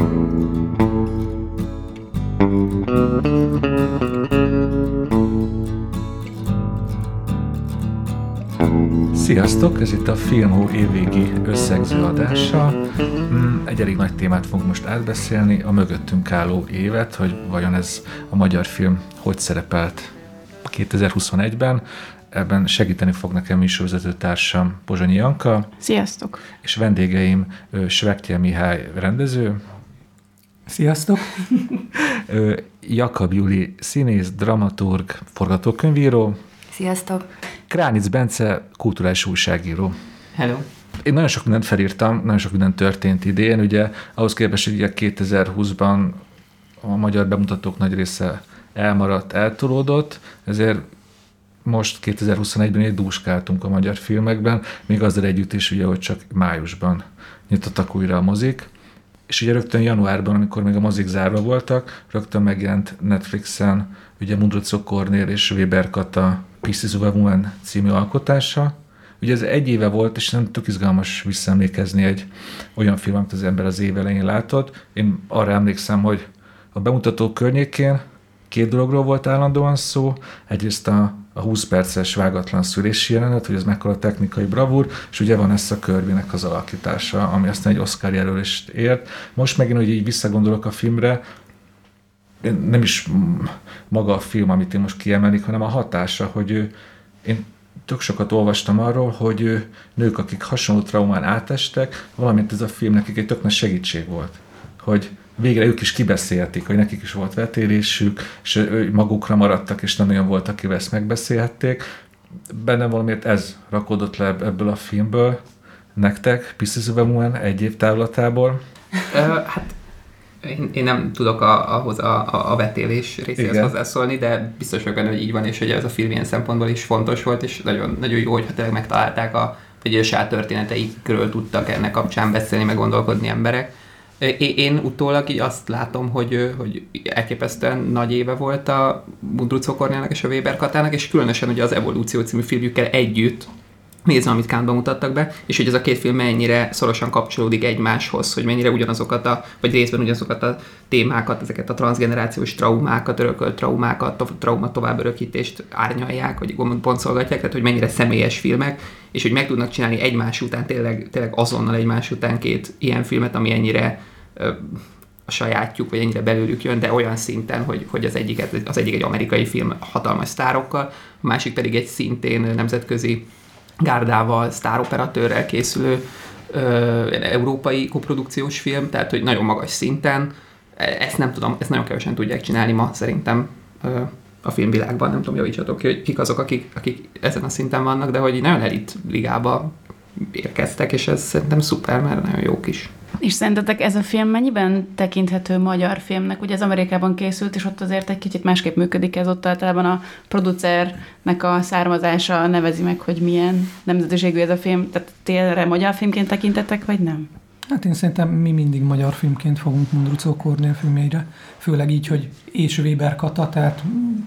Sziasztok! Ez itt a Filmhó évvégi összegző adása. Egy elég nagy témát fogunk most átbeszélni, a mögöttünk álló évet, hogy vajon ez a magyar film hogy szerepelt 2021-ben. Ebben segíteni fog nekem műsorvezető társam Pozsonyi Janka. Sziasztok! És vendégeim Svektyel Mihály rendező. Sziasztok! Jakab Juli színész, dramaturg, forgatókönyvíró. Sziasztok! Kránic Bence kulturális újságíró. Hello! Én nagyon sok mindent felírtam, nagyon sok minden történt idén, ugye ahhoz képest, hogy ugye 2020-ban a magyar bemutatók nagy része elmaradt, eltolódott, ezért most 2021-ben így dúskáltunk a magyar filmekben, még azzal együtt is, ugye, hogy csak májusban nyitottak újra a mozik. És ugye rögtön januárban, amikor még a mozik zárva voltak, rögtön megjelent Netflixen ugye Mundruczó Kornél és Weber Kata Pieces of a Woman című alkotása. Ugye ez egy éve volt, és nem tök izgalmas visszaemlékezni egy olyan film, amit az ember az év elején látott. Én arra emlékszem, hogy a bemutató környékén két dologról volt állandóan szó. Egyrészt a 20 perces vágatlan szülési jelenet, hogy ez mekkora technikai bravúr, és ugye van ezt a Kirbynek az alakítása, ami aztán egy Oscar jelölést ért. Most megint, hogy így visszagondolok a filmre, nem is maga a film, amit én most kiemelnék, hanem a hatása, hogy én tök sokat olvastam arról, hogy nők, akik hasonló traumán átestek, valamint ez a film nekik egy tök nagy segítség volt, hogy végre ők is kibeszélték, hogy nekik is volt vetélésük, és magukra maradtak, és nem olyan volt, akivel ezt megbeszélhették. Bennem valamiért ez rakódott le ebből a filmből. Nektek, Pieces of a Woman egy év távlatából? Hát én nem tudok a vetélés részéhez hozzászólni, de biztos vagyok benne, hogy így van, és hogy ez a film ilyen szempontból is fontos volt, és nagyon, nagyon jó, hogy tényleg megtalálták, hogy a saját történeteikről tudtak ennek kapcsán beszélni, meg gondolkodni emberek. Én utólag így azt látom, hogy elképesztően nagy éve volt a Mundruczó Kornélnak és a Weber Katának, és különösen ugye az Evolúció című filmjükkel együtt nézve, amit Cannes-ban mutattak be, és hogy ez a két film mennyire szorosan kapcsolódik egymáshoz, hogy mennyire ugyanazokat vagy részben ugyanazokat a témákat, ezeket a transzgenerációs traumákat, örökölt traumákat, trauma továbbörökítést árnyalják, vagy boncolgatják, tehát hogy mennyire személyes filmek, és hogy meg tudnak csinálni egymás után, tényleg azonnal egymás után két ilyen filmet, ami ennyire a sajátjuk, vagy ennyire belőlük jön, de olyan szinten, hogy az egyik egy amerikai film hatalmas sztárokkal, a másik pedig egy szintén nemzetközi gárdával, sztároperatőrrel készülő európai koprodukciós film, tehát hogy nagyon magas szinten. Ezt nem tudom, ezt nagyon kevesen tudják csinálni ma szerintem a filmvilágban. Nem tudom, javítsatok ki, hogy kik azok, akik ezen a szinten vannak, de hogy nagyon elit ligába érkeztek, és ez szerintem szuper, mert nagyon jók is. És szerintetek ez a film mennyiben tekinthető magyar filmnek? Ugye ez Amerikában készült, és ott azért egy kicsit másképp működik ez, ott általában a producernek a származása nevezi meg, hogy milyen nemzetiségű ez a film. Tehát tényleg magyar filmként tekintettek, vagy nem? Hát én szerintem mi mindig magyar filmként fogunk Mundruczó Kornél filmjeire, főleg így, hogy és Weber Kata, tehát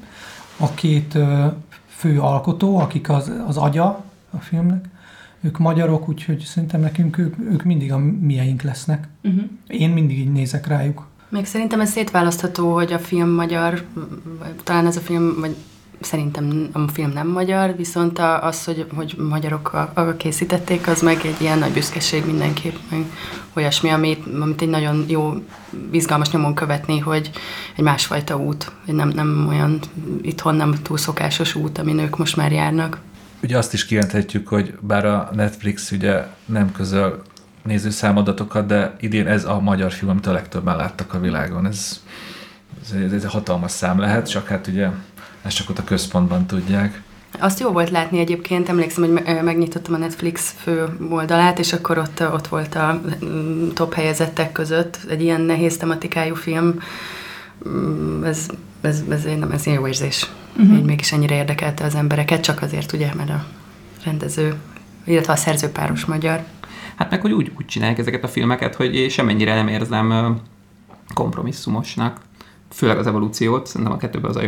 a két fő alkotó, akik az agya a filmnek, ők magyarok, úgyhogy szerintem nekünk ők mindig a mieink lesznek. Uh-huh. Én mindig így nézek rájuk. Még szerintem ez szétválasztható, hogy a film magyar, talán ez a film, vagy szerintem a film nem magyar, viszont az, hogy magyarok készítették, az meg egy ilyen nagy büszkeség mindenképp, meg olyasmi, amit egy nagyon jó, izgalmas nyomon követni, hogy egy másfajta út, nem olyan itthon nem túl szokásos út, amin ők most már járnak. Ugye azt is kijelenthetjük, hogy bár a Netflix ugye nem közöl nézőszámadatokat, de idén ez a magyar film, amit a legtöbben láttak a világon. Ez egy hatalmas szám lehet, csak hát ugye ezt csak ott a központban tudják. Azt jó volt látni egyébként, emlékszem, hogy megnyitottam a Netflix fő oldalát, és akkor ott volt a top helyezettek között egy ilyen nehéz tematikájú film. Ez jó érzés. Így mégis ennyire érdekelte az embereket, csak azért ugye, mert a rendező, illetve a szerzőpáros magyar. Hát meg, hogy úgy csinálják ezeket a filmeket, hogy semennyire nem érzem kompromisszumosnak. Főleg az Evolúciót, szerintem a kettőben az a jobb.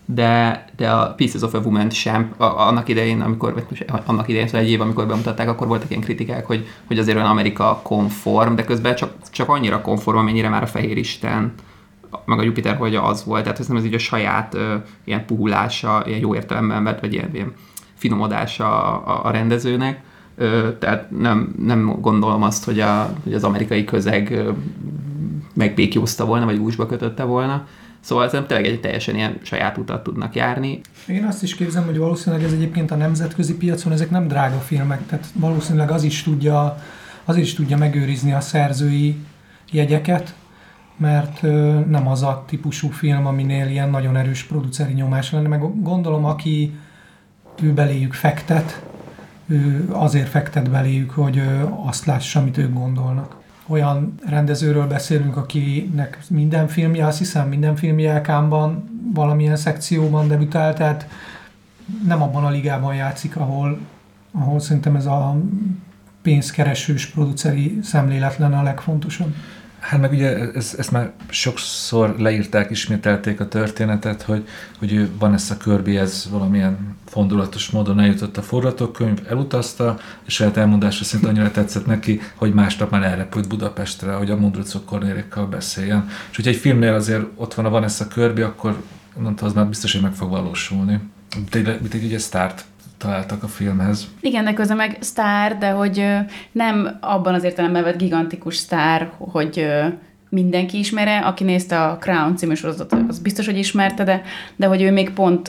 de a Pieces of a Woman sem, annak idején, szóval egy év, amikor bemutatták, akkor voltak ilyen kritikák, hogy azért olyan Amerika konform, de közben csak annyira konform, amennyire már a Fehér Isten, meg a Jupiter holdja az volt, tehát ez így a saját ilyen puhulása, ilyen jó értelemben vett, vagy ilyen finomodása a rendezőnek, tehát nem gondolom azt, hogy az amerikai közeg megbékjózta volna, vagy gúzsba kötötte volna. Szóval ez tényleg egy teljesen ilyen saját utat tudnak járni. Én azt is képzelem, hogy valószínűleg ez egyébként a nemzetközi piacon ezek nem drága filmek, tehát valószínűleg az is tudja megőrizni a szerzői jegyeket, mert nem az a típusú film, aminél ilyen nagyon erős produceri nyomás lenne, meg gondolom, aki ő beléjük fektet, ő azért fektet beléjük, hogy azt lássa, amit ők gondolnak. Olyan rendezőről beszélünk, akinek minden filmje, azt hiszem minden filmje Cannes-ban valamilyen szekcióban debütált, tehát nem abban a ligában játszik, ahol szerintem ez a pénzkeresős produceri szemlélet lenne a legfontosabb. Hát meg ugye ezt már sokszor leírták, ismételték a történetet, hogy Vanessa Kirbyhez valamilyen fondulatos módon eljutott a forgatókönyv, elutazta, és saját elmondása szerint annyira tetszett neki, hogy másnap már elrepült Budapestre, hogy a Mundruczó Kornélékkal beszéljen. És hogyha egy filmnél azért ott van a Vanessa Kirby, akkor mondta, az már biztos, hogy meg fog valósulni. Mint egy ugye sztárt találtak a filmhez. Igen, de közben meg sztár, de hogy nem abban az értelemben vett gigantikus sztár, hogy mindenki ismere, aki nézte a Crown című sorozatot, az biztos, hogy ismerte, de hogy ő még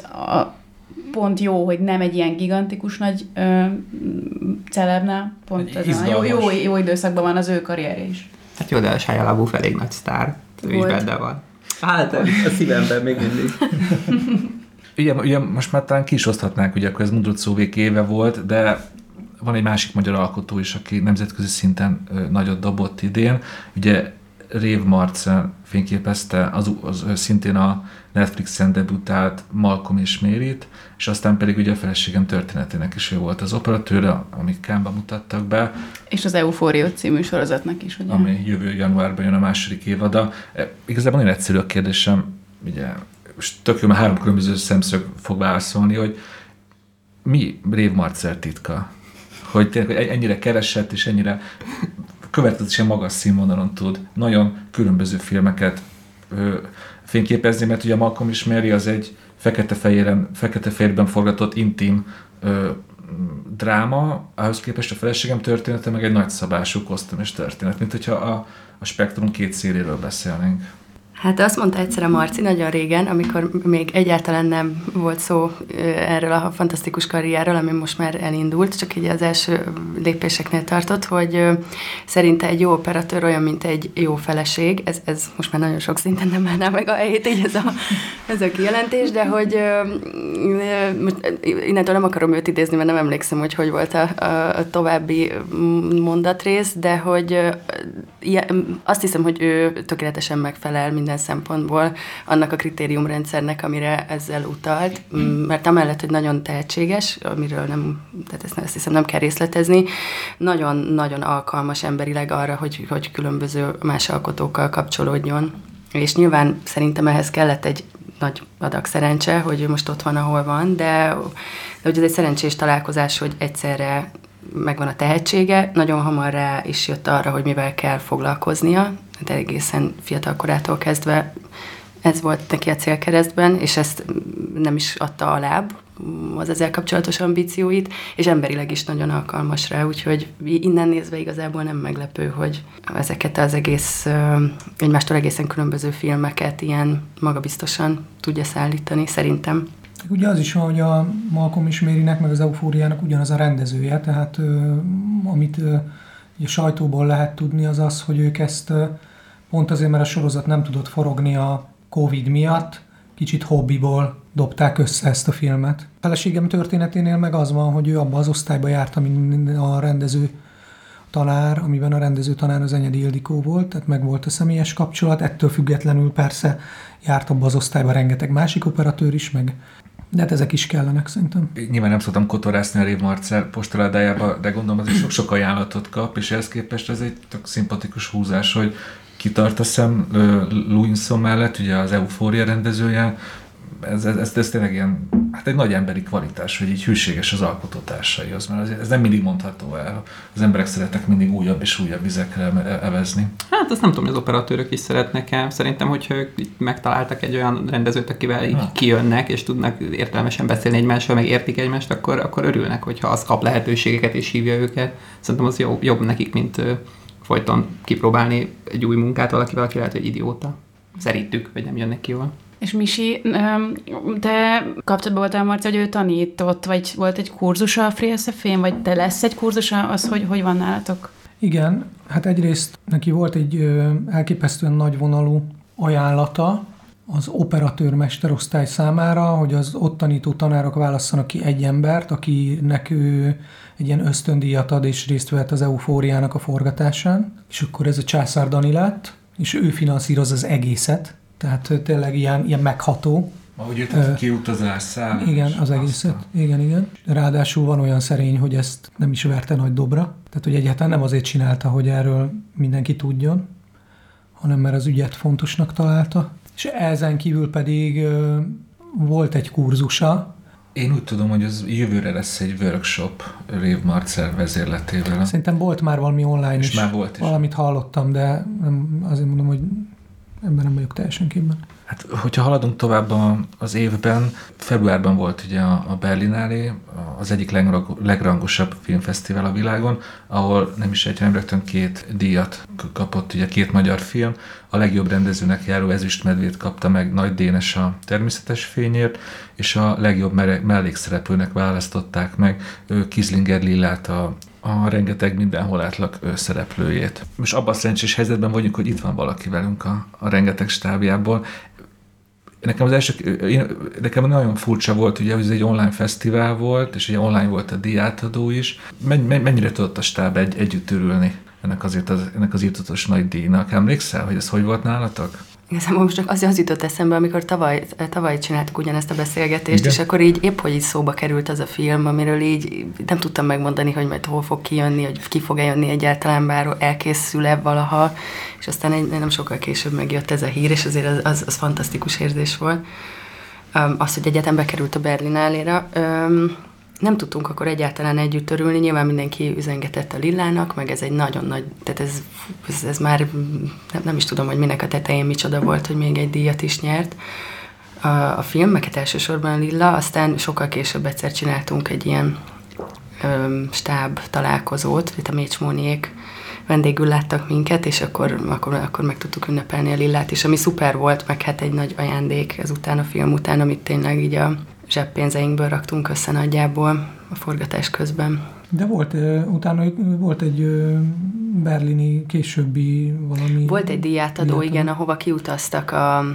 pont jó, hogy nem egy ilyen gigantikus nagy celebnál, pont ez jó időszakban van az ő karrierje is. Hát jó, de a Shia LaBeouf elég nagy sztár, ő is benne van. Hát a szívemben még mindig. Ugye most már talán ki is oszthatnánk, ugye akkor ez Mundruczóvék éve volt, de van egy másik magyar alkotó is, aki nemzetközi szinten nagyot dobott idén. Ugye Rév Marcel fényképezte az szintén a Netflixen debütált Malcolm és Maryt, és aztán pedig ugye a Feleségem történetének is ő volt az operatőre, amit Cannes-ban mutattak be. És az Euphoria című sorozatnak is, ugye? Ami jövő januárban jön a második évada. Igazából nagyon egyszerű a kérdésem, ugye tök jó, mert 3 különböző szemszög fog válaszolni, hogy mi Rév Marcel titka? Hogy tényleg ennyire keresett, és ennyire következetesen magas színvonalon tud nagyon különböző filmeket fényképezni, mert ugye a Malcolm és Mary az egy fekete-fehérben forgatott intim dráma, ahhoz képest a Feleségem története meg egy nagyszabású kosztümös történet, mint hogyha a spektrum két széléről beszélnénk. Hát azt mondta egyszer a Marci nagyon régen, amikor még egyáltalán nem volt szó erről a fantasztikus karrierről, ami most már elindult, csak így az első lépéseknél tartott, hogy szerinte egy jó operatőr olyan, mint egy jó feleség. Ez most már nagyon sok szinten nem állná meg a helyét, így ez a kijelentés, de hogy innentől nem akarom őt idézni, mert nem emlékszem, hogy volt a további mondatrész, de hogy azt hiszem, hogy ő tökéletesen megfelel minden szempontból annak a kritériumrendszernek, amire ezzel utalt, mert amellett, hogy nagyon tehetséges, amiről tehát ezt hiszem nem kell részletezni, nagyon-nagyon alkalmas emberileg arra, hogy különböző más alkotókkal kapcsolódjon. És nyilván szerintem ehhez kellett egy nagy adag szerencse, hogy ő most ott van, ahol van, de hogy ez egy szerencsés találkozás, hogy egyszerre megvan a tehetsége, nagyon hamar rá is jött arra, hogy mivel kell foglalkoznia, de egészen fiatal korától kezdve ez volt neki a célkeresztben, és ezt nem is adta alább az ezzel kapcsolatos ambícióit, és emberileg is nagyon alkalmas rá, úgyhogy innen nézve igazából nem meglepő, hogy ezeket az egymástól egészen különböző filmeket ilyen magabiztosan tudja szállítani, szerintem. Ugye az is van, hogy a Malcolm és Marynek, meg az Eufóriának ugyanaz a rendezője, tehát amit a sajtóból lehet tudni, az az, hogy ők ezt pont azért, mert a sorozat nem tudott forogni a Covid miatt, kicsit hobbiból dobták össze ezt a filmet. A Feleségem történeténél meg az van, hogy ő abban az osztályban járt, amiben a rendező tanár az Enyedi Ildikó volt, tehát meg volt a személyes kapcsolat, ettől függetlenül persze járt abban az osztályban rengeteg másik operatőr is, de hát ezek is kellenek szerintem. Nyilván nem szoktam kotorászni a Rév Marcel postaládájába, de gondolom az is sok ajánlatot kap, és ehhez képest ez egy tök szimpatikus húzás, hogy kitart a szem Louinson mellett, ugye az Euphoria rendezője, ez tényleg ilyen, hát egy nagy emberi kvalitás, hogy így hűséges az alkotótársaihoz, mert ez nem mindig mondható el. Az emberek szeretnek mindig újabb és újabb vizekre evezni. Hát azt nem tudom, hogy az operatőrök is szeretnek-e. Szerintem, hogyha ők megtaláltak egy olyan rendezőt, akivel így kijönnek, és tudnak értelmesen beszélni egymással, meg értik egymást, akkor örülnek, hogyha az kap lehetőségeket és hívja őket. Szerintem az jobb nekik, mint folyton kipróbálni egy új munkát valakivel, aki lehet, hogy idióta. Szerintük, vagy nem jönnek ki jól. És Misi, te kapcsolatban voltál, Marci, hogy ő tanított, vagy volt egy kurzusa a FreeSFN, vagy te lesz egy kurzusa, az hogy van nálatok? Igen, hát egyrészt neki volt egy elképesztően nagyvonalú ajánlata az operatőr-mesterosztály számára, hogy az ott tanító tanárok válasszanak ki egy embert, akinek ő egy ilyen ösztöndíjat ad, és részt vett az Eufóriának a forgatásán, és akkor ez a Császár Dani lett, és ő finanszíroz az egészet, tehát tényleg ilyen megható. Ahogy írtad, kiutazás, szállás. Igen, az egészet. Igen. Ráadásul van olyan szerény, hogy ezt nem is verte nagy dobra. Tehát, hogy egyáltalán nem azért csinálta, hogy erről mindenki tudjon, hanem mert az ügyet fontosnak találta. És ezen kívül pedig volt egy kurzusa. Én úgy tudom, hogy az jövőre lesz egy workshop Rév Marcell vezérletével. Szerintem volt már valami online és is. Már volt is. Valamit hallottam, de azért mondom, hogy ebben nem vagyok teljesen képben. Hát, hogyha haladunk tovább az évben, februárban volt ugye a Berlinale, az egyik legrangosabb filmfesztivál a világon, ahol nem is egy, hanem rögtön 2 díjat kapott, ugye 2 magyar film. A legjobb rendezőnek járó ezüstmedvét kapta meg Nagy Dénes a Természetes fényért, és a legjobb mellékszereplőnek választották meg Kislinger Lillát, a rengeteg mindenhol átlak szereplőjét. Most abban a szerencsés helyzetben vagyunk, hogy itt van valaki velünk a rengeteg stábjából. Nekem nagyon furcsa volt, ugye, hogy ez egy online fesztivál volt, és ugye online volt a díjátadó is. Mennyire tudott a stáb együtt örülni ennek az írtatos nagy díjnak? Emlékszel, hogy ez hogy volt nálatok? Igazából most csak az jutott eszembe, amikor tavaly csináltuk ugyanezt a beszélgetést, Igen. És akkor így épp, hogy így szóba került az a film, amiről így nem tudtam megmondani, hogy majd hol fog kijönni, hogy ki fog eljönni egyáltalán, bár elkészül-e valaha, és aztán nem sokkal később megjött ez a hír, és azért az fantasztikus érzés volt. Az, hogy egyetem bekerült a Berlinálére, nem tudtunk akkor egyáltalán együtt örülni, nyilván mindenki üzengetett a Lillának, meg ez egy nagyon nagy, tehát ez már nem is tudom, hogy minek a tetején micsoda volt, hogy még egy díjat is nyert a film, meg hát elsősorban a Lilla, aztán sokkal később egyszer csináltunk egy ilyen stáb találkozót, itt a Mécsmóniék vendégül láttak minket, és akkor meg tudtuk ünnepelni a Lillát is, ami szuper volt, meg hát egy nagy ajándék ezután a film után, amit tényleg így a zseppénzeinkből raktunk össze nagyjából a forgatás közben. De utána volt egy berlini későbbi valami... Volt egy díjátadó, igen, ahova kiutaztak a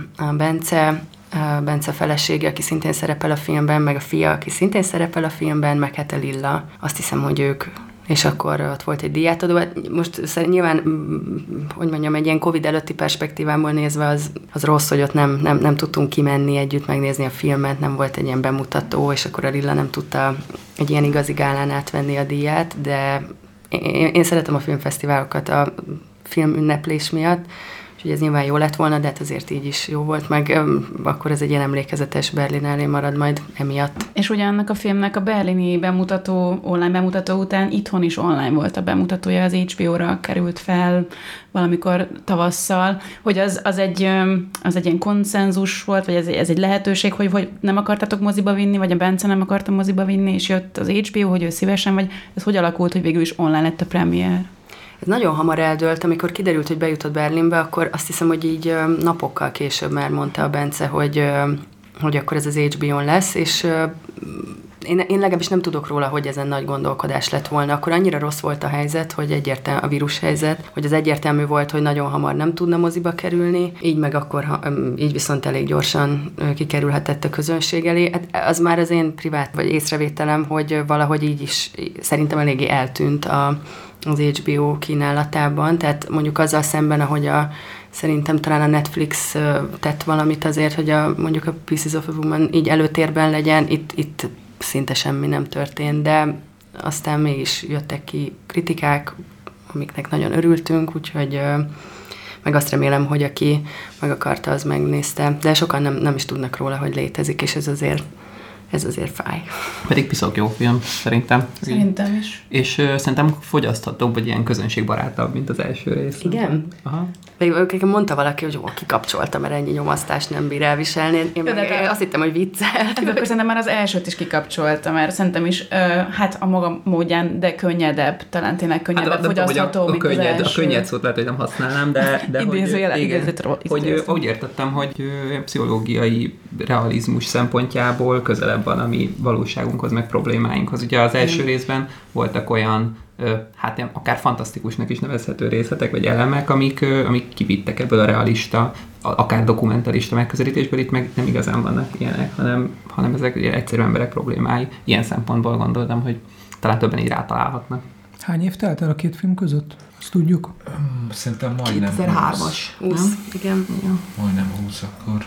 Bence felesége, aki szintén szerepel a filmben, meg a fia, aki szintén szerepel a filmben, meg hát a Lilla. Azt hiszem, hogy ők, és akkor ott volt egy díjátadó. Most nyilván, hogy mondjam, egy ilyen Covid előtti perspektívámból nézve az rossz, hogy ott nem tudtunk kimenni együtt megnézni a filmet, nem volt egy ilyen bemutató, és akkor a Lilla nem tudta egy ilyen igazi gálán átvenni a díját, de én szeretem a filmfesztiválokat a filmünneplés miatt, úgyhogy ez nyilván jó lett volna, de hát azért így is jó volt, meg akkor ez egy ilyen emlékezetes Berlinálé marad majd emiatt. És ugye annak a filmnek a berlini online bemutató után itthon is online volt a bemutatója, az HBO-ra került fel valamikor tavasszal, hogy az egy ilyen konszenzus volt, vagy ez egy lehetőség, hogy nem akartatok moziba vinni, vagy a Bence nem akarta moziba vinni, és jött az HBO, hogy ő szívesen, vagy ez hogy alakult, hogy végül is online lett a premier? Ez nagyon hamar eldőlt, amikor kiderült, hogy bejutott Berlinbe, akkor azt hiszem, hogy így napokkal később már mondta a Bence, hogy akkor ez az HBO-n lesz, és én legalábbis nem tudok róla, hogy ezen nagy gondolkodás lett volna. Akkor annyira rossz volt a helyzet, hogy a vírushelyzet, hogy az egyértelmű volt, hogy nagyon hamar nem tudna moziba kerülni, így viszont elég gyorsan kikerülhetett a közönség elé. Hát az már az én privát vagy észrevételem, hogy valahogy így is szerintem eléggé eltűnt az HBO kínálatában, tehát mondjuk azzal szemben, ahogy szerintem talán a Netflix tett valamit azért, hogy mondjuk a Pieces of a Woman így előtérben legyen, itt szinte semmi nem történt, de aztán mégis jöttek ki kritikák, amiknek nagyon örültünk, úgyhogy meg azt remélem, hogy aki meg akarta, az megnézte. De sokan nem is tudnak róla, hogy létezik, és ez azért fáj. Pedig piszok jó film, szerintem. Szerintem is. És szerintem fogyaszthatóbb, vagy ilyen közönségbarátabb, mint az első rész. Igen? Aha. Pedig mondta valaki, hogy kikapcsolta, mert ennyi nyomasztást nem bír elviselni. Én azt hittem, hogy viccel. Akkor szerintem már az elsőt is kikapcsolta, mert szerintem is, hát a maga módján, de könnyedebb, talán tényleg könnyedebb, fogyasztható, mint az első. A könnyed szót lehet, hogy nem használnám, de hogy úgy értettem, hogy pszichológiai realizmus szempontjából közelebb van a mi valóságunkhoz, meg problémáinkhoz. Ugye az első részben voltak olyan hát akár fantasztikusnak is nevezhető részletek, vagy elemek, amik kivittek ebből a realista, akár dokumentarista megközelítésből, itt meg nem igazán vannak ilyenek, hanem ezek egyszerű emberek problémái. Ilyen szempontból gondoltam, hogy talán többen így rátalálhatnak. Hány év telt el a két film között? Azt tudjuk? Szerintem majdnem 2003-as. 20, igen. Majdnem 20 akkor.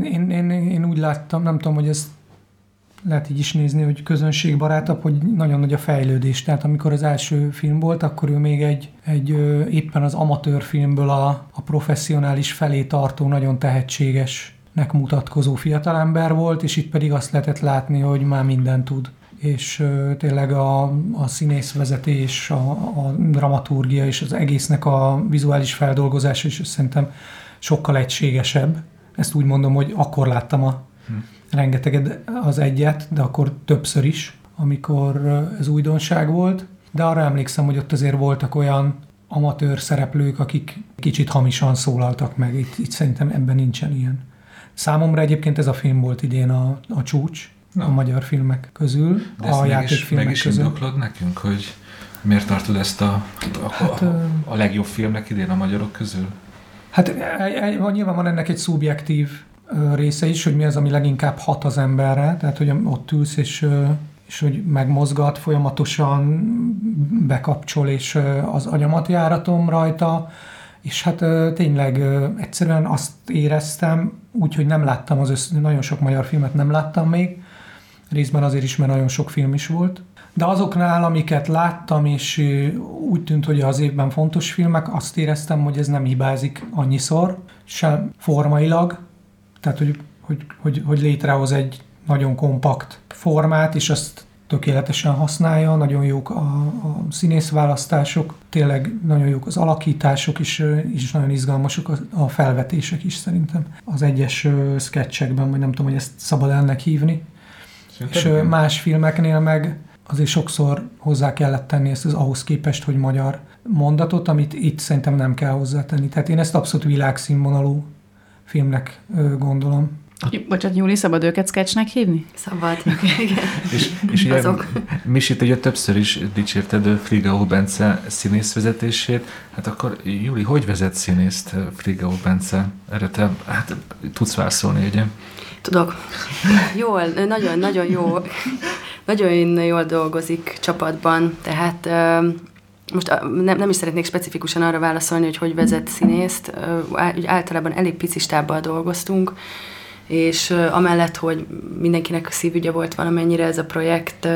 Én úgy láttam, nem tudom, hogy ezt lehet így is nézni, hogy közönségbarátabb, hogy nagyon nagy a fejlődés. Tehát amikor az első film volt, akkor ő még egy éppen az amatőr filmből a professzionális felé tartó, nagyon tehetségesnek mutatkozó fiatalember volt, és itt pedig azt lehetett látni, hogy már mindent tud. És tényleg a színészvezetés, a dramaturgia és az egésznek a vizuális feldolgozása is szerintem sokkal egységesebb. Ezt úgy mondom, hogy akkor láttam rengeteget az egyet, de akkor többször is, amikor ez újdonság volt. De arra emlékszem, hogy ott azért voltak olyan amatőr szereplők, akik kicsit hamisan szólaltak meg. Itt szerintem ebben nincsen ilyen. Számomra egyébként ez a film volt idén a csúcs a magyar filmek közül, de a játékfilmek közül. Meg is indoklod nekünk, hogy miért tartod ezt a legjobb filmnek idén a magyarok közül? Hát nyilván van ennek egy szubjektív része is, hogy mi az, ami leginkább hat az emberre, tehát hogy ott ülsz, és hogy megmozgat, folyamatosan bekapcsol, és az agyamat járatom rajta, és hát tényleg egyszerűen azt éreztem, úgyhogy nem láttam nagyon sok magyar filmet nem láttam még, részben azért is, mert nagyon sok film is volt. De azoknál, amiket láttam, és úgy tűnt, hogy az évben fontos filmek, azt éreztem, hogy ez nem hibázik annyiszor, sem formailag, tehát hogy létrehoz egy nagyon kompakt formát, és azt tökéletesen használja, nagyon jók a színészválasztások, tényleg nagyon jók az alakítások, és nagyon izgalmasok a felvetések is szerintem. Az egyes sketchekben, vagy nem tudom, hogy ezt szabad ennek hívni. És más filmeknél meg azért sokszor hozzá kellett tenni ezt az ahhoz képest, hogy magyar mondatot, amit itt szerintem nem kell hozzátenni. Tehát én ezt abszolút világszínvonalú filmnek gondolom. Bocsánat, Júli, szabad őket sketchnek hívni? Szabad. És ugye Misit ugye többször is dicsérted Frigao Bence színészvezetését. Hát akkor Júli, hogy vezet színészt Frigao Bence? Erre te tudsz válaszolni, ugye? Tudok. Jól, nagyon jó. Nagyon jól dolgozik csapatban, tehát most nem is szeretnék specifikusan arra válaszolni, hogy vezet színészt. Általában elég pici stábbal dolgoztunk, és amellett, hogy mindenkinek szívügye volt valamennyire ez a projekt,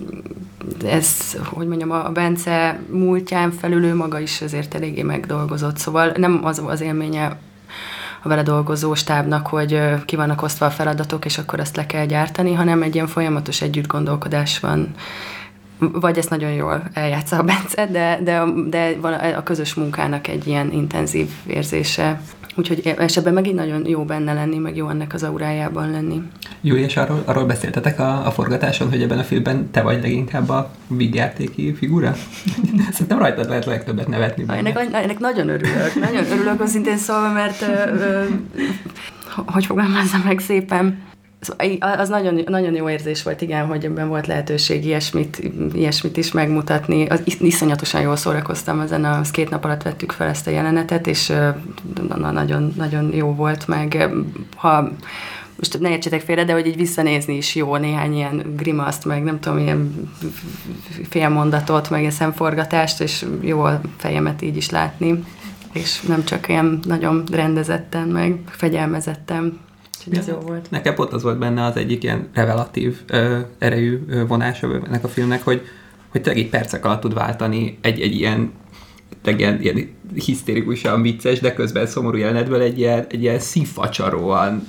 ez, hogy mondjam, a Bence múltján felül ő maga is azért eléggé megdolgozott, szóval nem az élménye a vele dolgozó stábnak, hogy ki vannak osztva a feladatok, és akkor azt le kell gyártani, hanem egy ilyen folyamatos együttgondolkodás van. Vagy ezt nagyon jól eljátsza a Bence, de van a közös munkának egy ilyen intenzív érzése. Úgyhogy ebben megint nagyon jó benne lenni, meg jó ennek az aurájában lenni. Júli, és arról beszéltetek a forgatáson, hogy ebben a filmben te vagy leginkább a vígjátéki figura? Szerintem rajtad lehet legtöbbet nevetni. Ennek nagyon örülök. Nagyon örülök őszintén szólva, mert hogy fogalmazzam meg szépen. Az nagyon, nagyon jó érzés volt, igen, hogy ebben volt lehetőség ilyesmit is megmutatni. Iszonyatosan jól szórakoztam ezen, a 2 nap alatt vettük fel ezt a jelenetet, és nagyon, nagyon jó volt, meg ha most ne értsétek félre, de hogy így visszanézni is jó, néhány ilyen grimaszt, meg nem tudom, ilyen félmondatot, meg ilyen szemforgatást, és jó a fejemet így is látni, és nem csak ilyen nagyon rendezetten, meg fegyelmezetten. Ez jó volt. Nekem pont az volt benne az egyik ilyen revelatív erejű vonása ennek a filmnek, hogy tényleg így percek alatt tud váltani egy ilyen ilyen hisztérikusan vicces, de közben szomorú jelenetből egy ilyen szívfacsaróan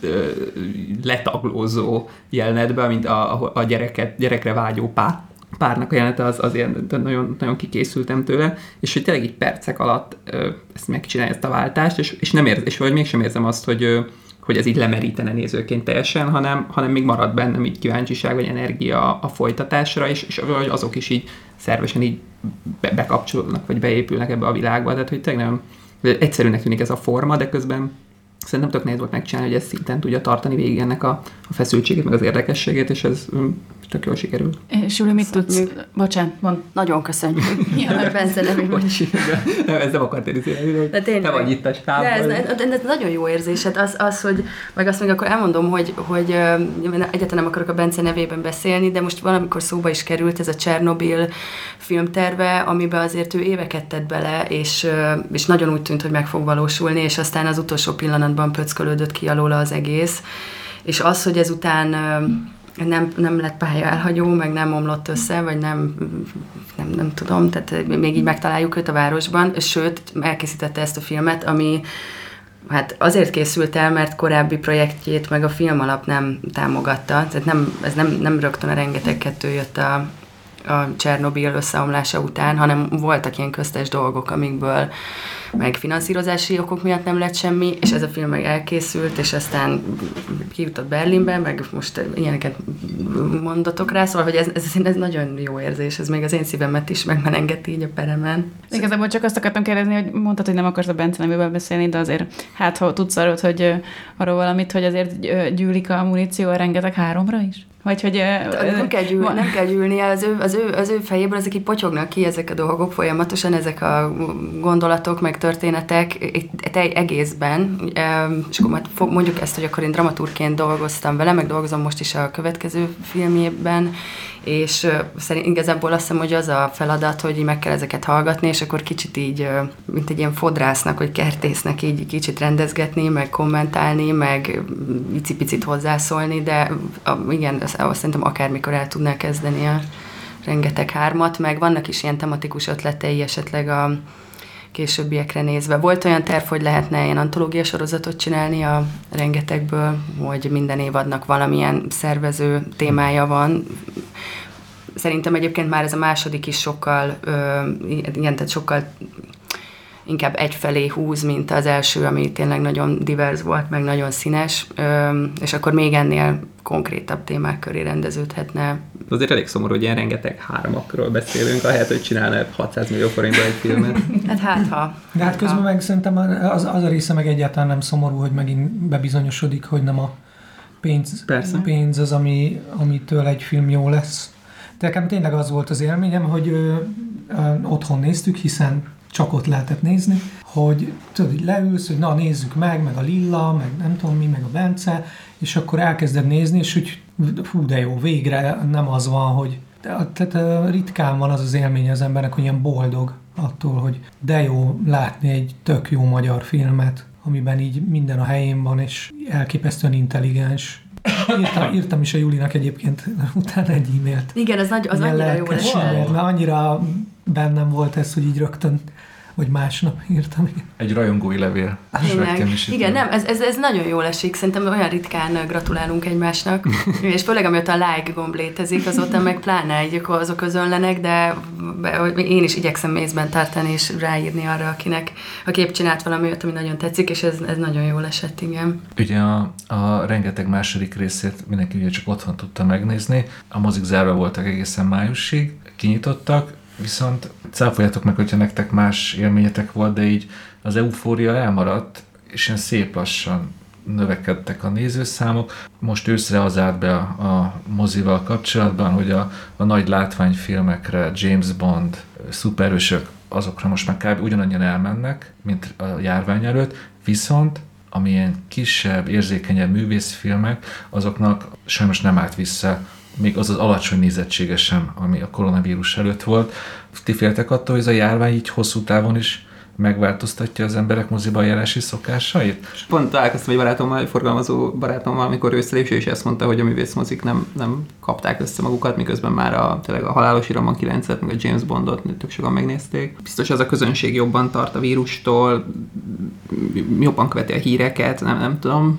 letaglózó jelenetben, mint a gyerekre vágyó párnak a jelenete, az ilyen nagyon, nagyon kikészültem tőle, és hogy tényleg így percek alatt ezt megcsinálja, ezt a váltást, és vagy mégsem érzem azt, hogy ez így lemerítene nézőként teljesen, hanem még marad bennem így kíváncsiság, vagy energia a folytatásra, és azok is így szervesen így bekapcsolódnak, vagy beépülnek ebbe a világba, tehát hogy tényleg nagyon egyszerűnek tűnik ez a forma, de közben szerintem tök nehéz volt megcsinálni, hogy ez szinten tudja tartani végig ennek a feszültségét, meg az érdekességét, és ez tök jól sikerült. És Juli, mit tudsz? Bocsánat, mondd. Nagyon köszönjük. Hogy Bence nevében. Ez nem akart érni, te vagy itt a stábban. De ez nagyon jó érzés. Hát hogy, meg azt még akkor elmondom, hogy egyáltalán nem akarok a Bence nevében beszélni, de most valamikor szóba is került ez a Csernobil filmterve, amiben azért ő éveket tett bele, és nagyon úgy tűnt, hogy meg fog valósulni, és aztán az utolsó pillanatban pöckölődött ki alóla az egész. És az, hogy ezután nem lett pálya elhagyó, meg nem omlott össze, vagy nem tudom, tehát még így megtaláljuk őt a városban, sőt, elkészítette ezt a filmet, ami hát azért készült el, mert korábbi projektjét meg a Filmalap nem támogatta, tehát ez nem rögtön a Rengeteg 2 jött a Csernobil összeomlása után, hanem voltak ilyen köztes dolgok, amikből meg finanszírozási okok miatt nem lett semmi, és ez a film meg elkészült, és aztán kijutott Berlinbe, meg most ilyeneket mondatok rá, szóval, hogy ez nagyon jó érzés, ez még az én szívemet is megmenengeti így a peremen. Igazából csak azt akartam kérdezni, hogy mondtad, hogy nem akarsz a Bence nevében beszélni, de azért hát, ha tudsz arról valamit, hogy azért gyűlik a muníció a Rengeteg 3-ra is? Vagy hogy... Nem kell gyűlnie, az ő fejéből ezek így potyognak ki, ezek a dolgok folyamatosan, ezek a gondolatok, meg történetek egészben, és akkor mondjuk ezt, hogy akkor én dramaturgként dolgoztam vele, meg dolgozom most is a következő filmjében, és igazából azt hiszem, hogy az a feladat, hogy meg kell ezeket hallgatni, és akkor kicsit így, mint egy ilyen fodrásznak, vagy kertésznek így kicsit rendezgetni, meg kommentálni, meg icipicit hozzászólni, de igen, azt szerintem akármikor el tudná kezdeni a Rengeteg 3-at, meg vannak is ilyen tematikus ötletei esetleg a későbbiekre nézve. Volt olyan terv, hogy lehetne ilyen antológia sorozatot csinálni a Rengetegből, hogy minden évadnak valamilyen szervező témája van. Szerintem egyébként már ez a második is sokkal inkább egyfelé húz, mint az első, ami tényleg nagyon divers volt, meg nagyon színes, és akkor még ennél konkrétabb témák köré rendeződhetne. Azért elég szomorú, hogy ilyen Rengeteg 3-akról beszélünk, ahelyett, hogy csinálna 600 millió forintba egy filmet. Ha. De hát közben meg szerintem az a része meg egyáltalán nem szomorú, hogy megint bebizonyosodik, hogy nem a pénz az, amitől egy film jó lesz. De nekem tényleg az volt az élményem, hogy otthon néztük, hiszen csak ott lehetett nézni, hogy tudod, hogy leülsz, hogy na nézzük meg a Lilla, meg nem tudom mi, meg a Bence, és akkor elkezded nézni, és hogy hú, de jó, végre nem az van, hogy tehát ritkán van az élmény az embernek, hogy ilyen boldog attól, hogy de jó látni egy tök jó magyar filmet, amiben így minden a helyén van, és elképesztően intelligens. Írtam is a Julinak egyébként utána egy e-mailt. Igen, az annyira jó lesz. Mert annyira bennem volt ez, hogy így rögtön, vagy másnap írtam. Egy rajongói levél. Igen, nem, ez nagyon jól esik. Szerintem olyan ritkán gratulálunk egymásnak. És főleg, amióta a like gomb létezik, azóta meg pláne azok közönlenek, de én is igyekszem mézben tartani, és ráírni arra, akinek a kép csinált valami olyat, ami nagyon tetszik, és ez nagyon jól esett, igen. Ugye a Rengeteg második részét mindenki ugye csak otthon tudta megnézni. A mozik zárva voltak egészen májusig, kinyitottak, viszont cáfoljátok meg, hogyha nektek más élményetek volt, de így az eufória elmaradt, és ilyen szép lassan növekedtek a nézőszámok. Most őszre az állt be a mozival kapcsolatban, hogy a nagy látványfilmekre, James Bond, szuperhősök, azokra most már kb. Ugyanannyian elmennek, mint a járvány előtt, viszont amilyen kisebb, érzékenyebb művészfilmek, azoknak sajnos nem állt vissza még az alacsony nézettsége sem, ami a koronavírus előtt volt. Ti féltek attól, hogy ez a járvány így hosszú távon is megváltoztatja az emberek moziban járási szokásait? Pont találkoztam egy barátommal, egy forgalmazó barátommal, amikor ősszel, és ő is ezt mondta, hogy a művészmozik nem kapták össze magukat, miközben már tényleg a Halálos Iramban 9-et, meg a James Bondot tök sokan megnézték. Biztos az a közönség jobban tart a vírustól, jobban követi a híreket, nem tudom.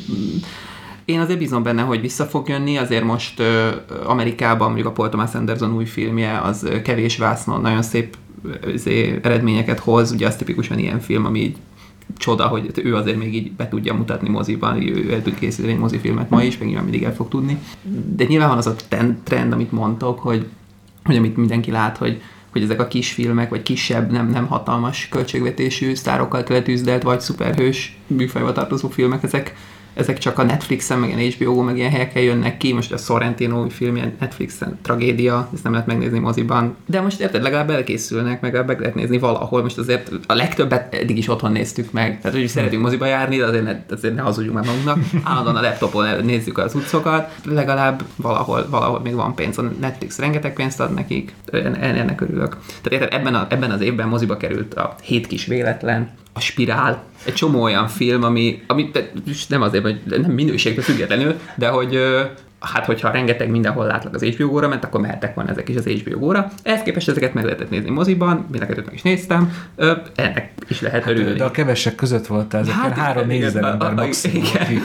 Én azért bízom benne, hogy vissza fog jönni, azért most Amerikában mondjuk a Paul Thomas Anderson új filmje, az kevés vásznon nagyon szép eredményeket hoz, ugye az tipikusan ilyen film, ami így csoda, hogy ő azért még így be tudja mutatni moziban, ő el tud készíteni egy mozifilmet ma is, meg nyilván mindig el fog tudni. De nyilván van az a trend, amit mondtok, hogy amit mindenki lát, hogy ezek a kis filmek, vagy kisebb, nem hatalmas költségvetésű sztárokkal tüzdelt, vagy szuperhős műfajba tartozó filmek, ezek csak a Netflixen, meg ilyen HBO, meg ilyen helyeken jönnek ki. Most a Sorrentino új filmje Netflixen tragédia, ezt nem lehet megnézni moziban. De most érted, legalább elkészülnek, meg lehet nézni valahol. Most azért a legtöbbet eddig is otthon néztük meg. Tehát, hogy szeretünk moziba járni, de azért ne hazudjunk már magunknak. Állandóan a laptopon nézzük az utcokat. Legalább valahol még van pénz. A Netflix rengeteg pénzt ad nekik. Ennek örülök. Tehát érted, ebben az évben moziba került a 7 kis véletlen, a Spirál, egy csomó olyan film, ami nem azért, hogy nem minőségtől függetlenül, de hogy hát hogyha rengeteg mindenhol látlak az HBO Go-ra ment, akkor mehettek volna ezek is az HBO Go-ra. Ehhez képest ezeket meg lehetett nézni moziban, mindenket meg is néztem, ennek is lehet örülni. De a kevesek között voltál, ezeken 3-4 ezer ember maximum.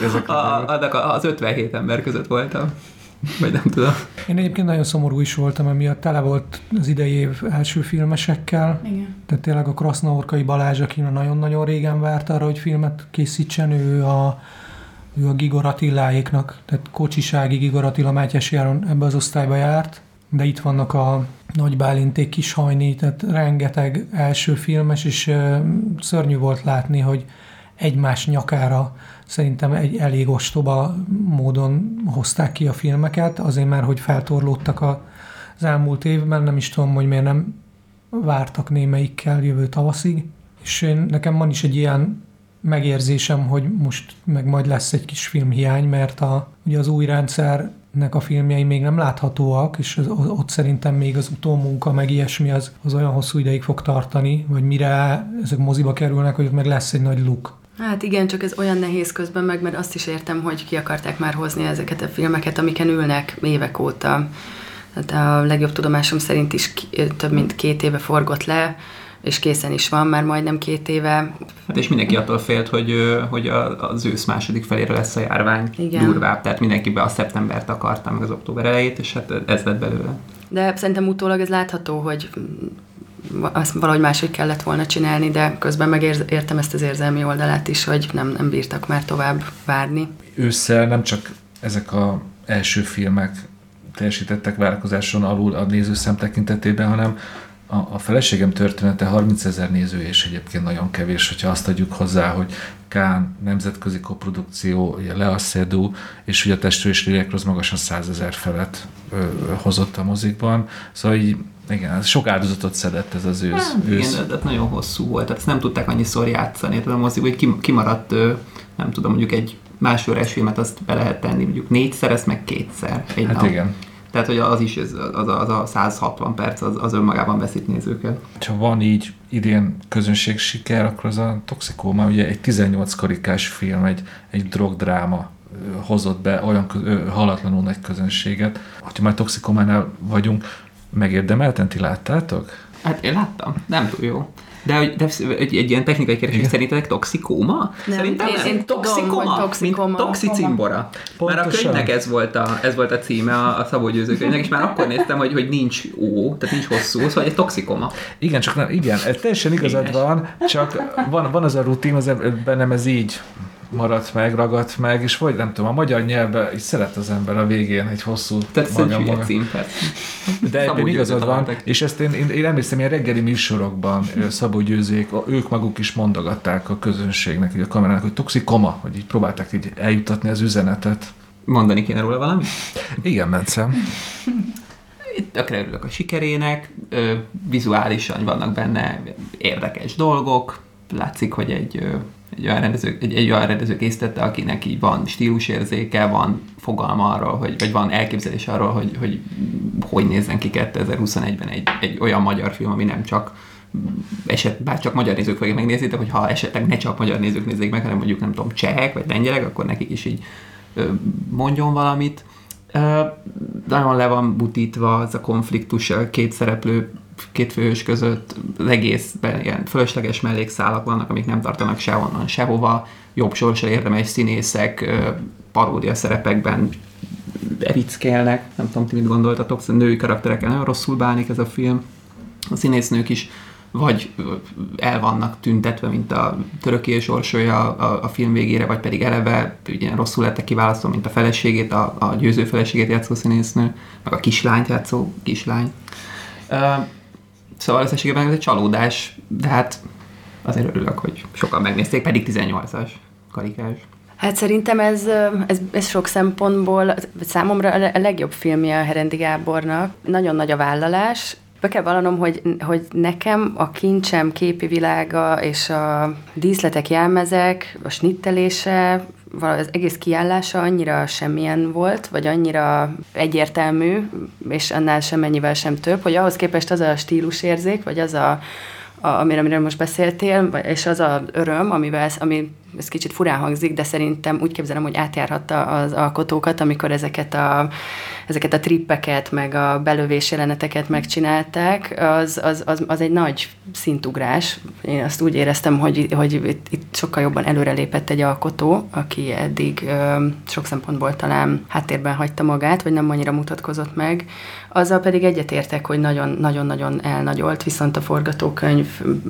Az 57 ember között voltam. Vagy nem tudom. Én egyébként nagyon szomorú is voltam, emiatt tele volt az idei év első filmesekkel. Igen. Tehát tényleg a Krasznaorkai Balázs, aki nagyon-nagyon régen várt arra, hogy filmet készítsen, ő a Gigor Attiláéknak, tehát Kocsisági Gigor Attila Mátyás Járon ebbe az osztályba járt, de itt vannak a Nagy Bálinték, Kishajni, tehát rengeteg első filmes, és szörnyű volt látni, hogy egymás nyakára szerintem egy elég ostoba módon hozták ki a filmeket, azért már, hogy feltorlódtak az elmúlt évben, nem is tudom, hogy miért nem vártak némelyikkel jövő tavaszig, és nekem van is egy ilyen megérzésem, hogy most meg majd lesz egy kis filmhiány, mert ugye az új rendszernek a filmjei még nem láthatóak, és ott szerintem még az utómunka, meg ilyesmi az olyan hosszú ideig fog tartani, vagy mire ezek moziba kerülnek, hogy meg lesz egy nagy luk. Hát igen, csak ez olyan nehéz közben meg, mert azt is értem, hogy ki akarták már hozni ezeket a filmeket, amiken ülnek évek óta. Hát a legjobb tudomásom szerint is több mint 2 éve forgott le, és készen is van már majdnem 2 éve. Hát és mindenki attól félt, hogy az ősz második felére lesz a járvány durvább, tehát mindenki be a szeptembert akarta, meg az október elejét, és hát ez lett belőle. De szerintem utólag ez látható, hogy azt valahogy máshogy kellett volna csinálni, de közben megértem ezt az érzelmi oldalát is, hogy nem bírtak már tovább várni. Ősszel nem csak ezek az első filmek teljesítettek várakozáson alul a nézőszem tekintetében, hanem a Feleségem története 30 000 néző, és egyébként nagyon kevés, hogyha azt adjuk hozzá, hogy Cannes nemzetközi koprodukció, Lea Seydoux, és ugye a Testről és Lélekről az magasan 100 000 felett hozott a mozikban. Szóval így, igen, sok áldozatot szedett ez az ősz. Igen, de nagyon hosszú volt, tehát ezt nem tudták annyiszor játszani, tehát a mozik, hogy kimaradt, nem tudom, mondjuk egy másórás filmet azt be lehet tenni, mondjuk 4-szer, ezt meg 2-szer. Hát nap. Igen. Tehát, hogy az is, az a 160 perc, az önmagában veszít nézőket. Ha van így idén közönség siker, akkor az a Toxikóma, ugye egy 18 karikás film, egy drogdráma hozott be olyan halatlanul nagy közönséget. Ha már Toxikómánál vagyunk, megérdemelten, ti láttátok? Hát én láttam, nem túl jó. De egy ilyen technikai kérdés, hogy szerintetek toxikóma? Szerintem én toxikóma, mint toxicimbora. Már a könyvnek ez volt a címe, a Szabó Győző könyvnek, és már akkor néztem, hogy nincs ó, tehát nincs hosszú, szóval egy toxikóma. Igen, csak nem, igen, ez teljesen igazad van, csak van az a rutin, bennem ez így maradt meg, ragadt meg, és vagy nem tudom, a magyar nyelvben így szeret az ember a végén egy hosszú maga. De ebben igazad van, és ezt én emlékszem, ilyen reggeli műsorokban Szabó Győzők, ők maguk is mondogatták a közönségnek, a kamerának, hogy toxikoma, hogy így próbálták így eljutatni az üzenetet. Mondani kéne róla valamit? Igen, Mencem. Tökre örülök a sikerének, vizuálisan vannak benne érdekes dolgok, látszik, hogy egy olyan rendező készítette, akinek így van stílusérzéke, van fogalma arról, vagy van elképzelés arról, hogy nézzen ki 2021-ben egy olyan magyar film, ami nem csak bár csak magyar nézők fogják megnézni, de hogyha esetleg ne csak magyar nézők nézzék meg, hanem mondjuk nem tudom, csehek vagy lengyelek, akkor nekik is így mondjon valamit. Nagyon le van butítva az a konfliktus a két szereplő, két főhős között, az egészben ilyen fölösleges mellékszálak vannak, amik nem tartanak sehonnan, sehova, jobb sorsra érdemes színészek paródia szerepekben evickelnek, nem tudom, ti mit gondoltatok, a női karakterekkel nagyon rosszul bánik ez a film. A színésznők is vagy el vannak tüntetve, mint a Töröki Orsolya a film végére, vagy pedig eleve ugye rosszul lettek kiválasztva, mint a feleségét, a győző feleségét játszó színésznő, meg a kislányt játszó kislány. Szóval összességében ez egy csalódás, de hát azért örülök, hogy sokan megnézték, pedig 18-as karikás. Hát szerintem ez sok szempontból számomra a legjobb filmje a Herendi Gábornak. Nagyon nagy a vállalás. Be kell vallanom, hogy nekem a kincsem képi világa és a díszletek, jelmezek, a snittelése, az egész kiállása annyira semmilyen volt, vagy annyira egyértelmű, és annál semmennyivel sem több, hogy ahhoz képest az a stílusérzék, vagy az amiről most beszéltél, és az az öröm, ami ez kicsit furán hangzik, de szerintem úgy képzelem, hogy átjárhatta az alkotókat, amikor ezeket a trippeket, meg a belövés jeleneteket megcsinálták, az egy nagy szintugrás. Én azt úgy éreztem, hogy itt sokkal jobban előrelépett egy alkotó, aki eddig sok szempontból talán háttérben hagyta magát, vagy nem annyira mutatkozott meg. Azzal pedig egyetértek, hogy nagyon-nagyon elnagyolt, viszont a forgatókönyv,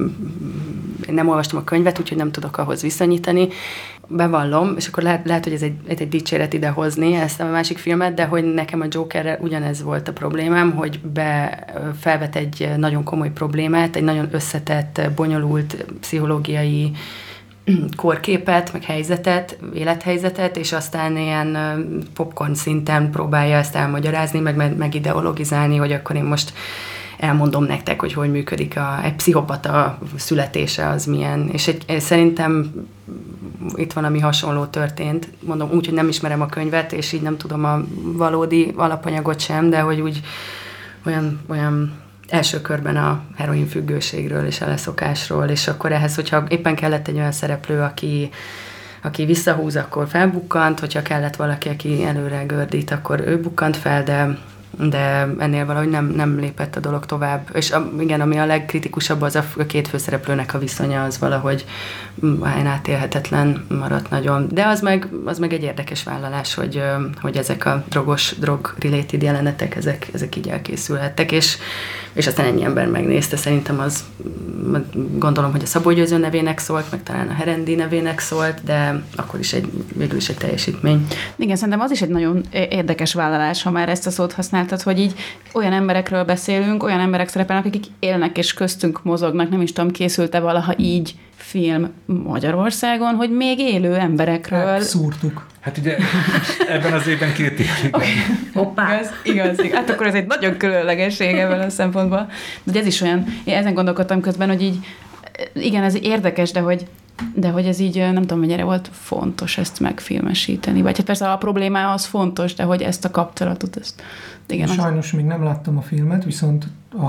én nem olvastam a könyvet, úgyhogy nem tudok ahhoz viszonyítani. Bevallom, és akkor lehet hogy ez egy dicséret idehozni ezt a másik filmet, de hogy nekem a Jokerrel ugyanez volt a problémám, hogy felvet egy nagyon komoly problémát, egy nagyon összetett, bonyolult pszichológiai korképet, meg helyzetet, élethelyzetet, és aztán ilyen popcorn szinten próbálja ezt elmagyarázni, meg ideologizálni, hogy akkor én most elmondom nektek, hogy működik egy pszichopata születése, az milyen. És szerintem itt valami hasonló történt. Mondom úgy, hogy nem ismerem a könyvet, és így nem tudom a valódi alapanyagot sem, de hogy úgy olyan első körben a heroin függőségről és a leszokásról, és akkor ehhez, hogyha éppen kellett egy olyan szereplő, aki visszahúz, akkor felbukkant, hogyha kellett valaki, aki előre gördít, akkor ő bukkant fel, de ennél valahogy nem lépett a dolog tovább. És igen, ami a legkritikusabb, az a két főszereplőnek a viszonya, az valahogy átélhetetlen maradt nagyon. De az meg egy érdekes vállalás, hogy ezek a drog-related jelenetek, ezek így elkészülhettek, és aztán ennyi ember megnézte. Szerintem gondolom, hogy a Szabó Győző nevének szólt, meg talán a Herendi nevének szólt, de akkor is végül is egy teljesítmény. Igen, szerintem az is egy nagyon érdekes vállalás, ha már ezt a szót használtad, hogy így olyan emberekről beszélünk, olyan emberek szerepelnek, akik élnek és köztünk mozognak, nem is tudom, készült-e valaha így film Magyarországon, hogy még élő emberekről... Hát, szúrtuk. Hát ugye ebben az évben 2 évig. Hoppá! Igaz. Hát akkor ez egy nagyon különlegesség ebből a szempontból. De ez is olyan, én ezen gondolkodtam közben, hogy így, igen, ez érdekes, de hogy ez így, nem tudom, mennyire volt fontos ezt megfilmesíteni. Vagy hát persze a probléma az fontos, de hogy ezt a kapcsolatot, ezt... Igen, sajnos még nem láttam a filmet, viszont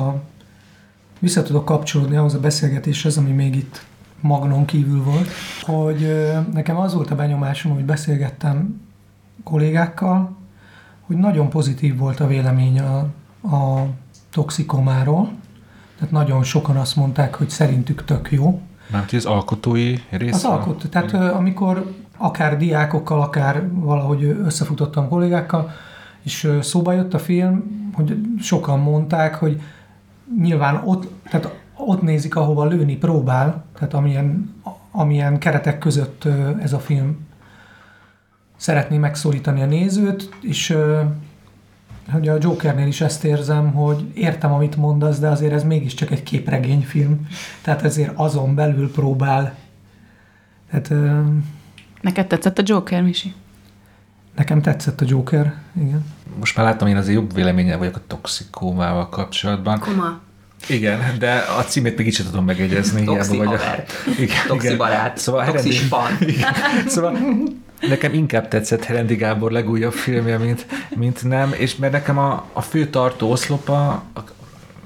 vissza tudok kapcsolódni ahhoz a beszélgetéshez, ami még itt magnon kívül volt, hogy nekem az volt a benyomásom, hogy beszélgettem kollégákkal, hogy nagyon pozitív volt a vélemény a toxikomáról. Tehát nagyon sokan azt mondták, hogy szerintük tök jó. Mármint az alkotói rész? Az alkotó. Tehát amikor akár diákokkal, akár valahogy összefutottam kollégákkal, és szóba jött a film, hogy sokan mondták, hogy nyilván ott nézik, ahova lőni próbál, tehát amilyen keretek között ez a film szeretné megszólítani a nézőt, és hogy a Jokernél is ezt érzem, hogy értem, amit mondasz, de azért ez mégiscsak egy képregényfilm, tehát ezért azon belül próbál. Tehát, neked tetszett a Joker, Misi? Nekem tetszett a Joker, igen. Most már láttam, én azért jobb véleménnyel vagyok a toxikómával kapcsolatban. Koma. Igen, de a címét még így sem tudom megegyezni. Toxi haver. Toxi barát. Szóval toxi span. Szóval nekem inkább tetszett Herendi Gábor legújabb filmje, mint nem, és mert nekem a fő tartó oszlopa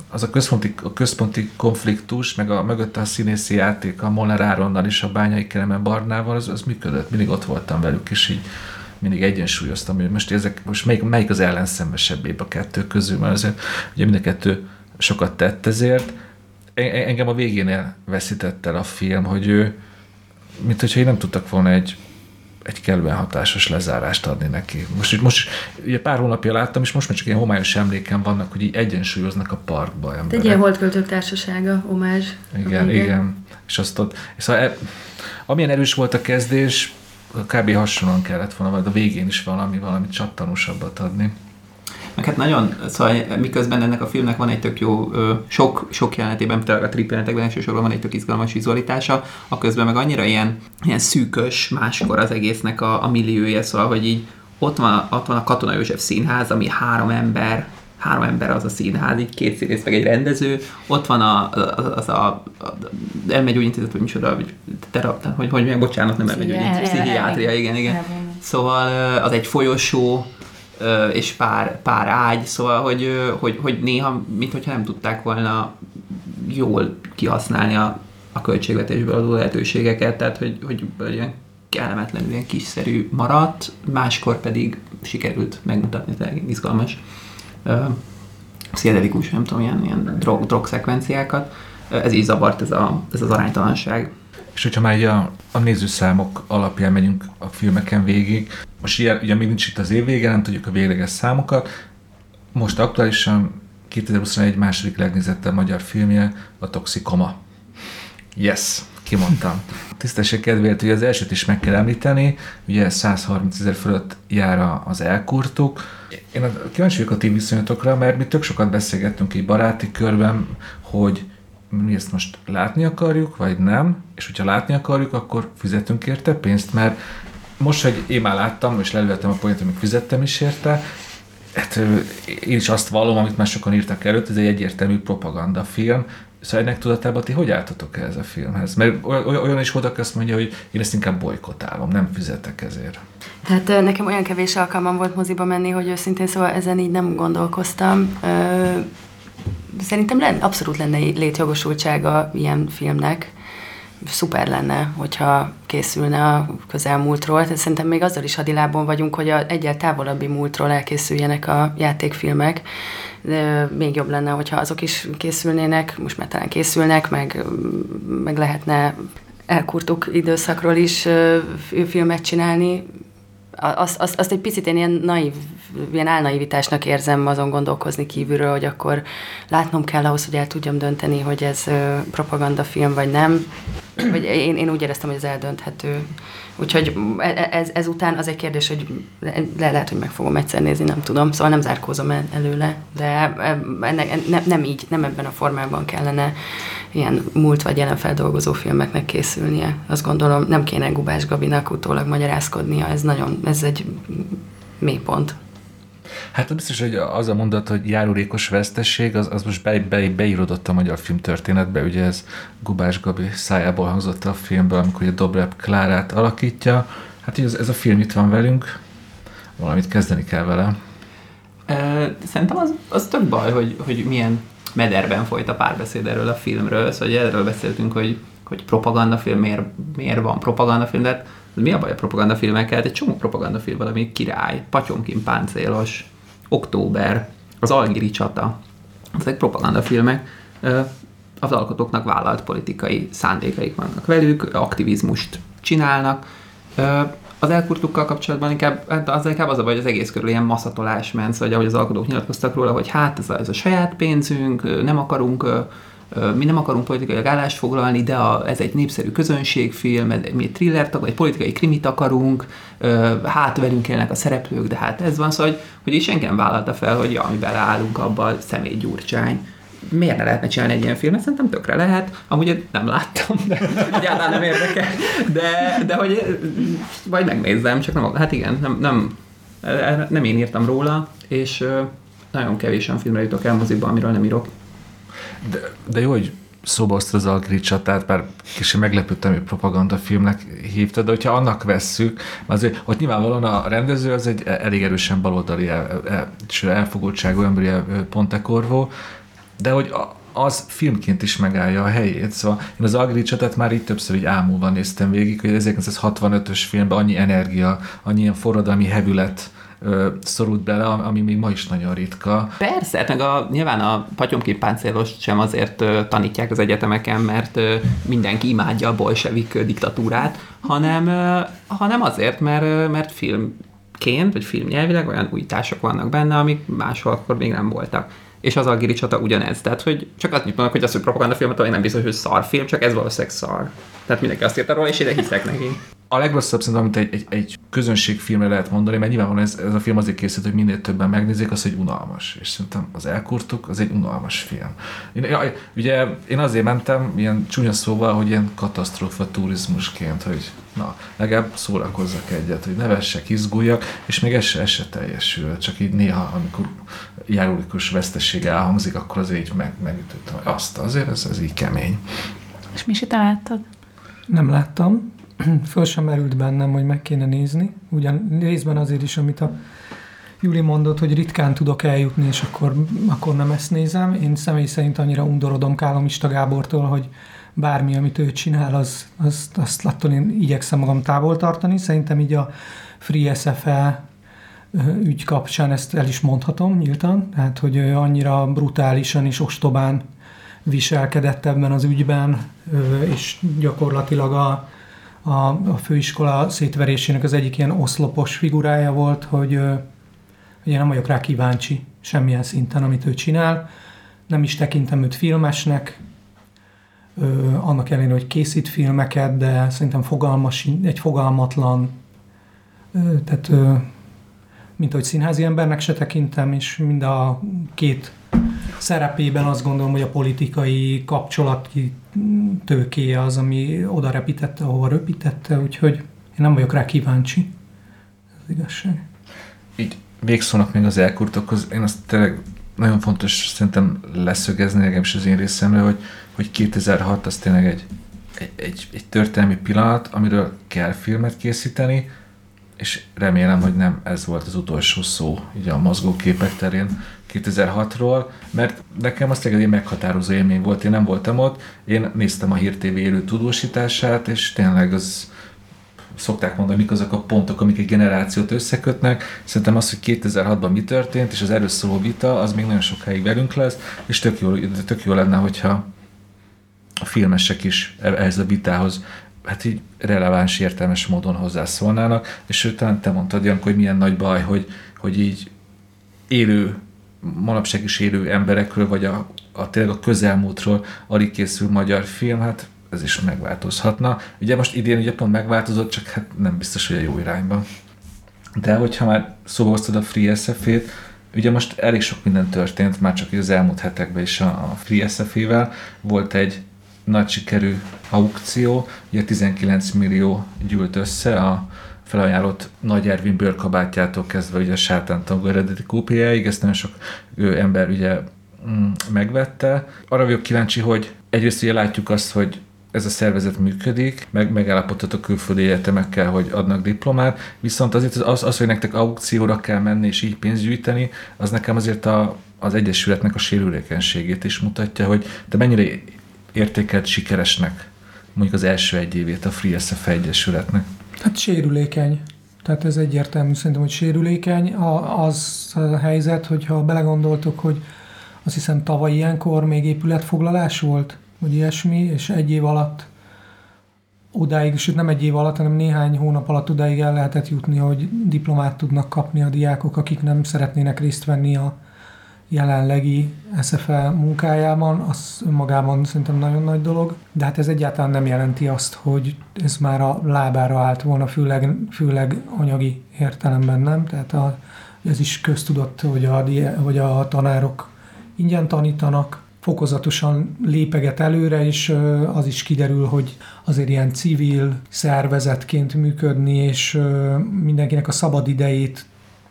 az a központi konfliktus, meg a mögötte a színészi játék, a Molnár Áronnal és a Bányai Kelemen Barnával, az működött. Mindig ott voltam velük, és így mindig egyensúlyoztam, hogy most melyik az ellenszenvesebbébb a kettő közül, mert azért ugye mind a kettő sokat tett ezért. Engem a végénél veszített el a film, hogy ő, mint hogyha én nem tudtak volna egy kellően hatásos lezárást adni neki. Most ugye pár hónapja láttam, és most már csak ilyen homályos emlékem vannak, hogy így egyensúlyoznak a parkba emberek. Egy ilyen Holdköltők Társasága, omázs. Igen. És azt ott, szóval amilyen erős volt a kezdés, kb. Hasonlóan kellett volna, vagy a végén is valami csattanósabbat adni. Meg hát nagyon, szóval miközben ennek a filmnek van egy tök jó, sok jelenetében, például a triplenetekben elsősorban van egy tök izgalmas vizualitása, a közben meg annyira ilyen szűkös máskor az egésznek a milliója, szóval, hogy így ott van a Katona József Színház, ami három ember az a színház, így 2 színész meg egy rendező, ott van az elmegyógyintézet, vagy micsoda, hogy bocsánat, nem elmegyógyintézet, pszichiátria, igen. Szóval az egy folyosó, és pár ágy, szóval, hogy néha, minthogyha nem tudták volna jól kihasználni a költségvetésből adó lehetőségeket, tehát, hogy ilyen kellemetlenül ilyen kiszerű maradt, máskor pedig sikerült megmutatni, tehát izgalmas pszichedelikus, nem tudom, ilyen drogszekvenciákat. Ez így zavart, ez az aránytalanság. És hogyha már a nézőszámok alapján megyünk a filmeken végig, most ugye még nincs itt az év vége, nem tudjuk a végleges számokat, most aktuálisan 2021 második legnézettebb magyar filmje a Toxikoma. Yes, kimondtam. Tisztesség kedvéért, ugye az elsőt is meg kell említeni, ugye 130 000 fölött jár az Elkurtuk. Én kíváncsi vagyok a ti viszonyatokra, mert mi tök sokat beszélgettünk egy baráti körben, hogy mi ezt most látni akarjuk, vagy nem, és hogyha látni akarjuk, akkor fizetünk érte pénzt, mert most, hogy én már láttam, és lelőttem a poént, amit fizettem is érte, hát én is azt vallom, amit már sokan írtak előtt, ez egy egyértelmű propagandafilm. Szóval ennek tudatában ti hogy álltatok ez a filmhez? Mert olyan is volt, aki azt mondja, hogy én ezt inkább bolykotálom, nem fizetek ezért. Hát nekem olyan kevés alkalmam volt moziba menni, hogy őszintén szóval ezen így nem gondolkoztam. Szerintem abszolút lenne létjogosultsága ilyen filmnek. Szuper lenne, hogyha készülne a közelmúltról. Tehát szerintem még azzal is hadilábon vagyunk, hogy egyel távolabbi múltról elkészüljenek a játékfilmek. De még jobb lenne, hogyha azok is készülnének, most már talán készülnek, meg lehetne Elkurtuk időszakról is filmet csinálni. Azt egy picit én ilyen álnaivitásnak érzem azon gondolkozni kívülről, hogy akkor látnom kell ahhoz, hogy el tudjam dönteni, hogy ez propagandafilm vagy nem. Vagy én úgy éreztem, hogy ez eldönthető. Úgyhogy ezután az egy kérdés, hogy lehet, hogy meg fogom egyszer nézni, nem tudom. Szóval nem zárkózom előle, de nem így, nem ebben a formában kellene ilyen múlt vagy jelen feldolgozó filmeknek készülnie. Azt gondolom, nem kéne Gubás Gabinak utólag magyarázkodnia, ez egy mélypont. Hát biztos, hogy az a mondat, hogy járulékos vesztesség, az most beírodott a magyar filmtörténetbe, ugye ez Gubás Gabi szájából hangzott a filmből, amikor a Dobrev Klárát alakítja. Hát így ez a film itt van velünk, valamit kezdeni kell vele. Szerintem az tök baj, hogy milyen mederben folyt a párbeszéd erről a filmről, szóval erről beszéltünk, hogy propagandafilm, miért van propagandafilm, de hát mi a baj a propagandafilmekkel? Egy csomó propagandafilm van, ami Király, Patyomkin páncélos, Október, az Algiri csata. Ezek propagandafilmek. Az alkotóknak vállalt politikai szándékaik vannak velük, aktivizmust csinálnak. Az Elkurtukkal kapcsolatban inkább az a baj, hogy az egész körül ilyen maszatolás ment, szóval ahogy az alkotók nyilatkoztak róla, hogy hát ez a saját pénzünk, mi nem akarunk politikai állást foglalni, de ez egy népszerű közönségfilm, mi egy thrillert, vagy egy politikai krimit akarunk, hát velünk élnek a szereplők, de hát ez van, szóval, hogy így senki nem vállalta fel, hogy mi beleállunk abba, Szemétgyurcsány. Miért ne lehetne csinálni egy ilyen filmet? Szerintem tökre lehet. Amúgy nem láttam, de egyáltalán nem érdekel. De hogy majd megnézzem, csak nem, hát igen, nem én írtam róla, és nagyon kevésen filmre jutok el moziba, amiről nem írok. De jó, hogy szóba hoztad az Algiri csatát, bár kicsit meglepődtem, hogy propagandafilmnek hívtad, de hogyha annak vesszük, azért ott nyilvánvalóan a rendező az egy elég erősen baloldali elfogultságú emberi Pontecorvo, de hogy az filmként is megállja a helyét. Szóval én az Agri csatát már így többször így ámulva néztem végig, hogy 1965-ös filmben annyi energia, annyi ilyen forradalmi hevület szorult bele, ami még ma is nagyon ritka. Persze, meg nyilván a patyomképáncélost sem azért tanítják az egyetemeken, mert mindenki imádja a bolsevik diktatúrát, hanem azért, mert filmként, vagy filmnyelvileg olyan újítások vannak benne, amik máshol akkor még nem voltak. És az Algíri csata ugyanez. Tehát, hogy csak azt mondanak, hogy az, hogy propagandafilmet, ami nem biztos, hogy szarfilm, csak ez valószínűleg szar. Tehát mindenki azt írta róla, és ide hiszek neki. A legrosszabb szerintem, amit egy közönségfilmre lehet mondani, mert nyilvánvalóan ez a film azért készült, hogy minél többen megnézzék, az, hogy unalmas. És szerintem az Elkurtuk, az egy unalmas film. Én azért mentem ilyen csúnya szóval, hogy ilyen katasztrófa turizmusként, hogy na, legalább szórakozzak egyet, hogy nevessek, izguljak, és még ez se teljesül. Csak így néha, amikor járulékos vesztesség elhangzik, akkor azért így megütöttem, hogy azért ez így kemény. És Misi, te láttad? Nem láttam. Föl sem merült bennem, hogy meg kéne nézni. Ugyan részben azért is, amit a Júli mondott, hogy ritkán tudok eljutni, és akkor nem ezt nézem. Én személy szerint annyira undorodom Kálomista Gábortól, hogy bármi, amit ő csinál, azt attól én igyekszem magam távol tartani. Szerintem így a Free SFE ügy kapcsán ezt el is mondhatom nyíltan. Tehát, hogy annyira brutálisan és ostobán viselkedett ebben az ügyben, és gyakorlatilag a főiskola szétverésének az egyik ilyen oszlopos figurája volt, hogy én nem vagyok rá kíváncsi semmilyen szinten, amit ő csinál. Nem is tekintem őt filmesnek, annak ellenére, hogy készít filmeket, de szerintem egy fogalmatlan, tehát mint ahogy színházi embernek se tekintem, és mind a két szerepében azt gondolom, hogy a politikai kapcsolati tőkéje az, ami oda repítette, ahova röpítette, úgyhogy én nem vagyok rá kíváncsi. Ez igazság. Így végszónak még az Elkurtokhoz, én azt tényleg nagyon fontos szerintem leszögezni, legalábbis az én részemről, hogy 2006 az tényleg egy történelmi pillanat, amiről kell filmet készíteni, és remélem, hogy nem ez volt az utolsó szó így a mozgóképek terén 2006-ról, mert nekem azt egy meghatározó élmény volt, én nem voltam ott, én néztem a Hír TV élő tudósítását, és tényleg az szokták mondani, mik azok a pontok, amik egy generációt összekötnek. Szerintem az, hogy 2006-ban mi történt, és az erről szóló vita, az még nagyon sokáig velünk lesz, és tök jó lenne, hogyha a filmesek is ehhez a vitához hát így releváns, értelmes módon hozzászólnának, és talán te mondtad, Janko, hogy milyen nagy baj, hogy így manapság is élő emberekről, vagy tényleg a közelmúltról alig készül magyar film, hát ez is megváltozhatna. Ugye most idén ugye pont megváltozott, csak hát nem biztos, hogy a jó irányban. De hogyha már szóba hoztad a Free SF-ét, ugye most elég sok minden történt, már csak az elmúlt hetekben is a Free SF-ével. Volt egy nagy sikerű aukció, ugye 19 millió gyűlt össze a felajánlott Nagy Ervin bőrkabátjától kezdve ugye a Sátántangó eredeti kópiáig, ezt nagyon sok ember ugye megvette. Arra vagyok kíváncsi, hogy egyrészt ugye látjuk azt, hogy ez a szervezet működik, megállapodhat a külföldi egyetemekkel, hogy adnak diplomát, viszont azért az, hogy nektek aukcióra kell menni és így pénzt gyűjteni, az nekem azért az egyesületnek a sérülékenységét is mutatja, hogy te mennyire értékelt sikeresnek mondjuk az első egy évét a Free SF Egyesületnek. Hát sérülékeny. Tehát ez egyértelmű szerintem, hogy sérülékeny. Az a helyzet, hogyha belegondoltok, hogy azt hiszem tavaly ilyenkor még épületfoglalás volt, vagy ilyesmi, és egy év alatt odáig, sőt nem egy év alatt, hanem néhány hónap alatt odáig el lehetett jutni, hogy diplomát tudnak kapni a diákok, akik nem szeretnének részt venni a jelenlegi SFE munkájában, az önmagában szerintem nagyon nagy dolog, de hát ez egyáltalán nem jelenti azt, hogy ez már a lábára állt volna, főleg anyagi értelemben nem, tehát ez is köztudott, hogy a tanárok ingyen tanítanak, fokozatosan lépeget előre, és az is kiderül, hogy azért ilyen civil szervezetként működni, és mindenkinek a szabad idejét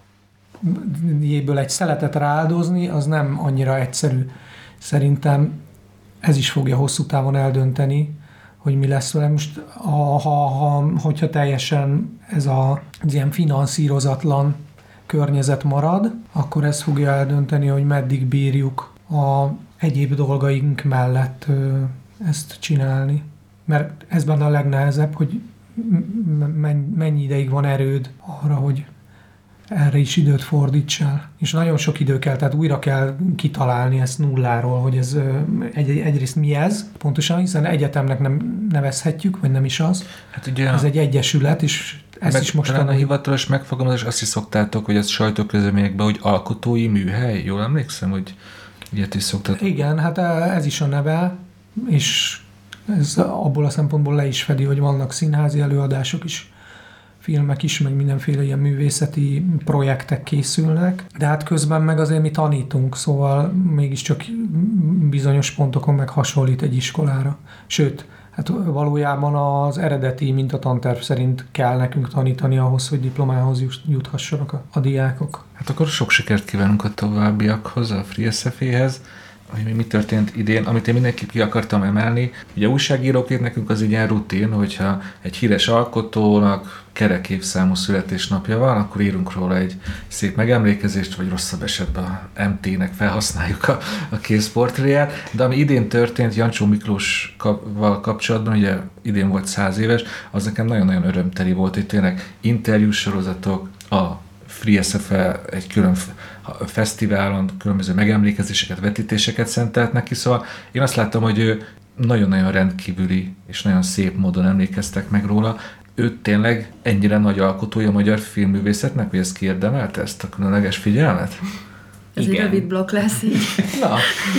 egy szeletet rááldozni, az nem annyira egyszerű. Szerintem ez is fogja hosszú távon eldönteni, hogy mi lesz vele. Most, hogyha teljesen ez az ilyen finanszírozatlan környezet marad, akkor ez fogja eldönteni, hogy meddig bírjuk a egyéb dolgaink mellett ezt csinálni. Mert ez benne a legnehezebb, hogy mennyi ideig van erőd arra, hogy erre is időt fordítsál. És nagyon sok idő kell, tehát újra kell kitalálni ezt nulláról, hogy ez egyrészt mi ez pontosan, hiszen egyetemnek nem nevezhetjük, vagy nem is az. Hát ugye ez egy egyesület, és ez is most a hivatalos megfogalmazás, azt is szoktátok, hogy ez sajtóközleményekben, hogy alkotói műhely, jól emlékszem, hogy ilyet is szoktátok. Igen, hát ez is a neve, és ez abból a szempontból le is fedi, hogy vannak színházi előadások is, filmek is, meg mindenféle ilyen művészeti projektek készülnek, de hát közben meg azért mi tanítunk, szóval mégiscsak bizonyos pontokon meg hasonlít egy iskolára. Sőt, hát valójában az eredeti mintatanterv szerint kell nekünk tanítani ahhoz, hogy diplomához juthassanak a diákok. Hát akkor sok sikert kívánunk a továbbiakhoz, a Free SF-hez. Mi történt idén, amit én mindenképp ki akartam emelni. Ugye újságíróként nekünk az egy ilyen rutin, hogyha egy híres alkotónak kerek évszámú születésnapja van, akkor írunk róla egy szép megemlékezést, vagy rosszabb esetben a MT-nek felhasználjuk a kézportréját. De ami idén történt Jancsó Miklósval kapcsolatban, ugye idén volt 100 éves, az nekem nagyon-nagyon örömteli volt, hogy tényleg interjúsorozatok, a Free SF egy külön fesztiválon különböző megemlékezéseket, vetítéseket szentelt neki, szóval én azt láttam, hogy ő nagyon-nagyon rendkívüli és nagyon szép módon emlékeztek meg róla. Ő tényleg ennyire nagy alkotója a magyar filmművészetnek, hogy ez kiérdemelte ezt a különleges figyelmet? Ez egy rövid blokk lesz így. Na.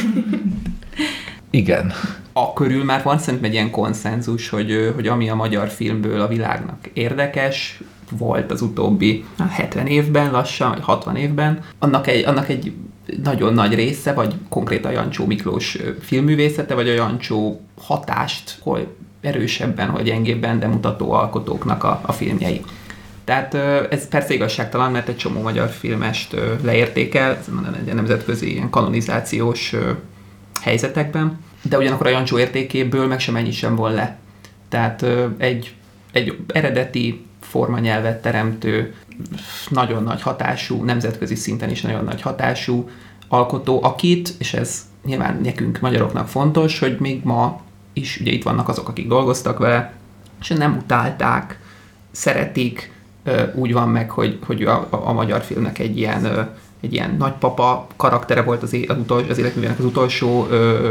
Igen. A körül már van szerintem egy ilyen konszenzus, hogy ami a magyar filmből a világnak érdekes, volt az utóbbi 70 évben lassan, vagy 60 évben, annak egy nagyon nagy része, vagy konkrétan Jancsó Miklós filmművészete, vagy a Jancsó hatást, hol erősebben, hol gyengébben, de mutató alkotóknak a filmjei. Tehát ez persze igazságtalan, mert egy csomó magyar filmest leértékel, egy nemzetközi ilyen kanonizációs helyzetekben, de ugyanakkor a Jancsó értékéből meg sem ennyi sem von le. Tehát egy eredeti formanyelvet teremtő, nagyon nagy hatású, nemzetközi szinten is nagyon nagy hatású alkotó, akit, és ez nyilván nekünk magyaroknak fontos, hogy még ma is, ugye itt vannak azok, akik dolgoztak vele, és nem utálták, szeretik, úgy van meg, hogy a magyar filmnek egy ilyen nagypapa karaktere volt az életművének az utolsó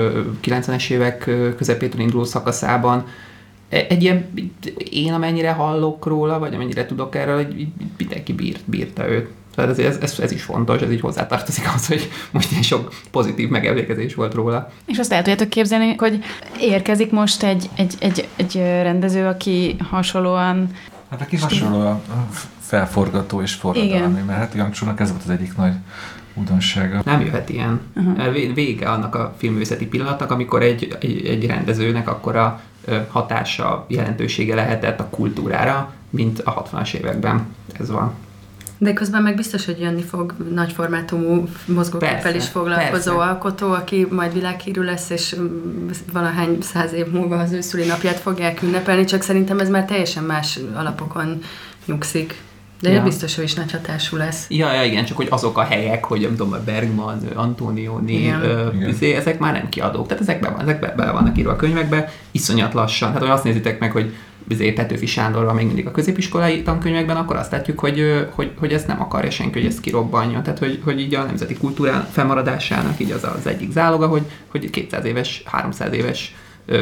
90-es évek közepétől induló szakaszában. Egy ilyen, én amennyire hallok róla, vagy amennyire tudok erről, hogy mindenki bírta őt. Tehát ez is fontos, ez így hozzátartozik az, hogy most ilyen sok pozitív megemlékezés volt róla. És azt el tudjátok képzelni, hogy érkezik most egy rendező, aki hasonlóan... Hát aki hasonlóan felforgató és forradalmi, mert hát Jancsónak ez volt az egyik nagy újdonsága. Nem jöhet ilyen. Vége annak a filmművészeti pillanatnak, amikor egy rendezőnek akkora hatása, jelentősége lehetett a kultúrára, mint a 60-as években. Ez van. De közben meg biztos, hogy jönni fog nagyformátumú mozgóképpel is foglalkozó alkotó, aki majd világhírű lesz, és valahány 100 év múlva az ő szülinapját fogják ünnepelni, csak szerintem ez már teljesen más alapokon nyugszik. De biztos, hogy is nagy hatású lesz. Ja, igen, csak hogy azok a helyek, hogy nem tudom, a Bergman, Antonioni, ezek már nem kiadók. Tehát ezek bele vannak írva a könyvekbe, iszonyat lassan. Hát, ha azt nézitek meg, hogy Petőfi Sándor van még mindig a középiskolai tankönyvekben, akkor azt látjuk, hogy ezt nem akarja senki, hogy ezt kirobbanjon. Tehát, hogy így a nemzeti kultúrán felmaradásának így az egyik záloga, hogy 200 éves, 300 éves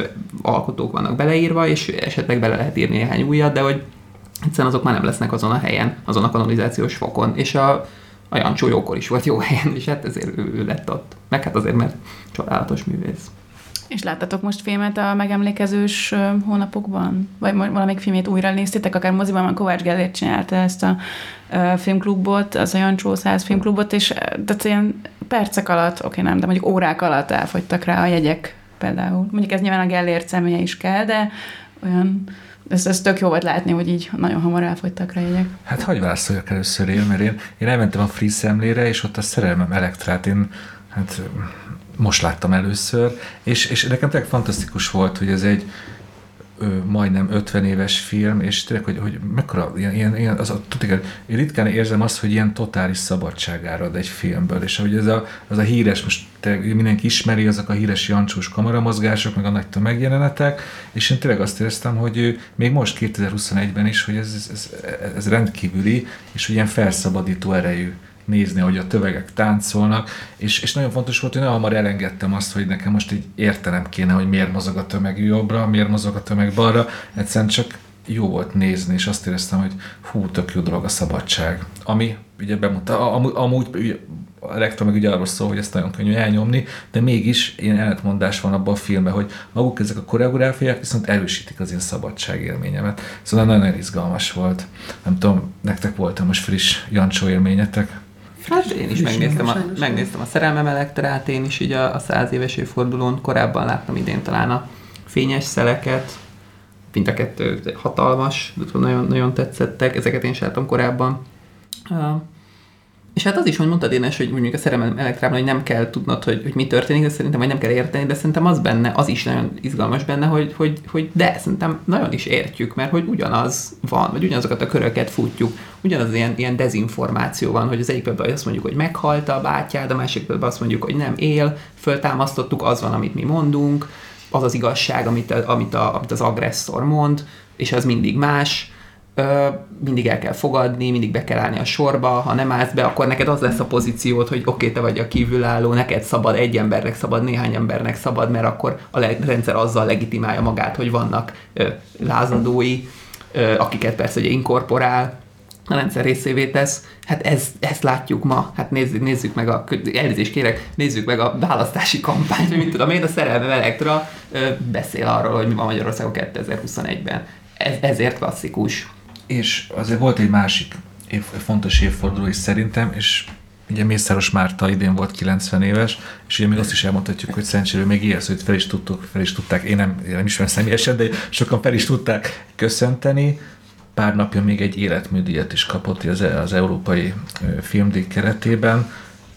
alkotók vannak beleírva, és esetleg bele lehet írni néhány újat, de hogy egyszerűen azok már nem lesznek azon a helyen, azon a kanonizációs fokon, és a Jancsó jókor is volt jó helyen, és hát ezért ő lett ott. Meg hát azért, mert csodálatos művész. És láttatok most filmet a megemlékezős hónapokban? Vagy valamelyik filmét újra néztétek? Akár moziban van, Kovács Gellért csinálta ezt a filmklubot, az a Jancsó 100 filmklubot, és tehát ilyen percek alatt, nem, de mondjuk órák alatt elfogytak rá a jegyek például. Mondjuk ez nyilván a Gellért személye is kell, de olyan... Ez tök jó volt látni, hogy így nagyon hamar elfogytak rá jegyek. Hát hagyj válaszoljak először mert én elmentem a Free szemlére, és ott a Szerelmem Elektrát én most láttam először, és nekem tényleg fantasztikus volt, hogy ez egy majdnem 50 éves film, és tényleg, hogy mekkora, ilyen én ritkán érzem azt, hogy ilyen totális szabadság árad egy filmből, és hogy az a híres, most mindenki ismeri, azok a híres jancsós kameramozgások, meg a nagy tömegjelenetek, és én tényleg azt éreztem, hogy még most 2021-ben is, hogy ez rendkívüli, és hogy ilyen felszabadító erejű nézni, hogy a tövegek táncolnak, és nagyon fontos volt, hogy nagyon hamar elengedtem azt, hogy nekem most így értenem kéne, hogy miért mozog a tömeg jobbra, miért mozog a tömeg balra, egyszerűen csak jó volt nézni, és azt éreztem, hogy tök jó dolog a szabadság. Ami ugye amúgy a legtöbb meg ugye arról szól, hogy ezt nagyon könnyű elnyomni, de mégis ilyen ellentmondás van abban a filmben, hogy maguk ezek a koreográfiák viszont erősítik az én szabadságélményemet. Szóval nagyon izgalmas volt. Nem tudom, nektek volt most friss Jancsó élményetek? Hát én is megnéztem a Szerelmem Elektrát, én is így a 100 éves évfordulón, korábban láttam idén talán a Fényes szeleket, mind a kettő hatalmas, nagyon, nagyon tetszettek, ezeket én is láttam korábban. És hát az is, hogy mondtad, Énes, hogy mondjuk a Szerelmem Elektrában, hogy nem kell tudnod, hogy mi történik, de szerintem, hogy nem kell érteni, de szerintem az is nagyon izgalmas benne, hogy de szerintem nagyon is értjük, mert hogy ugyanaz van, vagy ugyanazokat a köröket futjuk, ugyanaz ilyen dezinformáció van, hogy az egyik pillanatban azt mondjuk, hogy meghalt a bátyád, a másik pillanatban azt mondjuk, hogy nem él, föltámasztottuk, az van, amit mi mondunk, az az igazság, amit az agresszor mond, és az mindig más, mindig el kell fogadni, mindig be kell állni a sorba, ha nem állsz be, akkor neked az lesz a pozíciód, hogy oké, te vagy a kívülálló, neked szabad, egy embernek szabad, néhány embernek szabad, mert akkor a rendszer azzal legitimálja magát, hogy vannak lázadói, akiket persze ugye inkorporál, a rendszer részévé tesz. Hát ezt látjuk ma. Hát nézzük meg elnézést kérek, nézzük meg a választási kampányt, vagy mit tudom én, a Szerelmem Elektra beszél arról, hogy mi van Magyarországon 2021-ben. Ezért klasszikus. És azért volt egy másik fontos évforduló is szerintem, és ugye Mészáros Márta idén volt 90 éves, és ugye még azt is elmondhatjuk, hogy szerencsére még élsz, hogy fel is tudták, én nem ismerem személyesen, de sokan fel is tudták köszönteni. Pár napja még egy életműdíjat is kapott az Európai Filmdíj keretében.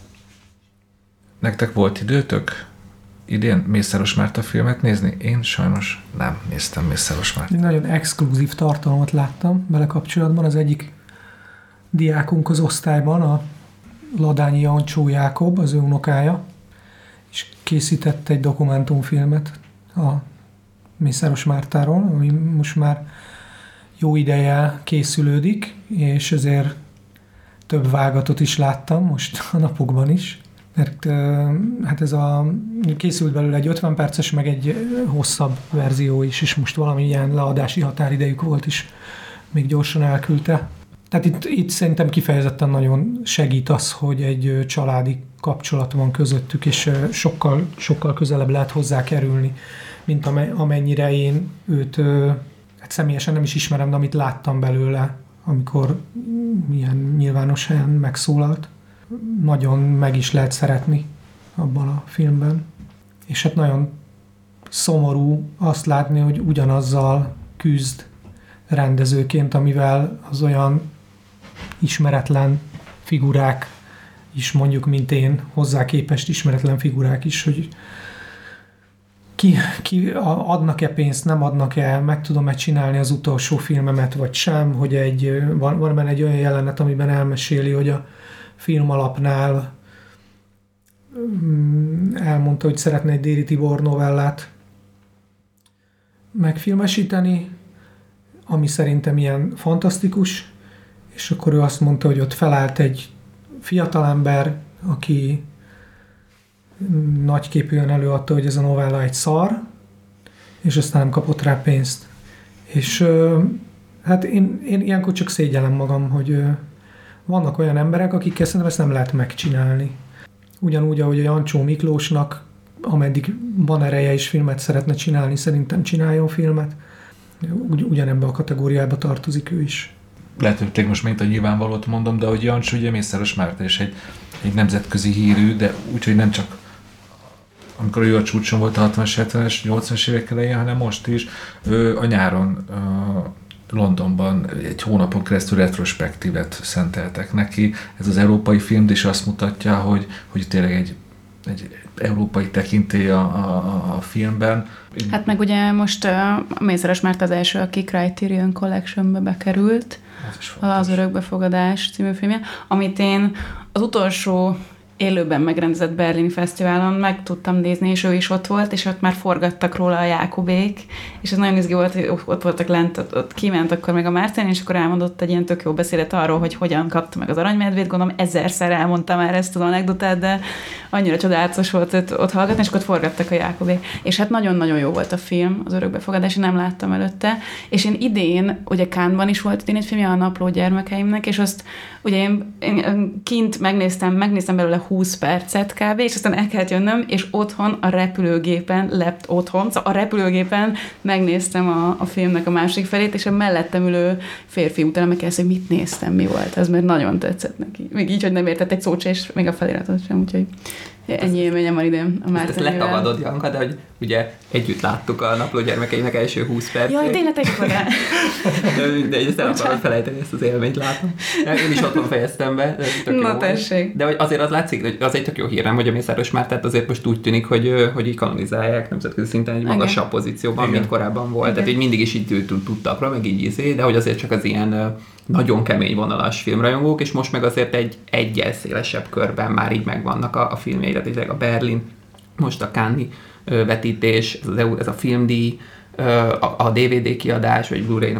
Nektek volt időtök idén Mészáros Márta filmet nézni? Én sajnos nem néztem Mészáros Márta. Nagyon exkluzív tartalmat láttam vele kapcsolatban. Az egyik diákunk az osztályban, a Ladányi Jancsó Jákob, az ő unokája, és készített egy dokumentumfilmet a Mészáros Mártáról, ami most már jó ideje készülődik, és ezért több vágatot is láttam most a napokban is, mert hát készült belőle egy 50 perces, meg egy hosszabb verzió is, és most valamilyen leadási határidejük volt is, még gyorsan elküldte. Tehát itt szerintem kifejezetten nagyon segít az, hogy egy családi kapcsolat van közöttük, és sokkal közelebb lehet hozzá kerülni, mint amennyire én őt hát személyesen nem is ismerem, de amit láttam belőle, amikor ilyen nyilvános helyen megszólalt. Nagyon meg is lehet szeretni abban a filmben. És hát nagyon szomorú azt látni, hogy ugyanazzal küzd rendezőként, amivel az olyan ismeretlen figurák is, mondjuk, mint én, hozzá képest ismeretlen figurák is, hogy ki adnak-e pénzt, nem adnak-e, meg tudom-e csinálni az utolsó filmemet, vagy sem, hogy van benne egy olyan jelenet, amiben elmeséli, hogy a Filmalapnál elmondta, hogy szeretne egy Déri Tibor novellát megfilmesíteni, ami szerintem ilyen fantasztikus, és akkor ő azt mondta, hogy ott felállt egy fiatalember, aki nagyképűen előadta, hogy ez a novella egy szar, és aztán nem kapott rá pénzt. És hát én ilyenkor csak szégyellem magam, hogy vannak olyan emberek, akikkel szerintem ezt nem lehet megcsinálni. Ugyanúgy, ahogy a Jancsó Miklósnak, ameddig van ereje és filmet szeretne csinálni, szerintem csináljon filmet. Ugyanebben a kategóriába tartozik ő is. Lehet, hogy most megint a nyilvánvalót mondom, de hogy Jancsó ugye Mészáros Márta is egy nemzetközi hírű, de úgyhogy nem csak amikor ő a csúcson volt a 60-as, 70-es, 80-as évek elején, hanem most is. Ő a nyáron Londonban egy hónapon keresztül retrospektívet szenteltek neki. Ez az európai film is azt mutatja, hogy tényleg egy egy európai tekintély a filmben. Hát meg ugye most a Mészáros Márta az első, aki Criterion Collectionbe bekerült, az Örökbefogadás című filmje, amit én az utolsó élőben megrendezett Berlini Fesztiválon meg tudtam nézni, és ő is ott volt, és ott már forgattak róla a Jákobék, és ez nagyon izgi volt, hogy ott voltak lent, ott kiment akkor meg a Márcián, és akkor elmondott egy ilyen tök jó beszédet arról, hogy hogyan kapta meg az aranymedvét, gondolom 1000-szer elmondta már ezt az anekdotát, de annyira csodálatos volt ott hallgatni, és akkor ott forgattak a Jákobék. És hát nagyon-nagyon jó volt a film, az Örökbefogadás, én nem láttam előtte, és én idén, ugye Cannes-ban is volt idén egy filmje, a Napló gyermekeimnek, és azt ugye én kint megnéztem belőle 20 percet kb. És aztán el kellett jönnöm, és otthon a repülőgépen, a repülőgépen megnéztem a filmnek a másik felét, és a mellettem ülő férfi utána megkérdezte, hogy mit néztem, mi volt ez, mert nagyon tetszett neki. Még így, hogy nem értett egy szót se, és még a feliratot sem, úgyhogy ennyi élményem van idén a Márciánival. Ezt letagadod, Janka, de hogy ugye együtt láttuk a Napló gyermekeinek első 20 percét. Jaj, tényleg rá. De ezt el akarod felejteni, ezt az élményt látom. Én is otthon fejeztem be. Na tessék. De hogy azért az látszik, hogy az egy tök jó hírem, hogy a Mészáros Mártát azért most úgy tűnik, hogy így kanonizálják nemzetközi szinten egy magasabb pozícióban, mint korábban volt. Tehát így mindig is így tudtak rá, meg így de hogy azért csak az ilyen nagyon kemény vonalas filmrajongók, és most meg azért egy egyel szélesebb körben már így megvannak a filmjei, tehát a Berlin, most a Cannes-i vetítés, ez a filmdíj, a DVD kiadás, vagy Blu-ray,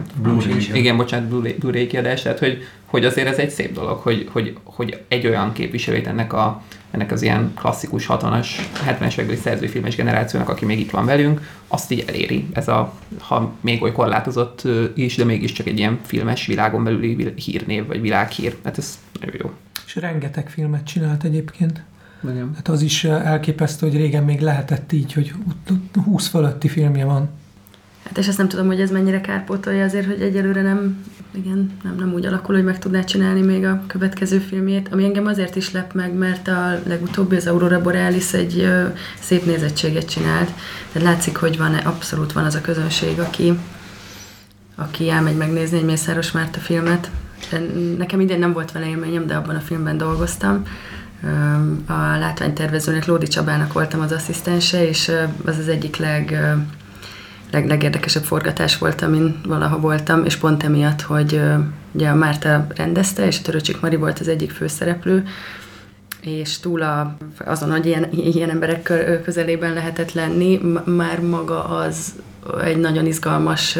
Blu-ray kiadás, tehát hogy azért ez egy szép dolog, hogy egy olyan képviselőt ennek az ilyen klasszikus 60-as, 70-es évekbeli szerzőfilmes generációnak, aki még itt van velünk, azt így eléri. Ez ha még oly korlátozott is, de mégiscsak egy ilyen filmes világon belüli hírnév, vagy világhír. Hát ez nagyon jó. És rengeteg filmet csinált egyébként. Igen. Hát az is elképesztő, hogy régen még lehetett így, hogy 20 fölötti filmje van. Hát és azt nem tudom, hogy ez mennyire kárpótolja azért, hogy egyelőre nem úgy alakul, hogy meg tudná csinálni még a következő filmjét. Ami engem azért is lep meg, mert a legutóbbi, az Aurora Borealis egy szép nézettséget csinált. Tehát látszik, hogy abszolút van az a közönség, aki elmegy megnézni egy Mészáros Márta filmet. Nekem idén nem volt vele élményem, de abban a filmben dolgoztam. A látványtervezőnek, Lódi Csabának voltam az asszisztense, és az egyik legérdekesebb forgatás volt, amin valaha voltam, és pont emiatt, hogy ugye a Márta rendezte, és a Töröcsik Mari volt az egyik főszereplő, és túl azon, hogy ilyen emberek közelében lehetett lenni, már maga az egy nagyon izgalmas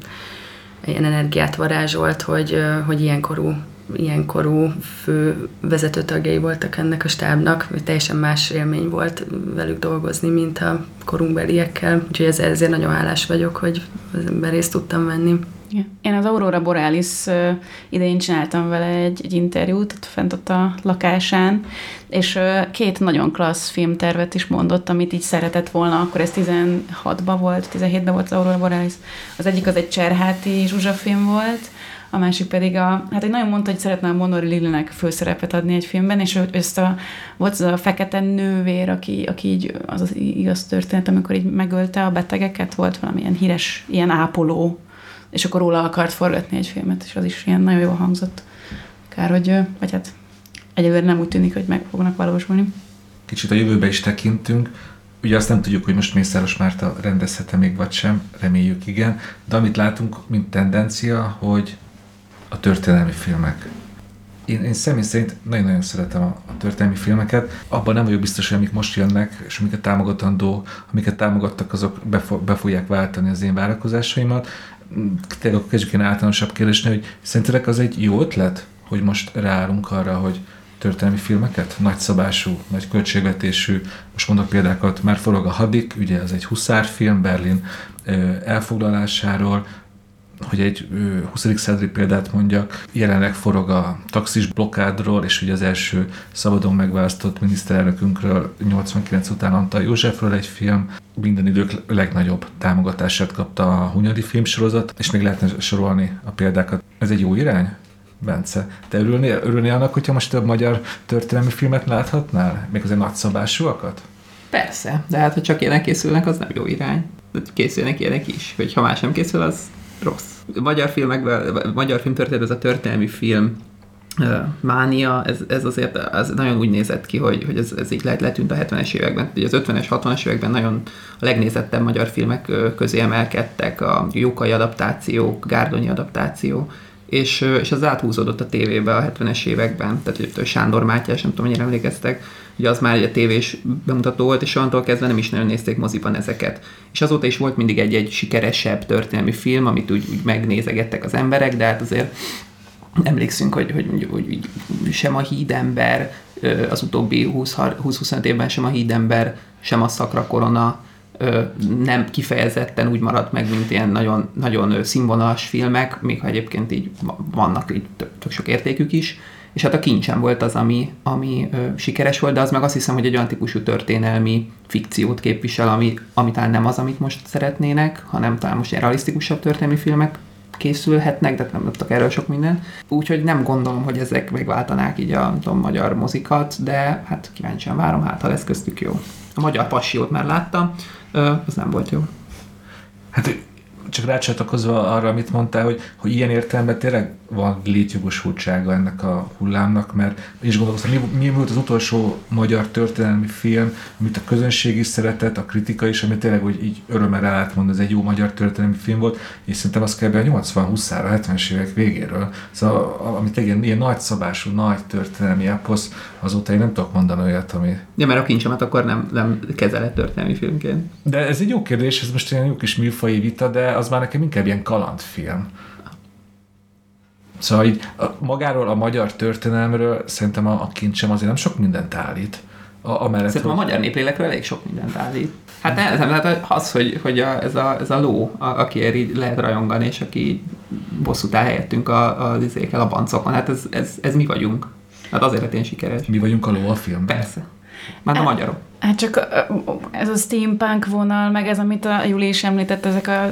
ilyen energiát varázsolt, hogy ilyenkorú fő vezetőtagjai voltak ennek a stábnak, hogy teljesen más élmény volt velük dolgozni, mint a korunkbeliekkel. Úgyhogy ezért nagyon hálás vagyok, hogy ebben részt tudtam venni. Én az Aurora Borealis idején csináltam vele egy interjút, fent ott a lakásán, és 2 nagyon klassz filmtervet is mondott, amit így szeretett volna, akkor ez 16-ban volt, 17-ben volt az Aurora Borealis. Az egyik az egy Cserháti Zsuzsa film volt, a másik pedig hát nagyon mondta, hogy szeretne a Monori Lilinek főszerepet adni egy filmben, és volt az a fekete nővér, aki így, az igaz történet, amikor így megölte a betegeket, volt valamilyen híres ilyen ápoló, és akkor róla akart forgatni egy filmet, és az is ilyen nagyon jól hangzott. Kár, vagy hát egyelőre nem úgy tűnik, hogy meg fognak valósulni. Kicsit a jövőbe is tekintünk. Ugye azt nem tudjuk, hogy most Mészáros Márta rendezhet-e még vagy sem, reméljük igen, de amit látunk, mint tendencia, hogy a történelmi filmek. Én személy szerint nagyon-nagyon szeretem a történelmi filmeket. Abban nem vagyok biztos, hogy amik most jönnek, és amiket támogattak, azok be fogják váltani az én várakozásaimat. Tényleg kezdjük én általánosabb kérdésnél, hogy szerintetek az egy jó ötlet, hogy most ráállunk arra, hogy történelmi filmeket, nagyszabású, nagy költségvetésű, most mondok példákat, Már forog a hadik, ugye ez egy huszárfilm Berlin elfoglalásáról, hogy egy 20. századi példát mondjak, jelenleg forog a taxis blokkádról, és ugye az első szabadon megválasztott miniszterelnökünkről 89 után Antal Józsefről egy film, minden idők legnagyobb támogatását kapta a Hunyadi filmsorozat, és még lehetne sorolni a példákat. Ez egy jó irány? Bence, te örülnél annak, hogyha most több magyar történelmi filmet láthatnál? Még azért nagyszabásúakat? Persze, de hát ha csak ilyenek készülnek, az nem jó irány. Készülnek ilyenek is, hogy ha más nem készül, az rossz. Magyar filmtörténet, ez a történelmi film mánia, ez azért az nagyon úgy nézett ki, hogy ez így letűnt a 70-es években. Ugye az 50-es, 60-as években nagyon a legnézettebb magyar filmek közé emelkedtek, a Jókai adaptációk, Gárdonyi adaptáció, és az áthúzódott a tévébe a 70-es években, tehát hogy Sándor Mátyás, nem tudom, mennyire emlékeztek, ugye az már egy tévés bemutató volt, és onnantól kezdve nem is nagyon nézték moziban ezeket. És azóta is volt mindig egy sikeresebb történelmi film, amit úgy megnézegettek az emberek, de hát azért emlékszünk, hogy sem a Hídember, az utóbbi 20-25 évben sem a Hídember, sem a Szakra Korona nem kifejezetten úgy maradt meg, mint ilyen nagyon, nagyon színvonalas filmek, még ha egyébként így vannak így tök sok értékük is. És hát a Kincsem volt az, ami sikeres volt, de az meg azt hiszem, hogy egy olyan típusú történelmi fikciót képvisel, ami talán nem az, amit most szeretnének, hanem talán most ilyen realisztikusabb történelmi filmek készülhetnek, de nem tudok erről sok minden. Úgyhogy nem gondolom, hogy ezek megváltanák így a magyar mozikat, de hát kíváncsian várom, hát ha lesz köztük jó. A Magyar Passiót már láttam, az nem volt jó. Hát csak rácsatlakozva arra, amit mondtál, hogy ilyen értelemben tényleg van létjogosultsága ennek a hullámnak, mert én is gondolkoztam, mi volt az utolsó magyar történelmi film, amit a közönség is szeretett, a kritika is, ami tényleg úgy így örömmel átmond, ez egy jó magyar történelmi film volt, és szerintem az kell be a 80-20-ra, 70-es évek végéről. Szóval, amit ilyen nagyszabású, nagy történelmi eposz, azóta én nem tudok mondani olyat, ami... Ja, mert a Kincsemet akkor nem kezelett történelmi filmként. De ez egy jó kérdés, ez most ilyen jó kis műfaji vita, de az már nekem inkább ilyen kalandfilm. Szóval így magáról a magyar történelmről szerintem a Kincsem azért nem sok mindent állít. Szerintem a magyar néplélekről elég sok mindent állít. Hát az, hogy ez a ló, akiért így lehet rajongani, és aki bosszút áll helyettünk a bancokon, hát ez mi vagyunk. Hát azért lett ilyen sikeres. Mi vagyunk a ló a filmben? Persze. Már a magyarok. Hát csak ez a steampunk vonal, meg ez, amit a Júli is említett, ezek a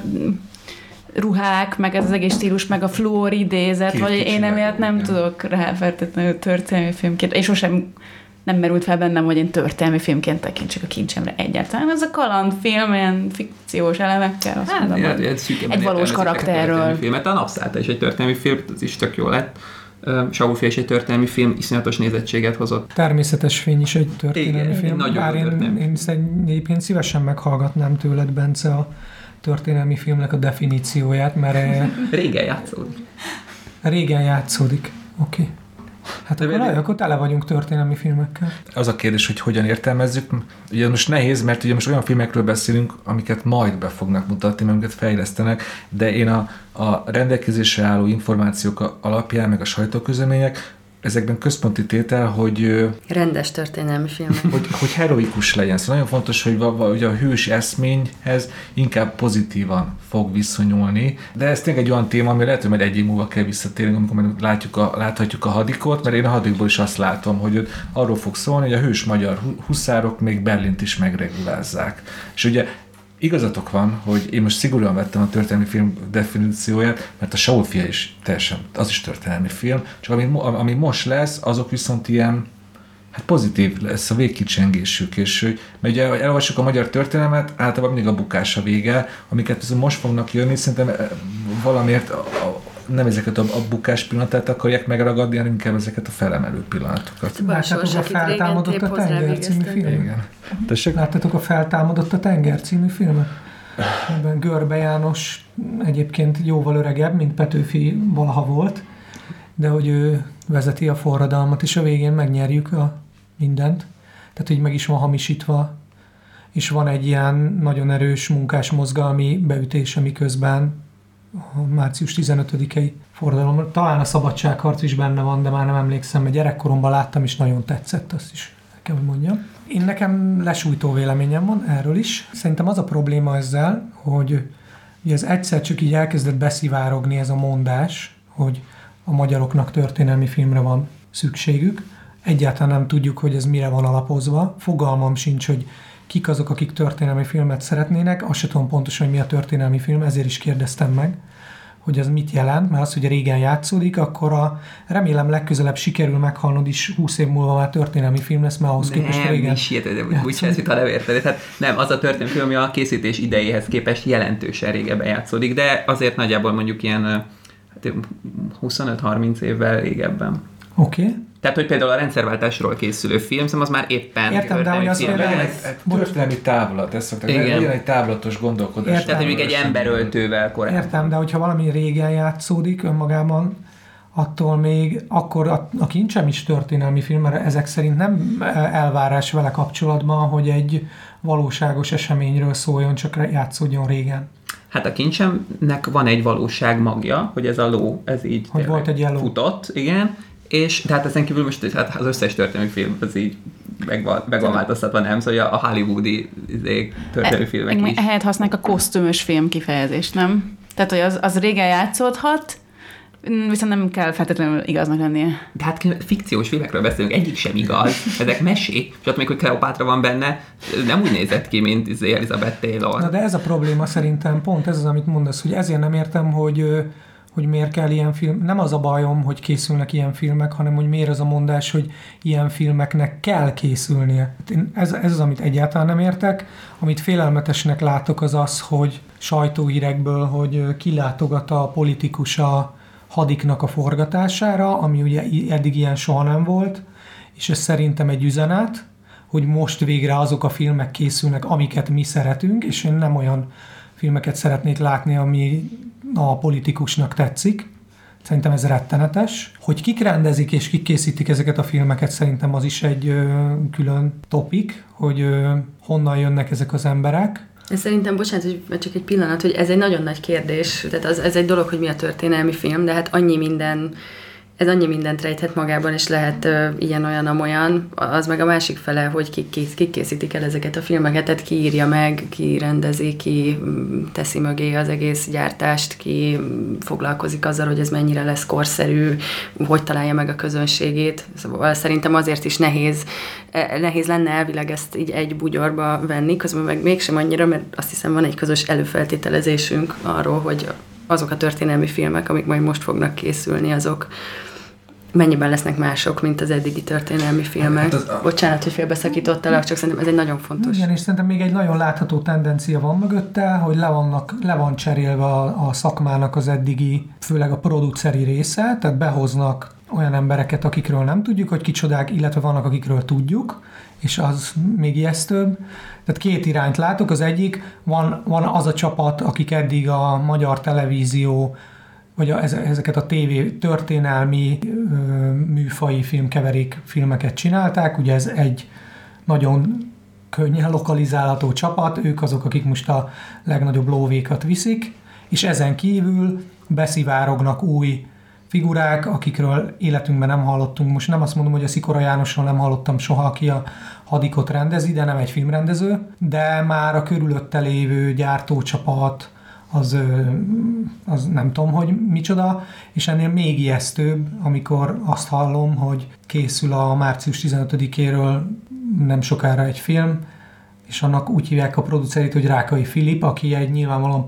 ruhák, meg ez az egész stílus, meg a fluor idézet, hogy én emiatt nem tudok ráfeltétlenül történelmi filmként, és sosem nem merült fel bennem, hogy én történelmi filmként tekintsek a Kincsemre egyáltalán. Ez a kalandfilm, ilyen fikciós elemekkel, azt mondom, egy valós karakterről. A Napszállta is egy történelmi film, az is tök jó lett. Saulfél is egy történelmi film, iszonyatos nézettséget hozott. Természetes fény is egy történelmi film. Bár én egyébként szívesen meghallgatnám tőled, Bence, a történelmi filmnek a definícióját, mert... Régen játszódik. Régen játszódik, oké. Hát akkor tele vagyunk történelmi filmekkel. Az a kérdés, hogy hogyan értelmezzük. Ugye most nehéz, mert ugye most olyan filmekről beszélünk, amiket majd be fognak mutatni, mert amiket fejlesztenek, de én a rendelkezésre álló információk alapján, meg a sajtóközlemények, ezekben központi tétel, hogy... rendes történelmi filmek. Hogy heroikus legyen. Szóval nagyon fontos, hogy a hős eszményhez inkább pozitívan fog viszonyulni. De ez tényleg egy olyan téma, ami lehet, hogy majd egy év múlva kell visszatérni, amikor majd láthatjuk a Hadikot, mert én a Hadikból is azt látom, hogy arról fog szólni, hogy a hős magyar huszárok még Berlint is megregulázzák. És ugye igazatok van, hogy én most szigorúan vettem a történelmi film definícióját, mert a Saul fia is teljesen, az is történelmi film, csak ami most lesz, azok viszont ilyen, hát pozitív lesz a végkicsengésük, és mert ugye elolvassuk a magyar történelmet, általában mindig a bukás a vége, amiket most fognak jönni, szerintem valamiért nem ezeket a bukás pillanatát akarják megragadni, hanem inkább ezeket a felemelő pillanatokat. Láttátok a Feltámadott a tenger című filmet? Láttatok a Feltámadott a tenger című filmet? Ebben Görbe János egyébként jóval öregebb, mint Petőfi valaha volt, de hogy ő vezeti a forradalmat, és a végén megnyerjük a mindent. Tehát, hogy meg is van hamisítva, és van egy ilyen nagyon erős munkásmozgalmi beütés, miközben a március 15-i forradalom. Talán a szabadságharc is benne van, de már nem emlékszem, mert gyerekkoromban láttam, és nagyon tetszett, azt is kell, hogy mondjam. Én nekem lesújtó véleményem van erről is. Szerintem az a probléma ezzel, hogy ez egyszer csak így elkezdett beszivárogni ez a mondás, hogy a magyaroknak történelmi filmre van szükségük. Egyáltalán nem tudjuk, hogy ez mire van alapozva. Fogalmam sincs, hogy kik azok, akik történelmi filmet szeretnének. Azt sem tudom pontosan, hogy mi a történelmi film, ezért is kérdeztem meg, hogy ez mit jelent, mert az, hogy régen játszódik, akkor remélem legközelebb sikerül meghalnod is, 20 év múlva már történelmi film lesz, mert ahhoz képest régen. Nem, úgy sem, ha nem érted. Hát nem, az a történelmi film, ami a készítés idejéhez képest jelentősen régebben játszódik, de azért nagyjából mondjuk ilyen 25-30 évvel régebben. Oké. Tehát, hogy például a rendszerváltásról készülő film, szóval az már éppen értem, de hogy az történelmi távlat, ezt szokták, egy távlatos gondolkodás. Értem, tehát, hogy még egy emberöltővel korábban. Értem, de hogyha valami régen játszódik önmagában, attól még akkor a Kincsem is történelmi film, mert ezek szerint nem elvárás vele kapcsolatban, hogy egy valóságos eseményről szóljon, csak játszódjon régen. Hát a Kincsemnek van egy valóság magja, hogy ez a ló, ez így hogy volt egy ló. Futott, igen, és tehát ezen kívül most hát az összes történelmi film az így meg van változtatva, nem? Szóval a hollywoodi történelmi filmek is. Ehelyett használják a kosztümös film kifejezést, nem? Tehát, hogy az régen játszódhat, viszont nem kell feltétlenül igaznak lennie. De hát fikciós filmekről beszélünk, egyik sem igaz. Ezek mesék, és ott még, hogy Kleopátra van benne, nem úgy nézett ki, mint Elizabeth Taylor. Na de ez a probléma szerintem, pont ez az, amit mondasz, hogy ezért nem értem, hogy miért kell ilyen film. Nem az a bajom, hogy készülnek ilyen filmek, hanem hogy miért az a mondás, hogy ilyen filmeknek kell készülnie. Ez az, amit egyáltalán nem értek. Amit félelmetesnek látok, az az, hogy sajtóhírekből, hogy kilátogat a politikus a hadiknak a forgatására, ami ugye eddig ilyen soha nem volt, és ez szerintem egy üzenet, hogy most végre azok a filmek készülnek, amiket mi szeretünk, és én nem olyan filmeket szeretnék látni, ami a politikusnak tetszik. Szerintem ez rettenetes. Hogy kik rendezik és kik készítik ezeket a filmeket, szerintem az is egy külön topik, hogy honnan jönnek ezek az emberek. Szerintem, bocsánat, hogy csak egy pillanat, hogy ez egy nagyon nagy kérdés, tehát ez egy dolog, hogy mi a történelmi film, de hát annyi mindent rejthet magában, és lehet ilyen-olyan, amolyan, az meg a másik fele, hogy kik készítik el ezeket a filmeket, tehát ki írja meg, ki rendezi, ki teszi mögé az egész gyártást, ki foglalkozik azzal, hogy ez mennyire lesz korszerű, hogy találja meg a közönségét. Szóval szerintem azért is nehéz lenne elvileg ezt így egy bugyorba venni, közben meg mégsem annyira, mert azt hiszem van egy közös előfeltételezésünk arról, hogy azok a történelmi filmek, amik majd most fognak készülni, azok mennyiben lesznek mások, mint az eddigi történelmi filmek. Hát bocsánat, hogy félbeszakítottalak, csak szerintem ez egy nagyon fontos. Igen, és szerintem még egy nagyon látható tendencia van mögötte, hogy le van cserélve a szakmának az eddigi, főleg a produceri része, tehát behoznak olyan embereket, akikről nem tudjuk, hogy kicsodák, illetve vannak, akikről tudjuk, és az még ijesztőbb. Tehát két irányt látok. Az egyik, van az a csapat, akik eddig a magyar televízió, vagy ezeket a történelmi műfaji filmkeverék filmeket csinálták. Ugye ez egy nagyon könnyen lokalizálható csapat, ők azok, akik most a legnagyobb lóvékat viszik, és ezen kívül beszivárognak új figurák, akikről életünkben nem hallottunk. Most nem azt mondom, hogy a Szikora Jánosról nem hallottam soha, aki a Hadikot rendezi, de nem egy filmrendező, de már a körülötte lévő gyártócsapat, az nem tudom, hogy micsoda, és ennél még ijesztőbb, amikor azt hallom, hogy készül a március 15-éről nem sokára egy film, és annak úgy hívják a producerit, hogy Rákai Filip, aki egy nyilvánvalóan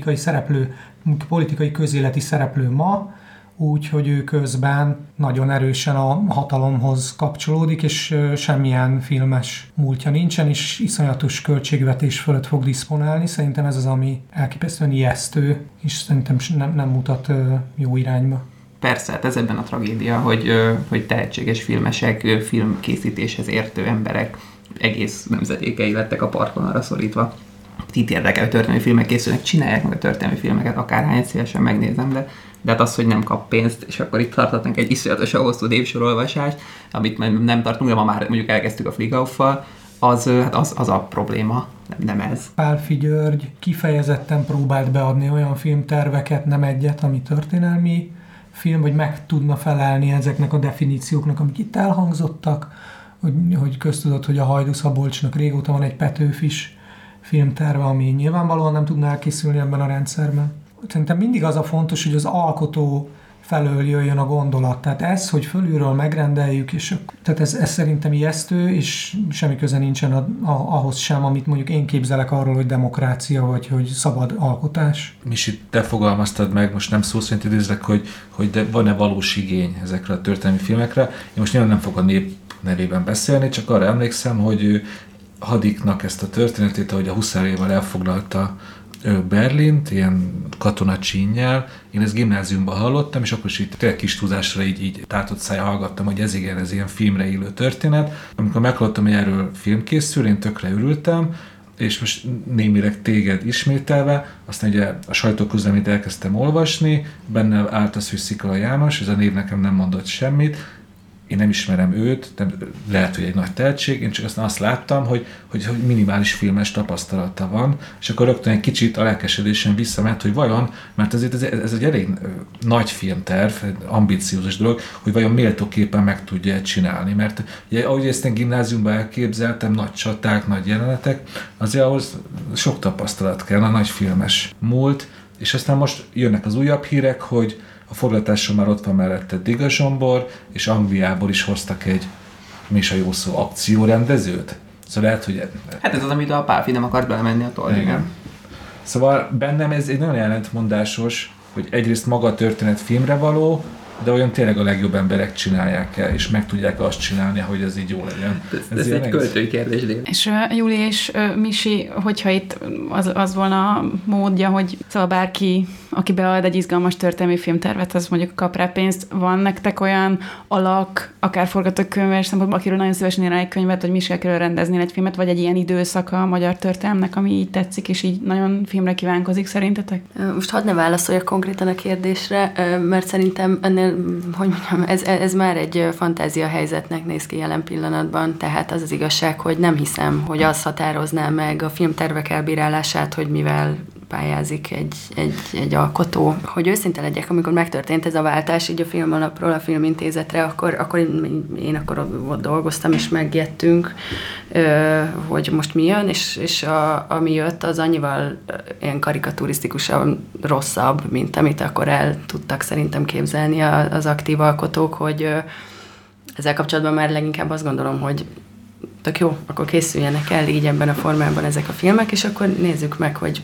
politikai közéleti szereplő ma, úgy, hogy ő közben nagyon erősen a hatalomhoz kapcsolódik, és semmilyen filmes múltja nincsen, és iszonyatos költségvetés fölött fog diszponálni. Szerintem ez az, ami elképesztően ijesztő, és szerintem nem mutat jó irányba. Persze, hát ez ebben a tragédia, hogy tehetséges filmesek, filmkészítéshez értő emberek egész nemzedékei lettek a partvonalra szorítva. Itt érdekel, hogy történelmi filmek készülnek, csinálják meg a történelmi filmeket, akárhányat szívesen megnézem, de hát az, hogy nem kap pénzt, és akkor itt tartottunk egy iszonyatosan hosszú névsorolvasást, amit nem tartunk, de ma már mondjuk elkezdtük a Fligauffal, az a probléma, nem ez. Pálffy György kifejezetten próbált beadni olyan filmterveket, nem egyet, ami történelmi film, vagy meg tudna felelni ezeknek a definícióknak, amik itt elhangzottak, hogy köztudott, hogy a Hajdú Szabolcsnak régóta van egy Petőfis filmterve, ami nyilvánvalóan nem tudna elkészülni ebben a rendszerben. Szerintem mindig az a fontos, hogy az alkotó felől jöjjön a gondolat. Tehát ez, hogy fölülről megrendeljük, és tehát ez szerintem ijesztő, és semmi köze nincsen ahhoz sem, amit mondjuk én képzelek arról, hogy demokrácia, vagy hogy szabad alkotás. Misi, te fogalmaztad meg, most nem szó szerint idézlek, hogy de van-e valós igény ezekre a történelmi filmekre. Én most nyilván nem fogok a nép nevében beszélni, csak arra emlékszem, hogy Hadiknak ezt a történetét, ahogy a Huszáréval elfoglalta Berlint, ilyen katonacsínnyel. Én ezt gimnáziumban hallottam, és akkor is így tényleg kis túlzásra így tátott szája hallgattam, hogy ez igen, ez ilyen filmre illő történet. Amikor meghallottam, hogy erről film készül, én tökre örültem, és most némileg téged ismételve, aztán ugye a sajtóközleményt elkezdtem olvasni, benne állt az, hogy Szikala János, ez a név nekem nem mondott semmit, én nem ismerem őt, lehet, hogy egy nagy tehetség, én csak azt láttam, hogy minimális filmes tapasztalata van, és akkor rögtön egy kicsit a lelkesedésen visszament, hogy vajon, mert azért ez egy elég nagy filmterv, ambiciózus dolog, hogy vajon méltóképpen meg tudja csinálni, mert ugye, ahogy ezt én gimnáziumban elképzeltem, nagy csaták, nagy jelenetek, azért ahhoz sok tapasztalat kell, a nagy filmes múlt, és aztán most jönnek az újabb hírek, hogy a forgatáson már ott van mellette Diga Zsombor, és Angliából is hoztak egy, mi is a jó szó, akciórendezőt. Szóval lehet, hogy... Hát ez az, amit a Pálfi nem akart belemenni a tollén. Igen. Szóval bennem ez egy nagyon ellentmondásos, hogy egyrészt maga a történet filmre való, de olyan tényleg a legjobb emberek csinálják el, és meg tudják azt csinálni, hogy ez így jó legyen. Ez egy költői kérdés, Dél. És Júli és Misi, hogyha itt az volna a módja, hogy szóval bárki, aki bead egy izgalmas történelmi filmtervet, az mondjuk kap rá pénzt. Van nektek olyan alak, akár forgatókönyves szempontból, akiről nagyon szívesen írna egy könyvet, hogy Misi kell rendezni egy filmet, vagy egy ilyen időszaka a magyar történelmnek, ami így tetszik, és így nagyon filmre kívánkozik szerintetek? Most hadd ne válaszoljak konkrétan a kérdésre, mert szerintem ennél, hogy mondjam, ez már egy fantázia helyzetnek néz ki jelen pillanatban, tehát az igazság, hogy nem hiszem, hogy az határozná meg a filmtervek elbírálását, hogy mivel pályázik egy alkotó. Hogy őszinte legyek, amikor megtörtént ez a váltás így a Filmalapról a Filmintézetre, akkor én akkor ott dolgoztam, és megijedtünk, hogy most mi jön, és ami jött, az annyival ilyen karikaturisztikusan rosszabb, mint amit akkor el tudtak szerintem képzelni az aktív alkotók, hogy ezzel kapcsolatban már leginkább azt gondolom, hogy tök jó, akkor készüljenek el így ebben a formában ezek a filmek, és akkor nézzük meg, hogy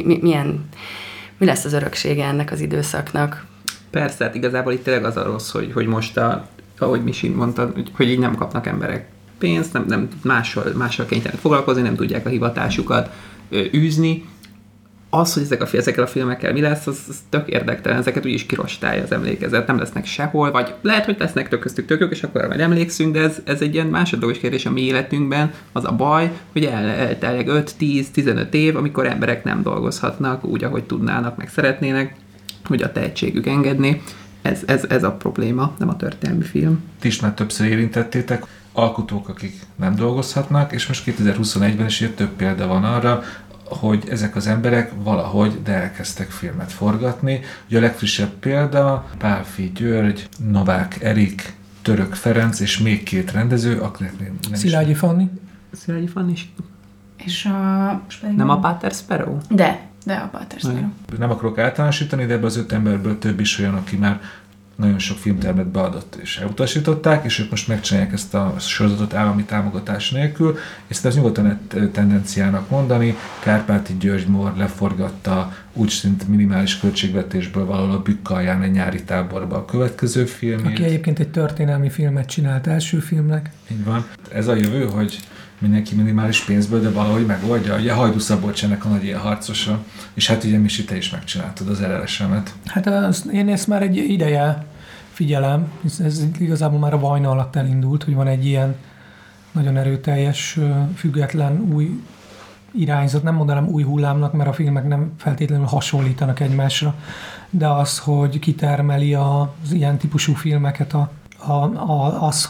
mi lesz az öröksége ennek az időszaknak. Persze, hát igazából itt tényleg az a rossz, hogy most, ahogy Misi mondta, hogy így nem kapnak emberek pénzt, nem mással kénytelenek foglalkozni, nem tudják a hivatásukat űzni. Az, hogy ezekkel a filmekkel mi lesz, az tök érdektelen, ezeket úgyis kirostálja az emlékezet, nem lesznek sehol, vagy lehet, hogy lesznek köztük tök jók, és akkor majd emlékszünk, de ez egy ilyen másodlagos kérdés a mi életünkben, az a baj, hogy eltelik 5-10-15 év, amikor emberek nem dolgozhatnak úgy, ahogy tudnának, meg szeretnének, hogy a tehetségük engedni. Ez a probléma, nem a történelmi film. Ti is már többször érintettétek, alkotók, akik nem dolgozhatnak, és most 2021-ben is több példa van arra, hogy ezek az emberek valahogy elkezdtek filmet forgatni. Ugye a legfrissebb példa Pálfi György, Novák Erik, Török Ferenc és még két rendező, Szilágyi Fanni. Szilágyi Fanni is. És nem a Pater Sparrow? De a Pater Sparrow. Nem akarok általánosítani, de ebben az 5 emberből több is olyan, aki már nagyon sok filmtermet beadott és elutasították, és ők most megcsinálják ezt a sorozatot állami támogatás nélkül, és ezt nyugodtan tendenciának mondani. Kárpáti György Mór leforgatta úgy szint minimális költségvetésből valahol a Bükk-alján egy nyári táborba a következő filmét. Aki egyébként egy történelmi filmet csinált első filmnek. Így van. Ez a jövő, hogy mindenki minimális pénzből, de valahogy megoldja. Ugye Hajdú Szabolcs ennek a nagy ilyen harcosa, és hát ugye Misi, te is megcsináltad az RRS-emet. Hát én ezt már egy ideje figyelem, ez igazából már a Vajna alatt elindult, hogy van egy ilyen nagyon erőteljes, független új irányzat, nem mondanám új hullámnak, mert a filmek nem feltétlenül hasonlítanak egymásra, de az, hogy kitermeli az ilyen típusú filmeket, az,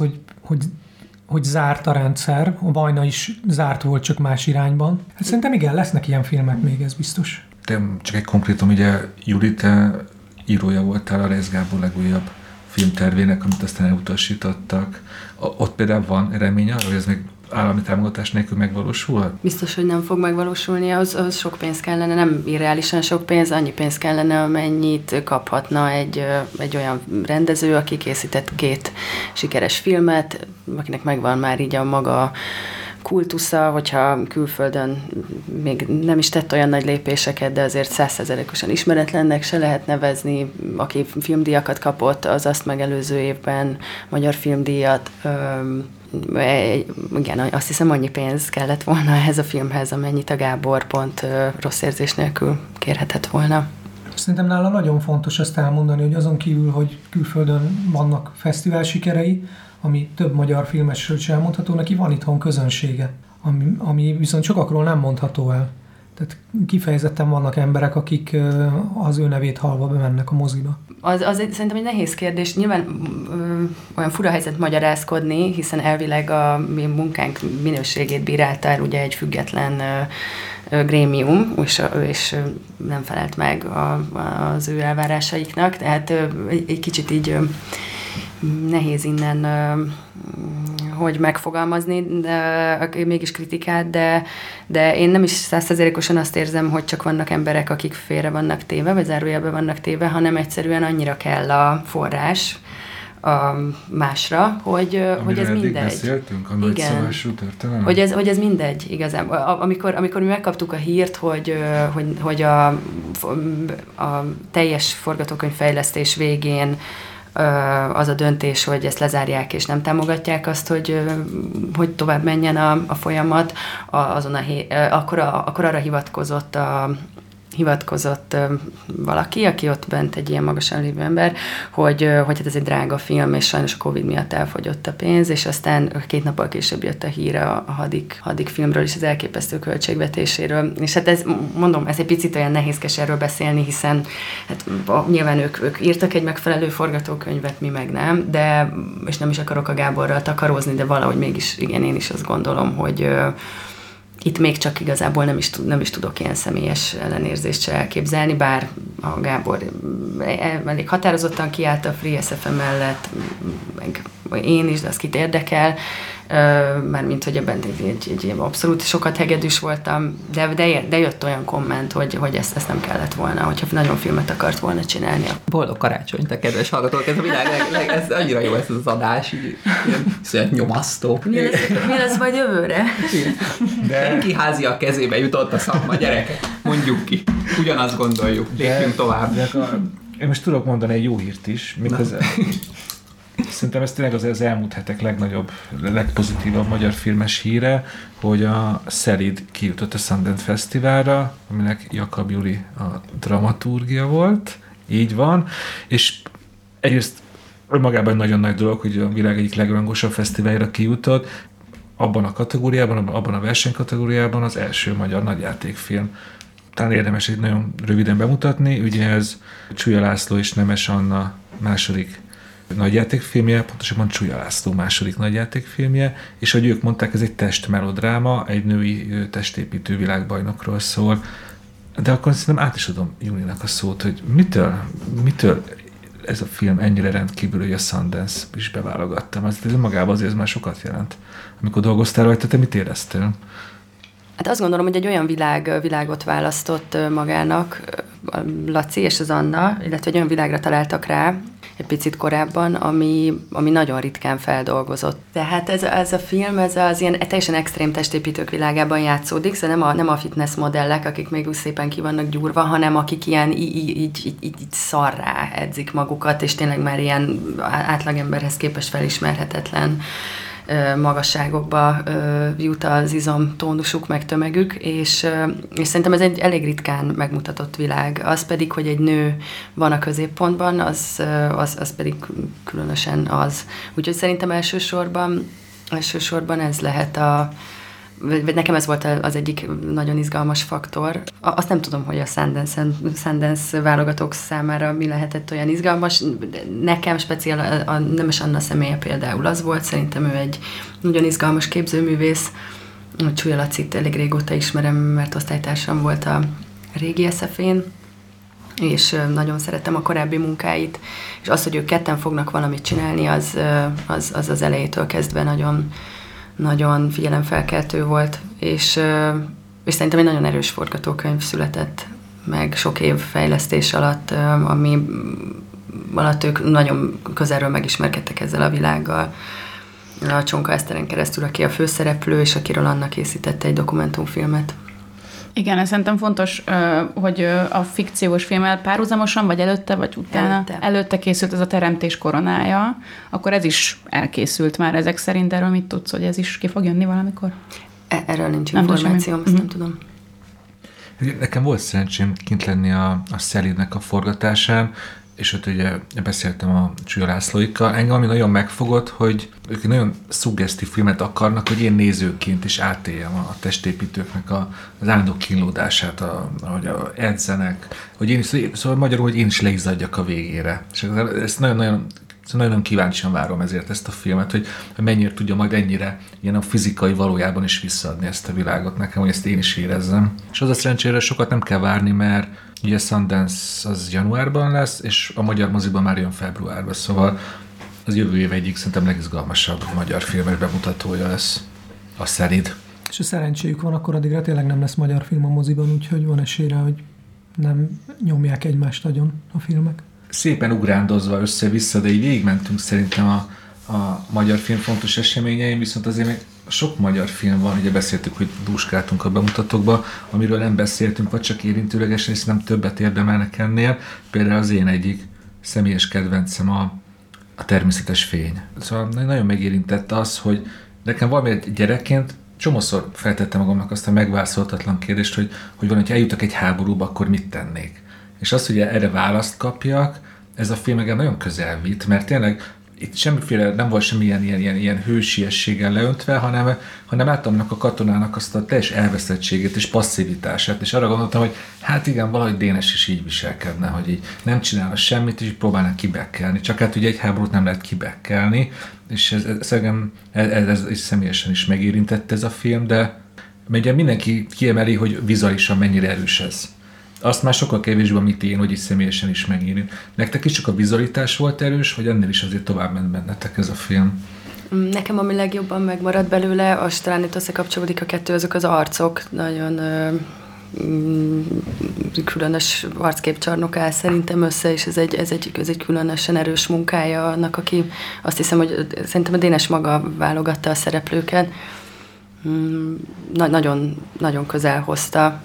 hogy zárt a rendszer, a Vajna is zárt volt, csak más irányban. Hát szerintem igen, lesznek ilyen filmek még, ez biztos. Te csak egy konkrétum, ugye Júli, te írója voltál a Reisz Gábor legújabb filmtervének, amit aztán elutasítottak. Ott például van remény arra, hogy ez még állami támogatás nélkül megvalósul? Biztos, hogy nem fog megvalósulni, az sok pénz kellene, nem irreálisan sok pénz, annyi pénz kellene, amennyit kaphatna egy olyan rendező, aki készített 2 sikeres filmet, akinek megvan már így a maga kultusza, hogyha külföldön még nem is tett olyan nagy lépéseket, de azért 100%-osan ismeretlennek se lehet nevezni. Aki filmdíjakat kapott, az azt megelőző évben magyar filmdíjat. Igen, azt hiszem, annyi pénz kellett volna ehhez a filmhez, amennyit a Gábor pont rossz érzés nélkül kérhetett volna. Szerintem nála nagyon fontos ezt elmondani, hogy azon kívül, hogy külföldön vannak fesztivál sikerei, ami több magyar filmesről is elmondható, neki van itthon közönsége, ami viszont sokakról nem mondható el. Tehát kifejezetten vannak emberek, akik az ő nevét hallva bemennek a moziba. Az szerintem egy nehéz kérdés. Nyilván olyan fura helyzet magyarázkodni, hiszen elvileg a mi munkánk minőségét bírálta el ugye egy független grémium, és nem felelt meg az ő elvárásaiknak. Tehát egy kicsit így nehéz innen hogy megfogalmazni, de mégis kritikát, de én nem is 100%-osan azt érzem, hogy csak vannak emberek, akik félre vannak téve, vagy zárójelbe vannak téve, hanem egyszerűen annyira kell a forrás másra, hogy ez mindegy. Beszéltünk, a nagyszabású történelem? Hogy ez mindegy, igazából. Amikor mi megkaptuk a hírt, hogy a teljes forgatókönyvfejlesztés végén az a döntés, hogy ezt lezárják és nem támogatják azt, hogy tovább menjen a folyamat, akkor arra hivatkozott valaki, aki ott bent egy ilyen magasan lévő ember, hogy hát ez egy drága film, és sajnos a Covid miatt elfogyott a pénz, és aztán 2 nappal később jött a hír a hadik filmről és az elképesztő költségvetéséről. És hát ez egy picit olyan nehézkes erről beszélni, hiszen hát, nyilván ők írtak egy megfelelő forgatókönyvet, mi meg nem, és nem is akarok a Gáborral takarózni, de valahogy mégis, igen, én is azt gondolom, hogy itt még csak igazából nem is tudok ilyen személyes ellenérzést se elképzelni, bár a Gábor elég határozottan kiállt a Free SFM mellett, meg én is, de az kit érdekel, mármint, hogy ebben egy abszolút sokat hegedűs voltam, de jött olyan komment, hogy ezt nem kellett volna, hogyha nagyon filmet akart volna csinálni. Boldog karácsonyt, a kedves hallgatók, ez a világ ez annyira jó ez az adás, ilyen nyomasztó. Mi lesz majd jövőre? Senki házi a kezébe jutott a szakma, gyerekek, mondjuk ki, ugyanazt gondoljuk, lépjünk tovább. Én most tudok mondani egy jó hírt is, szerintem ez tényleg az elmúlt hetek legpozitívabb magyar filmes híre, hogy a Szelíd kijutott a Sundance Fesztiválra, aminek Jakab Juli a dramaturgia volt, így van, és egyrészt önmagában nagyon nagy dolog, hogy a világ egyik legrangosabb fesztiválra kijutott, abban a kategóriában, abban a versenykategóriában az első magyar nagyjátékfilm. Talán érdemes egy nagyon röviden bemutatni, ugye ez Csúlya László és Nemes Anna második nagyjátékfilmje, pontosabban Csúlya László második nagyjátékfilmje, és ahogy ők mondták, ez egy testmelodráma, egy női testépítő világbajnokról szól. De akkor szerintem át is adom Júlinak a szót, hogy mitől ez a film ennyire rendkívül, hogy a Sundance is beválogattam. Ez magában azért már sokat jelent. Amikor dolgoztál rajta, te mit éreztél? Hát azt gondolom, hogy egy olyan világot választott magának Laci és az Anna, illetve egy olyan világra találtak rá egy picit korábban, ami nagyon ritkán feldolgozott. Tehát ez a film, ez az ilyen teljesen extrém testépítők világában játszódik, szóval nem a fitness modellek, akik még úgy szépen ki vannak gyúrva, hanem akik ilyen így szarrá edzik magukat, és tényleg már ilyen átlagemberhez képest felismerhetetlen magasságokba jut az izomtónusuk, meg tömegük, és szerintem ez egy elég ritkán megmutatott világ. Az pedig, hogy egy nő van a középpontban, az pedig különösen az. Úgyhogy szerintem elsősorban ez lehet vagy nekem ez volt az egyik nagyon izgalmas faktor. Azt nem tudom, hogy a Sundance válogatók számára mi lehetett olyan izgalmas. Nekem speciál a Nemes Anna személye például az volt. Szerintem ő egy nagyon izgalmas képzőművész. Csúlya Lacit elég régóta ismerem, mert osztálytársam volt a régi SZF-én, és nagyon szerettem a korábbi munkáit. És az, hogy ők ketten fognak valamit csinálni, az elejétől kezdve nagyon figyelemfelkeltő volt, és szerintem egy nagyon erős forgatókönyv született meg sok év fejlesztés alatt, ami alatt ők nagyon közelről megismerkedtek ezzel a világgal. a Csonka Eszteren keresztül, aki a főszereplő, és akiről Anna készítette egy dokumentumfilmet. Igen, szerintem fontos, hogy a fikciós filmmel párhuzamosan, vagy előtte, vagy utána. Előtte készült ez a Teremtés koronája, akkor ez is elkészült már ezek szerint. Erről mit tudsz, hogy ez is ki fog jönni valamikor? Erről nincs információm, ezt nem tudom. Nekem volt szerencsém kint lenni a Szelídnek a forgatásán, és ott ugye beszéltem a Csúlya Lászlóikkal. Engem ami nagyon megfogott, hogy ők nagyon szuggesztív filmet akarnak, hogy én nézőként is átéljem a testépítőknek az állandó kínlódását, ahogy edzenek, hogy én is, szóval magyarul, hogy én is leizzadjak a végére. És ezt nagyon kíváncsian várom ezért ezt a filmet, hogy mennyire tudja majd ennyire ilyen a fizikai valójában is visszaadni ezt a világot nekem, hogy ezt én is érezzem. És az a szerencsére sokat nem kell várni, mert ugye Sundance az januárban lesz, és a magyar moziban már jön februárban, szóval az jövő év egyik szerintem legizgalmasabb magyar filmes bemutatója lesz a Szelíd. És a szerencséjük van, akkor addigra tényleg nem lesz magyar film a moziban, úgyhogy van esélyre, hogy nem nyomják egymást agyon a filmek. Szépen ugrándozva össze-vissza, de így végigmentünk szerintem a magyar film fontos eseményeim, viszont azért még sok magyar film van, ugye beszéltük, hogy dúskáltunk a bemutatókba, amiről nem beszéltünk, vagy csak érintőlegesen, és nem többet érdemelnek ennél. Például az én egyik személyes kedvencem a Természetes fény. Szóval nagyon megérintett az, hogy nekem valamiért gyerekként csomószor feltettem magamnak azt a megválaszolhatatlan kérdést, hogy van, hogyha eljutok egy háborúba, akkor mit tennék? És az, hogy erre választ kapjak, ez a film engem nagyon közel vitt, mert tényleg itt semmiféle, nem volt semmilyen ilyen hősiességgel leöntve, hanem láttam a katonának azt a teljes elveszettségét és passzivitását, és arra gondoltam, hogy hát igen, valahogy Dénes is így viselkedne, hogy így nem csinálna semmit, és így próbálná kibekkelni. Csak hát ugye egy háborút nem lehet kibekkelni, és ez személyesen is megérintette ez a film, de ugye mindenki kiemeli, hogy vizuálisan mennyire erős ez. Azt már sokkal kevésbé, amit én, hogy is személyesen is megírni. Nektek is csak a vizualitás volt erős, vagy ennél is azért tovább ment bennetek ez a film? Nekem ami legjobban megmaradt belőle, az talán itt összekapcsolódik a kettő, azok az arcok. Nagyon különös arcképcsarnok áll szerintem össze, és ez egy különösen erős munkája annak, aki azt hiszem, hogy szerintem a Dénes maga válogatta a szereplőket. Nagyon, nagyon közel hozta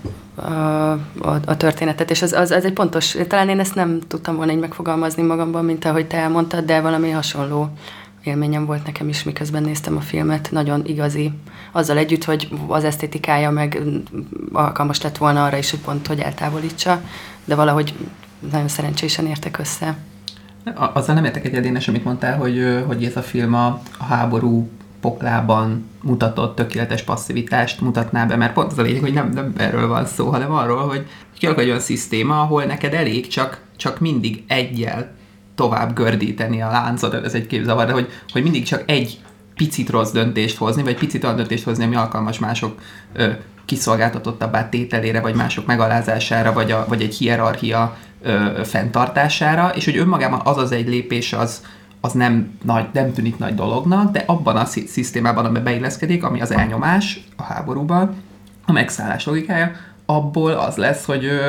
a történetet, és az egy pontos, talán én ezt nem tudtam volna így megfogalmazni magamban, mint ahogy te elmondtad, de valami hasonló élményem volt nekem is, miközben néztem a filmet, nagyon igazi, azzal együtt, hogy az esztétikája meg alkalmas lett volna arra is, hogy pont hogy eltávolítsa, de valahogy nagyon szerencsésen értek össze. Azzal nem értek egyet, Dénes, amit mondtál, hogy ez a film a háború poklában mutatott tökéletes passzivitást mutatná be, mert pont az a lényeg, hogy nem erről van szó, hanem arról, hogy kialakul egy olyan szisztéma, ahol neked elég csak mindig egyel tovább gördíteni a láncot, ez egy képzavar, de hogy mindig csak egy picit rossz döntést hozni, vagy picit olyan döntést hozni, ami alkalmas mások kiszolgáltatottabbá tételére, vagy mások megalázására, vagy egy hierarchia fenntartására, és hogy önmagában az egy lépés, az nem tűnik nagy dolognak, de abban a szisztémában, amiben beilleszkedik, ami az elnyomás a háborúban, a megszállás logikája, abból az lesz,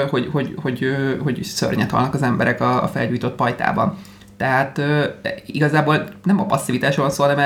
hogy szörnyet halnak az emberek a felgyújtott pajtában. Tehát igazából nem a passzivitásról van szó, hanem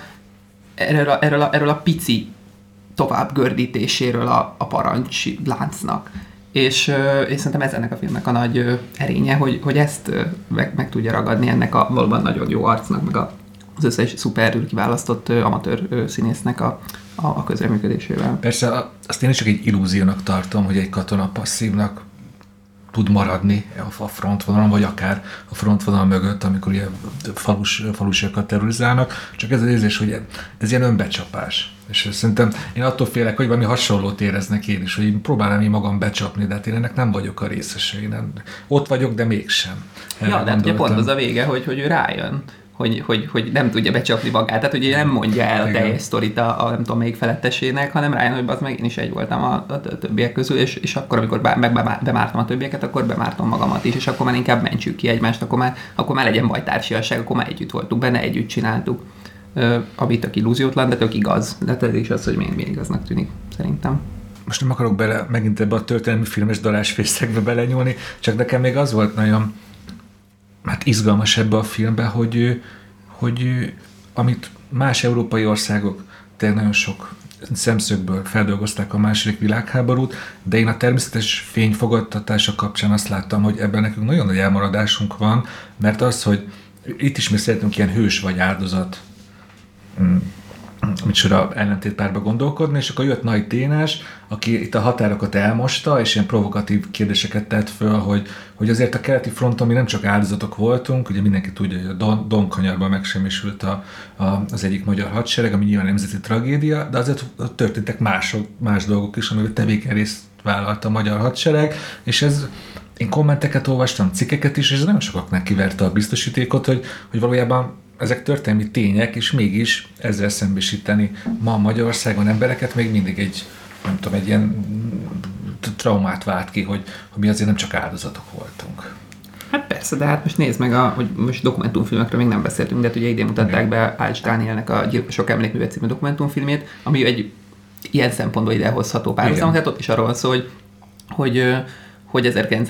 erről a pici tovább gördítéséről a parancs láncnak. És szerintem ez ennek a filmnek a nagy erénye, hogy ezt meg tudja ragadni ennek a valóban nagyon jó arcnak, meg az összes szuperül kiválasztott amatőr színésznek a közreműködésével. Persze, azt én is csak egy illúziónak tartom, hogy egy katona passzívnak tud maradni a frontvonalon, vagy akár a frontvonal mögött, amikor ilyen falusiakat terrorizálnak, csak ez az érzés, hogy ez ilyen önbecsapás. És szerintem én attól félek, hogy valami hasonlót éreznek én is, hogy én próbálnám én magam becsapni, de hát én ennek nem vagyok a részese. Én ott vagyok, de mégsem. Ja, de ugye pont az a vége, hogy ő rájön, hogy nem tudja becsapni magát, tehát hogy nem mondja el a teljes sztorit a nem tudom melyik felettesének, hanem rájön, hogy az meg én is egy voltam a többiek közül, és akkor, amikor bemártam a többieket, akkor bemártam magamat is, és akkor már inkább mentsük ki egymást, akkor már legyen bajtársiasság, akkor már együtt voltunk benne, együtt csináltuk. Ami tök illúziótlan, de tök igaz. De ez is az, hogy még igaznak tűnik, szerintem. Most nem akarok megint ebbe a történelmi filmes darásfészekbe belenyúlni, csak nekem még az volt nagyon izgalmas ebbe a filmbe, hogy amit más európai országok tényleg nagyon sok szemszögből feldolgozták a második világháborút, de én a természetes fényfogadtatása kapcsán azt láttam, hogy ebben nekünk nagyon nagy elmaradásunk van, mert az, hogy itt is mi szeretünk ilyen hős vagy áldozat micsoda ellentétpárba gondolkodni, és akkor jött Nagy Dénás, aki itt a határokat elmosta, és ilyen provokatív kérdéseket tett föl, hogy azért a keleti fronton mi nem csak áldozatok voltunk, ugye mindenki tudja, hogy a Donkanyarban megsemmisült az egyik magyar hadsereg, ami nyilván nemzeti tragédia, de azért történtek más dolgok is, amivel tevékeny részt vállalt a magyar hadsereg, és ez én kommenteket olvastam, cikkeket is, és ez nagyon sokaknak kiverte a biztosítékot, hogy valójában ezek történelmi tények, és mégis ezzel szembesíteni ma Magyarországon embereket még mindig egy ilyen traumát vált ki, hogy mi azért nem csak áldozatok voltunk. Hát persze, de hát most nézd meg, hogy most dokumentumfilmekről még nem beszéltünk, de hát ugye idén mutatták be Ács Dánielnek a Gyilkosok emlékműve című dokumentumfilmét, ami egy ilyen szempontból idehozható párhuzam, tehát ott is arról van szó, hogy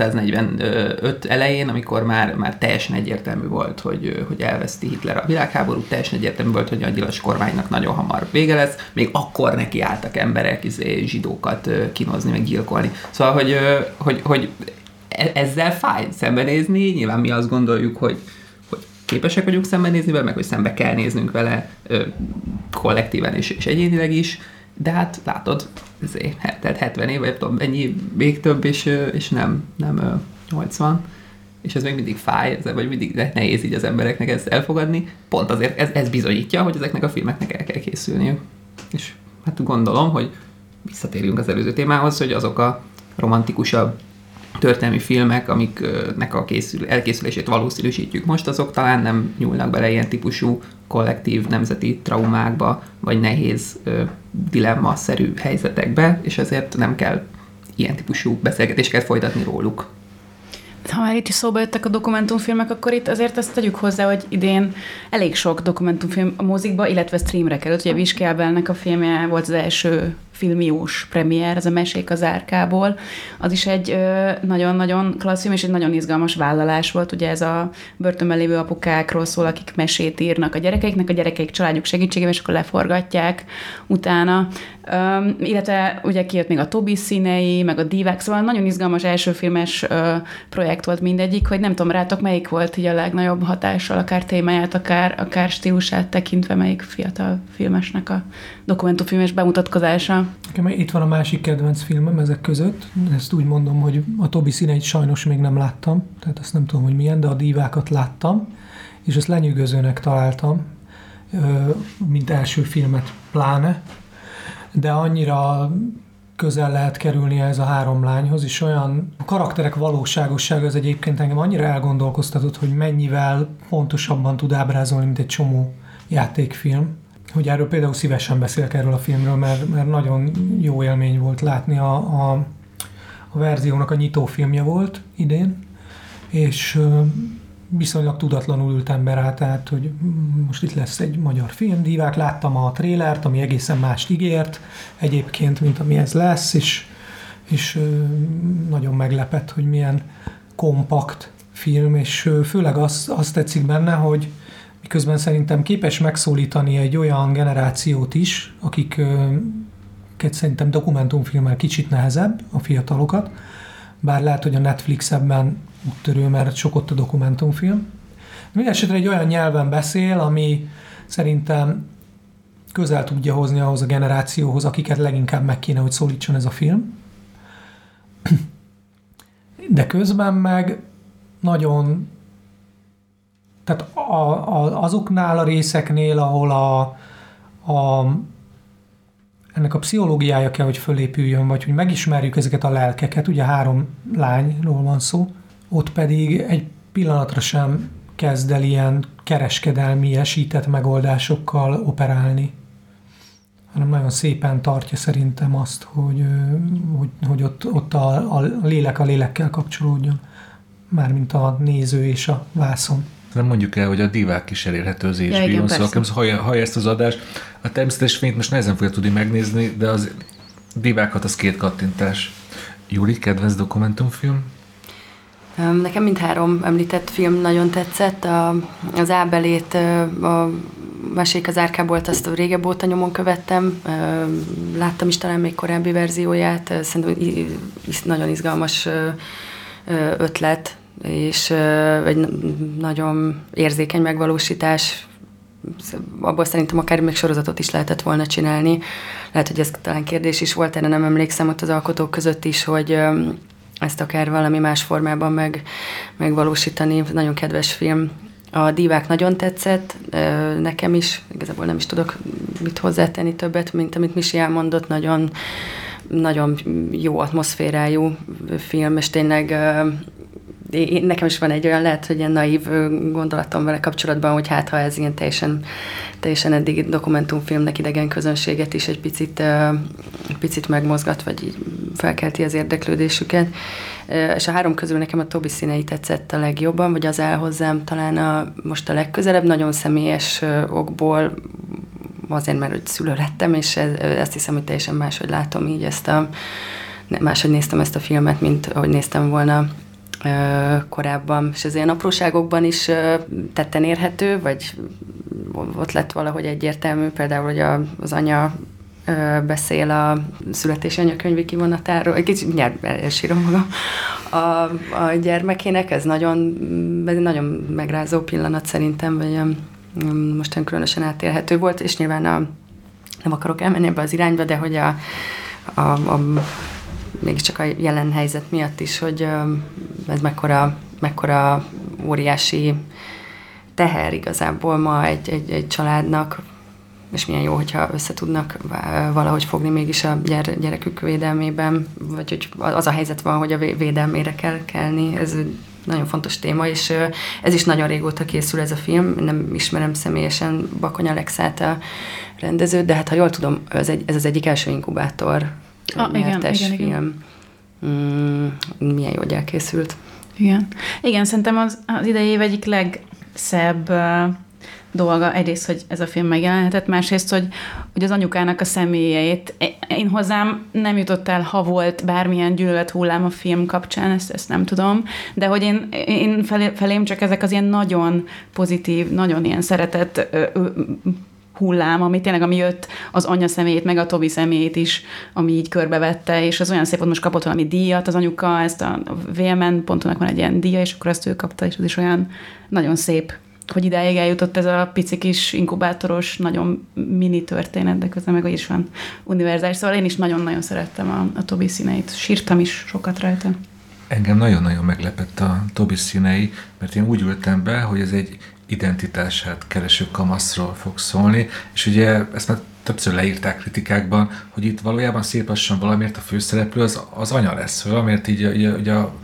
1945 elején, amikor már teljesen egyértelmű volt, hogy elveszti Hitler a világháborút, teljesen egyértelmű volt, hogy a Gyilas kormánynak nagyon hamar vége lesz, még akkor neki álltak emberek zsidókat kínozni, meg gyilkolni. Szóval, hogy ezzel fáj szembenézni, nyilván mi azt gondoljuk, hogy képesek vagyunk szembenézni vele, meg hogy szembe kell néznünk vele kollektíven és egyénileg is, de hát látod, tehát 70 év, vagy tudom, ennyi még több, és nem 80, és ez még mindig fáj, vagy mindig nehéz így az embereknek ezt elfogadni. Pont azért ez bizonyítja, hogy ezeknek a filmeknek el kell készülniük. És hát gondolom, hogy visszatérjünk az előző témához, hogy azok a romantikusabb történelmi filmek, amiknek a elkészülését valószínűsítjük most, azok talán nem nyúlnak bele ilyen típusú kollektív nemzeti traumákba, vagy nehéz dilemma-szerű helyzetekbe, és ezért nem kell ilyen típusú beszélgetéseket folytatni róluk. Ha már itt is szóba jöttek a dokumentumfilmek, akkor itt azért azt tegyük hozzá, hogy idén elég sok dokumentumfilm a mozikba, illetve streamre került. Ugye Viski Ábelnek a filmje volt az első filmiós premier, ez a Mesék az árkából. Az is egy nagyon-nagyon klassz film, és egy nagyon izgalmas vállalás volt. Ugye ez a börtönben lévő apukákról szól, akik mesét írnak a gyerekeiknek, a gyerekeik családjuk segítségével, és akkor leforgatják utána. Illetve ugye kijött még a Tobi színei, meg a Divák, szóval nagyon izgalmas elsőfilmes projekt volt mindegyik, hogy nem tudom, rátok melyik volt így a legnagyobb hatással, akár témáját, akár stílusát tekintve, melyik fiatal filmesnek a dokumentumfilmes bemutatkozása. Itt van a másik kedvenc filmem ezek között. Ezt úgy mondom, hogy a Tobi színeit sajnos még nem láttam, tehát azt nem tudom, hogy milyen, de a Dívákat láttam, és ezt lenyűgözőnek találtam, mint első filmet pláne, de annyira közel lehet kerülni ez a három lányhoz, és olyan a karakterek valóságossága az egyébként engem annyira elgondolkoztatott, hogy mennyivel pontosabban tud ábrázolni, mint egy csomó játékfilm. Hogy erről például szívesen beszélek erről a filmről, mert nagyon jó élmény volt látni. A verziónak a nyitófilmje volt idén, és viszonylag tudatlanul ültem be rá, tehát, hogy most itt lesz egy magyar film, Divák, láttam a trélert, ami egészen mást ígért egyébként, mint ami ez lesz, és nagyon meglepett, hogy milyen kompakt film, és főleg azt tetszik benne, hogy miközben szerintem képes megszólítani egy olyan generációt is, akiket szerintem dokumentumfilmmel kicsit nehezebb, a fiatalokat, bár lehet, hogy a Netflix ebben úttörő, mert sok ott a dokumentumfilm. Mindenesetre egy olyan nyelven beszél, ami szerintem közel tudja hozni ahhoz a generációhoz, akiket leginkább meg kéne, hogy szólítson ez a film. De közben meg nagyon, tehát azoknál a részeknél, ahol ennek a pszichológiája kell, hogy fölépüljön, vagy hogy megismerjük ezeket a lelkeket, ugye 3 lányról van szó, ott pedig egy pillanatra sem kezd el ilyen kereskedelmiesített megoldásokkal operálni, hanem nagyon szépen tartja szerintem azt, hogy ott a lélek a lélekkel kapcsolódjon, mármint a néző és a vászon. Nem mondjuk el, hogy a Divák is elérhető az HBO-n, szóval hallja ezt az adást. A természetes fényt most nehezen fogja tudni megnézni, de az Divákat az 2 kattintás. Júli, kedvenc dokumentumfilm? Nekem mindhárom említett film nagyon tetszett. Az Ábelét, a Mesék az árkából, azt régebb óta nyomon követtem. Láttam is talán még korábbi verzióját. Szerintem nagyon izgalmas ötlet, és egy nagyon érzékeny megvalósítás. Abból szerintem akár még sorozatot is lehetett volna csinálni. Lehet, hogy ez talán kérdés is volt, erre nem emlékszem ott az alkotók között is, hogy ezt akár valami más formában megvalósítani. Nagyon kedves film. A Dívák nagyon tetszett, nekem is, igazából nem is tudok mit hozzátenni többet, mint amit Misi elmondott, nagyon, nagyon jó atmoszférájú film, és tényleg nekem is van egy olyan, lehet, hogy ilyen naív gondolatom vele kapcsolatban, hogy hát ha ez ilyen teljesen eddig dokumentumfilmnek idegen közönséget is egy picit megmozgat, vagy így felkelti az érdeklődésüket. És a három közül nekem a Tobi színei tetszett a legjobban, vagy az áll hozzám talán most a legközelebb, nagyon személyes okból, azért, mert hogy szülő lettem, és ezt hiszem, hogy teljesen máshogy látom így máshogy néztem ezt a filmet, mint ahogy néztem volna korábban, és ez ilyen apróságokban is tetten érhető, vagy ott lett valahogy egyértelmű, például, hogy az anya beszél a születési anyakönyvi kivonatáról, egy kicsit mindjárt elsírom magam a gyermekének, ez nagyon megrázó pillanat szerintem, vagy mostan különösen átélhető volt, és nyilván nem akarok elmenni ebbe az irányba, de hogy mégiscsak a jelen helyzet miatt is, hogy ez mekkora óriási teher igazából ma egy családnak, és milyen jó, hogyha összetudnak valahogy fogni mégis a gyerekük védelmében, vagy hogy az a helyzet van, hogy a védelmére kell kelni. Ez nagyon fontos téma, és ez is nagyon régóta készül ez a film. Nem ismerem személyesen Bakony Alexát, a rendezőt, de hát ha jól tudom, ez az egyik első inkubátor nyertes film. Milyen jó, hogy elkészült. Igen, szerintem az idei év egyik legszebb dolga egyrészt, hogy ez a film megjelenhetett, másrészt, hogy az anyukának a személyeit. Én hozzám nem jutott el, ha volt bármilyen gyűlölethullám a film kapcsán, ezt nem tudom, de hogy én felém csak ezek az ilyen nagyon pozitív, nagyon ilyen szeretett hullám, ami jött az anya személyét, meg a Tobi személyét is, ami így körbevette, és az olyan szép, hogy most kapott valami díjat az anyuka, ezt a VMN pontonak van egy ilyen díja, és akkor ezt ő kapta, és az is olyan nagyon szép, hogy idáig eljutott ez a pici kis inkubátoros, nagyon mini történet, de közben meg is van univerzális. Szóval én is nagyon-nagyon szerettem a Tobi színeit. Sírtam is sokat rajta. Engem nagyon-nagyon meglepett a Tobi színei, mert én úgy ültem be, hogy ez egy identitását kereső kamaszról fog szólni, és ugye ezt már többször leírták kritikákban, hogy itt valójában szép lassan valamiért a főszereplő az anya lesz, valamiért így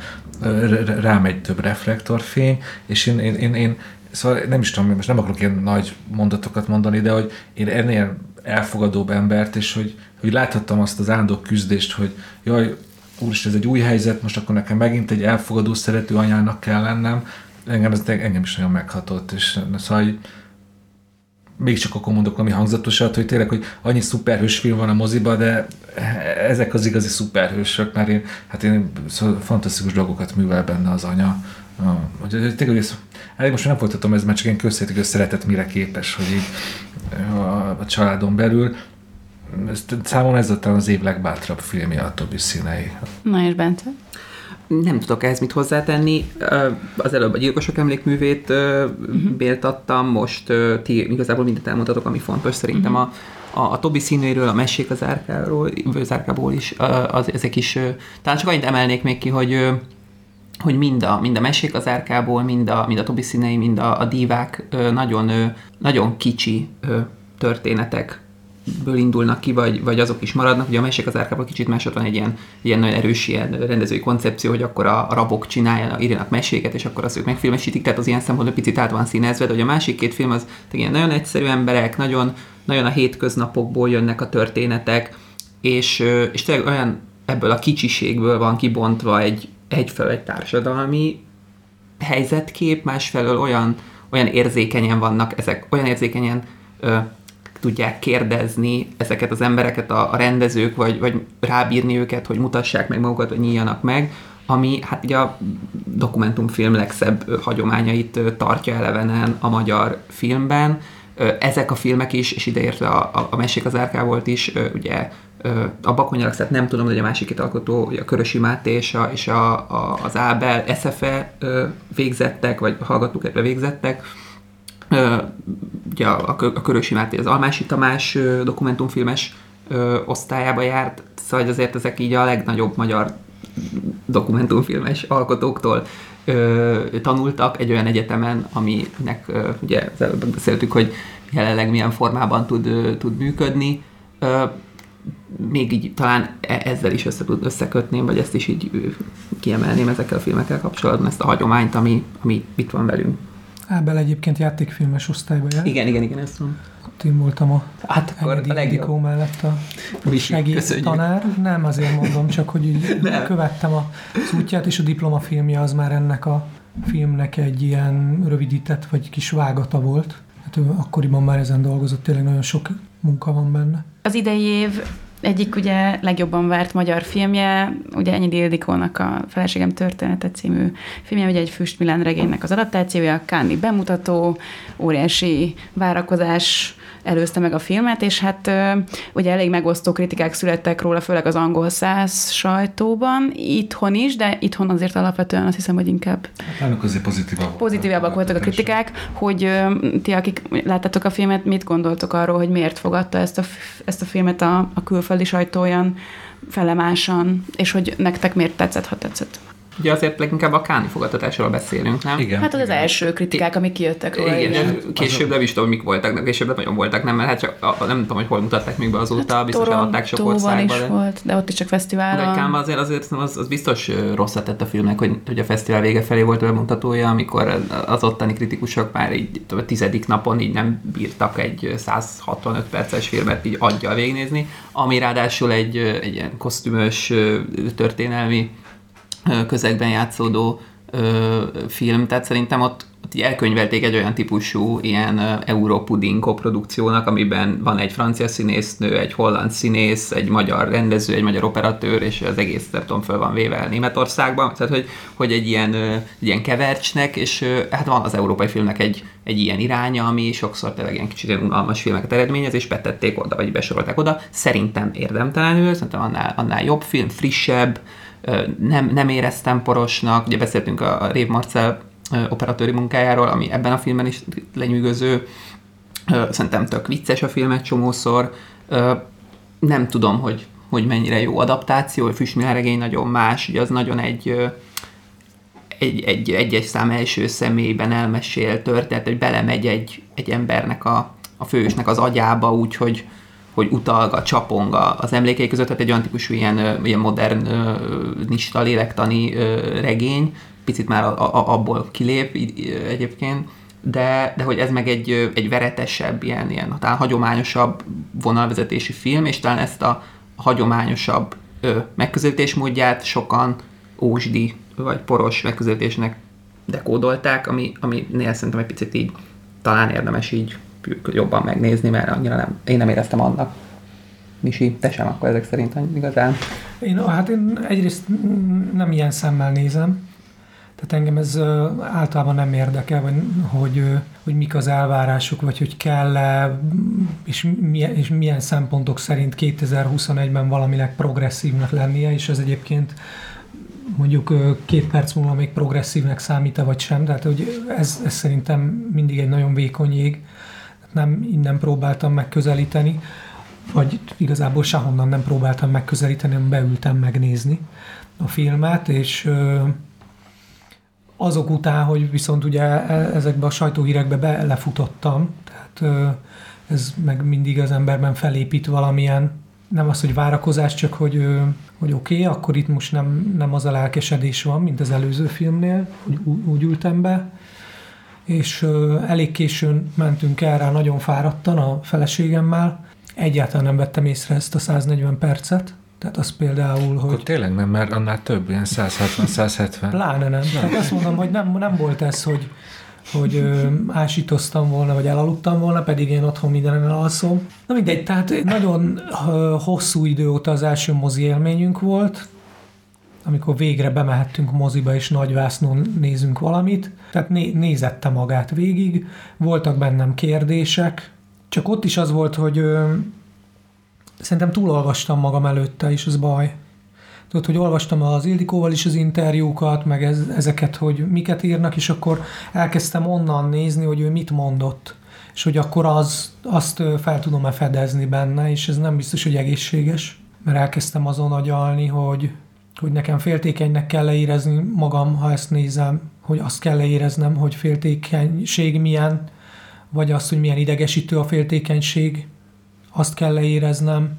rámegy több reflektorfény, és én szóval nem is tudom, most nem akarok ilyen nagy mondatokat mondani, de hogy én ennél elfogadóbb embert, és hogy láthattam azt az állandó küzdést, hogy jaj, úristen, ez egy új helyzet, most akkor nekem megint egy elfogadó, szerető anyának kell lennem, engem is nagyon meghatott, és szóval hogy mégiscsak akkor mondok valami hangzatosat, hogy tényleg, hogy annyi szuperhős film van a moziban, de ezek az igazi szuperhősök, mert én szóval fantasztikus dolgokat művel benne az anya. Tényleg, hogy most nem folytatom, ez már csak ilyen közszerűen szeretet mire képes, hogy így a családon belül. Számomra ez talán az év legbátrabb filmje a Tobi színei. Na és Bence? Nem tudok ehhez mit hozzátenni. Az előbb a Gyilkosok emlékművét béltattam, most ti igazából mindent elmondhatok, ami fontos. Szerintem a Tobi színeiről, a Mesék az árkából is, ezek is, talán csak annyit emelnék még ki, hogy mind a Mesék az árkából, mind a Tobi színei, mind a Dívák nagyon kicsi történetekből indulnak ki, vagy azok is maradnak. Ugye a Mesék az árkából kicsit másod van egy ilyen nagyon erős ilyen rendezői koncepció, hogy akkor a rabok írjanak meséket, és akkor azt ők megfilmesítik, tehát az ilyen szempontból picit át van színezve, de hogy a másik két film az ilyen nagyon egyszerű emberek, nagyon a hétköznapokból jönnek a történetek, és tényleg olyan ebből a kicsiségből van kibontva egyfelől egy társadalmi helyzetkép, másfelől olyan érzékenyen vannak ezek, olyan érzékenyen tudják kérdezni ezeket az embereket a rendezők, vagy rábírni őket, hogy mutassák meg magukat, vagy nyíljanak meg, ami hát ugye a dokumentumfilm legszebb hagyományait tartja elevenen a magyar filmben. Ezek a filmek is, és ideértve a Mesék az árkából is, ugye a Bakonyalak, nem tudom, hogy a másik két alkotó, a Körösi Máté és az Ábel SFE végzettek, vagy hallgatók ebbe végzettek. Ugye a Körösi Máté az Almási Tamás dokumentumfilmes osztályába járt, szóval azért ezek így a legnagyobb magyar dokumentumfilmes alkotóktól tanultak egy olyan egyetemen, aminek ugye beszéltük, hogy jelenleg milyen formában tud működni. Még így talán ezzel is összekötném, vagy ezt is így kiemelném ezekkel a filmekkel kapcsolatban, ezt a hagyományt, ami itt van velünk. Ábel egyébként játékfilmes osztályba jár. Igen, ezt mondom. Ott én voltam a legjobb mellett a segédtanár. Nem azért mondom, csak hogy így követtem az útját, és a diplomafilmje az már ennek a filmnek egy ilyen rövidített, vagy kis vágata volt. Hát ő akkoriban már ezen dolgozott, tényleg nagyon sok munka van benne. Az idei év egyik ugye legjobban várt magyar filmje, ugye Enyedi Ildikónak a Feleségem története című filmje, ugye egy Füst Milán regénynek az adaptációja, a Cannes-i bemutató, óriási várakozás előzte meg a filmet, és hát ugye elég megosztó kritikák születtek róla, főleg az angol száz sajtóban, itthon is, de itthon azért alapvetően azt hiszem, hogy inkább azért pozitívabbak voltak a kritikák, hogy ti, akik láttátok a filmet, mit gondoltok arról, hogy miért fogadta ezt a filmet a külföldi sajtó olyan felemásan, és hogy nektek miért tetszett, ha tetszett? Ugye azért leginkább a Cannes-i fogadtatásról beszélünk, nem? Igen. Hát az első kritikák, amik kijöttek róla. Igen. Később nem is tudom, mik voltak, később nem nagyon voltak, nem, mert hát csak nem tudom, hogy hol mutatták még be azóta, hát biztos leadták sok országban. Is volt, de ott is csak fesztiválon. De Cannes-ban azért az biztos rosszat tett a filmnek, hogy a fesztivál vége felé volt a bemutatója, amikor az ottani kritikusok már így a 10. napon így nem bírtak egy 165 perces filmet így aggyal végignézni, ami ráadásul egy ilyen kosztümös történelmi közegben játszódó film, tehát szerintem ott így elkönyvelték egy olyan típusú ilyen Europuding koprodukciónak, amiben van egy francia színésznő, egy holland színész, egy magyar rendező, egy magyar operatőr, és az egész nem föl van véve Németországban, tehát hogy egy ilyen kevercsnek, és hát van az európai filmnek egy ilyen iránya, ami sokszor tényleg ilyen kicsit ilyen unalmas filmeket eredményez, és betették oda, vagy besorolták oda. Szerintem érdemtelenül, szerintem annál jobb film, frissebb, nem éreztem porosnak, ugye beszéltünk a Rév Marcell operatőri munkájáról, ami ebben a filmben is lenyűgöző, szerintem tök vicces a film egy csomószor, nem tudom, hogy mennyire jó adaptáció, a Füst Milán regény nagyon más, ugye az nagyon egy szám első személyben elmesél történet, hogy belemegy egy embernek a főhősnek az agyába, úgyhogy utalga, csapong az emlékei között, tehát egy olyan típusú ilyen modernista lélektani regény, picit már abból kilép egyébként, de hogy ez meg egy veretesebb, ilyen talán hagyományosabb vonalvezetési film, és talán ezt a hagyományosabb megközelítésmódját sokan ósdi vagy poros megközelítésnek dekódolták, aminél szerintem egy picit így talán érdemes így jobban megnézni, mert annyira én nem éreztem annak. Misi, te sem akkor ezek szerint igazán? Én egyrészt nem ilyen szemmel nézem, tehát engem ez általában nem érdekel, hogy mik az elvárások, vagy hogy kell-e, és milyen szempontok szerint 2021-ben valaminek progresszívnek lennie, és ez egyébként mondjuk 2 perc múlva még progresszívnek számít-e, vagy sem, tehát hogy ez szerintem mindig egy nagyon vékony jég, nem innen próbáltam megközelíteni, vagy igazából sehonnan nem próbáltam megközelíteni, hanem beültem megnézni a filmet, és azok után, hogy viszont ugye ezekbe a sajtóhírekbe belefutottam, tehát ez meg mindig az emberben felépít valamilyen, nem az, hogy várakozás, csak hogy oké, akkor itt most nem az a lelkesedés van, mint az előző filmnél, úgy ültem be, és elég későn mentünk el rá, nagyon fáradtan a feleségemmel. Egyáltalán nem vettem észre ezt a 140 percet. Tehát az például, hogy... Akkor tényleg nem, mert annál több, ilyen 160-170. Pláne nem. Tehát azt mondom, hogy nem volt ez, hogy ásítoztam volna, vagy elaludtam volna, pedig én otthon mindenen alszom. Na mindegy, tehát nagyon hosszú idő óta az első mozi élményünk volt. amikor végre bemehettünk moziba, és nagyvásznon nézünk valamit. Tehát nézette magát végig, voltak bennem kérdések, csak ott is az volt, hogy szerintem túlolvastam magam előtte, és ez baj. Tudod, hogy olvastam az Ildikóval is az interjúkat, meg ezeket, hogy miket írnak, és akkor elkezdtem onnan nézni, hogy ő mit mondott. És hogy akkor azt fel tudom-e fedezni benne, és ez nem biztos, hogy egészséges. Mert elkezdtem azon agyalni, hogy nekem féltékenynek kell leérezni magam, ha ezt nézem, hogy azt kell leéreznem, hogy féltékenység milyen, vagy azt, hogy milyen idegesítő a féltékenység, azt kell leéreznem.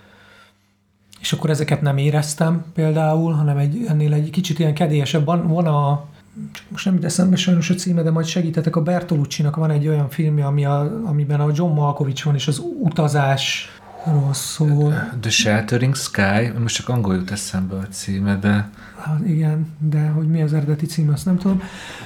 És akkor ezeket nem éreztem például, hanem ennél egy kicsit ilyen kedélyesebb. Van most nem jut eszembe sajnos a címe, de majd segítetek, a Bertolucci-nak van egy olyan filmje, amiben a John Malkovich van, és az utazásról szól. The Sheltering Sky, most csak angol jut eszembe a címe, de... Hát igen, de hogy mi az eredeti címe, azt nem tudom.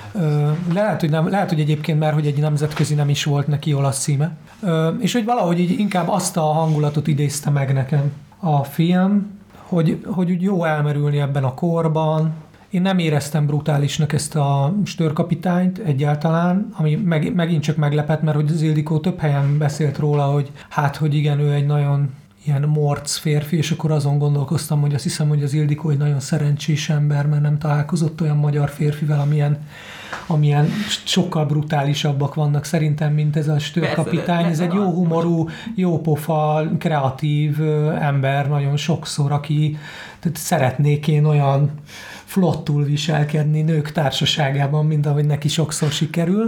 Lehet, hogy egyébként már, hogy egy nemzetközi nem is volt neki olasz címe. És hogy valahogy így inkább azt a hangulatot idézte meg nekem a film, hogy úgy jó elmerülni ebben a korban. Én nem éreztem brutálisnak ezt a stőrkapitányt egyáltalán, ami megint csak meglepett, mert hogy az Ildikó több helyen beszélt róla, hogy igen, ő egy nagyon ilyen morc férfi, és akkor azon gondolkoztam, hogy azt hiszem, hogy az Ildikó egy nagyon szerencsés ember, mert nem találkozott olyan magyar férfivel, amilyen sokkal brutálisabbak vannak szerintem, mint ez a stőrkapitány. Ez egy jó humorú, jó pofa, kreatív ember nagyon sokszor, aki szeretnék én olyan flottul viselkedni nők társaságában, mint ahogy neki sokszor sikerül.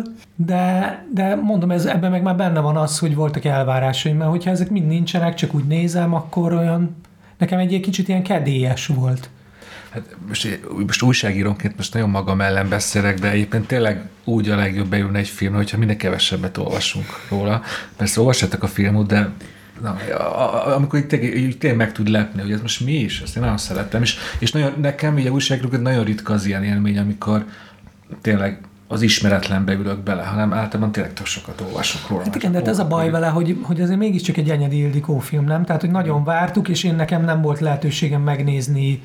De mondom, ebben meg már benne van az, hogy voltak elvárásaim, mert hogyha ezek mind nincsenek, csak úgy nézem, akkor olyan, nekem egy kicsit ilyen kedélyes volt. Hát most újságírónként most nagyon magam ellen beszélek, de egyébként tényleg úgy a legjobb bejönne egy film, hogyha minél kevesebbet olvasunk róla. Persze olvassátok a filmot, de amikor tényleg meg tud lepni, hogy ez most mi is, ezt én nagyon szerettem. És nagyon, nekem ugye újságíróként nagyon ritka az ilyen élmény, amikor tényleg az ismeretlenbe ülök bele, hanem általában tényleg tök sokat olvasok róla. Hát igen, de ez a baj vele, hogy azért mégiscsak egy Enyedi Ildikó film, nem? Tehát, hogy nagyon vártuk, és nekem nem volt lehetőségem megnézni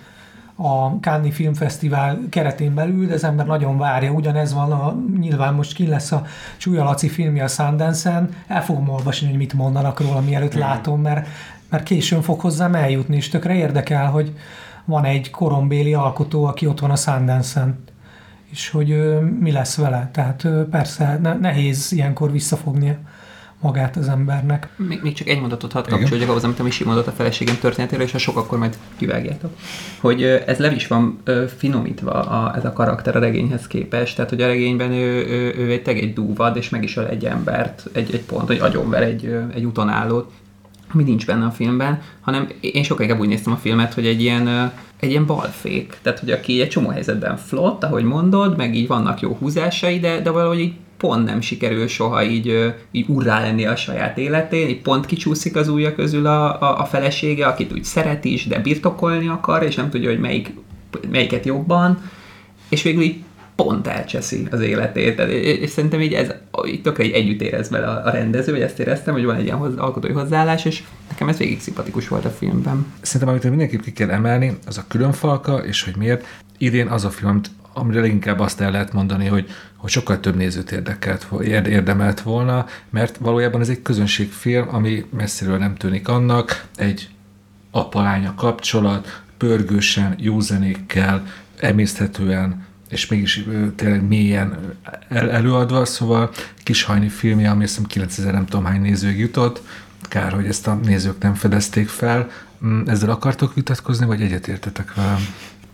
a Cannes-i Filmfesztivál keretén belül, de az ember nagyon várja. Ugyanez van, nyilván most ki lesz a Csúlya Laci filmje a Sundance-en, el fogom olvasni, hogy mit mondanak róla, mielőtt látom, mert későn fog hozzám eljutni, és tökre érdekel, hogy van egy korombéli alkotó, aki ott van a Sundance-en, és hogy mi lesz vele. Tehát persze nehéz ilyenkor visszafognia magát az embernek. Még csak egy mondatot hadd kapcsoljak ahhoz, amit a Misi mondott a feleségem történetéről, és ha sok, akkor majd kivágjátok. Hogy ez le is van finomítva ez a karakter a regényhez képest, tehát hogy a regényben ő egy dúvad, és meg is öl egy embert, egy pont, hogy agyonver egy útonállót, ami nincs benne a filmben, hanem én sokkal inkább úgy néztem a filmet, hogy egy ilyen balfék, tehát hogy aki egy csomó helyzetben flott, ahogy mondod, meg így vannak jó húzásai, de valahogy így pont nem sikerül soha így urrá lenni a saját életén, így pont kicsúszik az ujja közül a felesége, akit úgy szeret is, de birtokolni akar, és nem tudja, hogy melyiket jobban, és végül így pont elcseszi az életét. És szerintem így tökre így együtt érez vele a rendező, vagy ezt éreztem, hogy van egy ilyen alkotói hozzáállás, és nekem ez végig szimpatikus volt a filmben. Szerintem, amit mindenképp ki kell emelni, az a Különfalka, és hogy miért. Idén az a film, amire leginkább azt el lehet mondani, hogy sokkal több nézőt érdemelt volna, mert valójában ez egy közönségfilm, ami messziről nem tűnik annak, egy apa-lánya kapcsolat, pörgősen, jó zenékkel, emészthetően, és mégis tényleg mélyen előadva, szóval Kishajni filmje, ami azt hiszem 9000 nem tudom hány nézőig jutott, kár, hogy ezt a nézők nem fedezték fel. Ezzel akartok vitatkozni, vagy egyetértetek velem?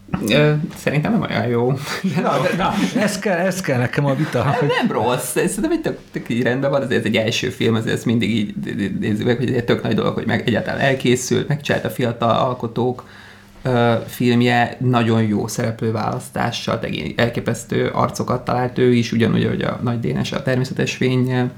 Szerintem nem olyan jó. Na, ez kell nekem a vita. Nem rossz, szerintem egy tök így rendben van, ez egy első film, ez mindig így nézzük meg, hogy egy tök nagy dolog, hogy meg egyáltalán elkészült, megcsinált a fiatal alkotók filmje, nagyon jó szereplőválasztással, elképesztő arcokat talált ő is, ugyanúgy, hogy a Nagy Dénes a Természetes fény,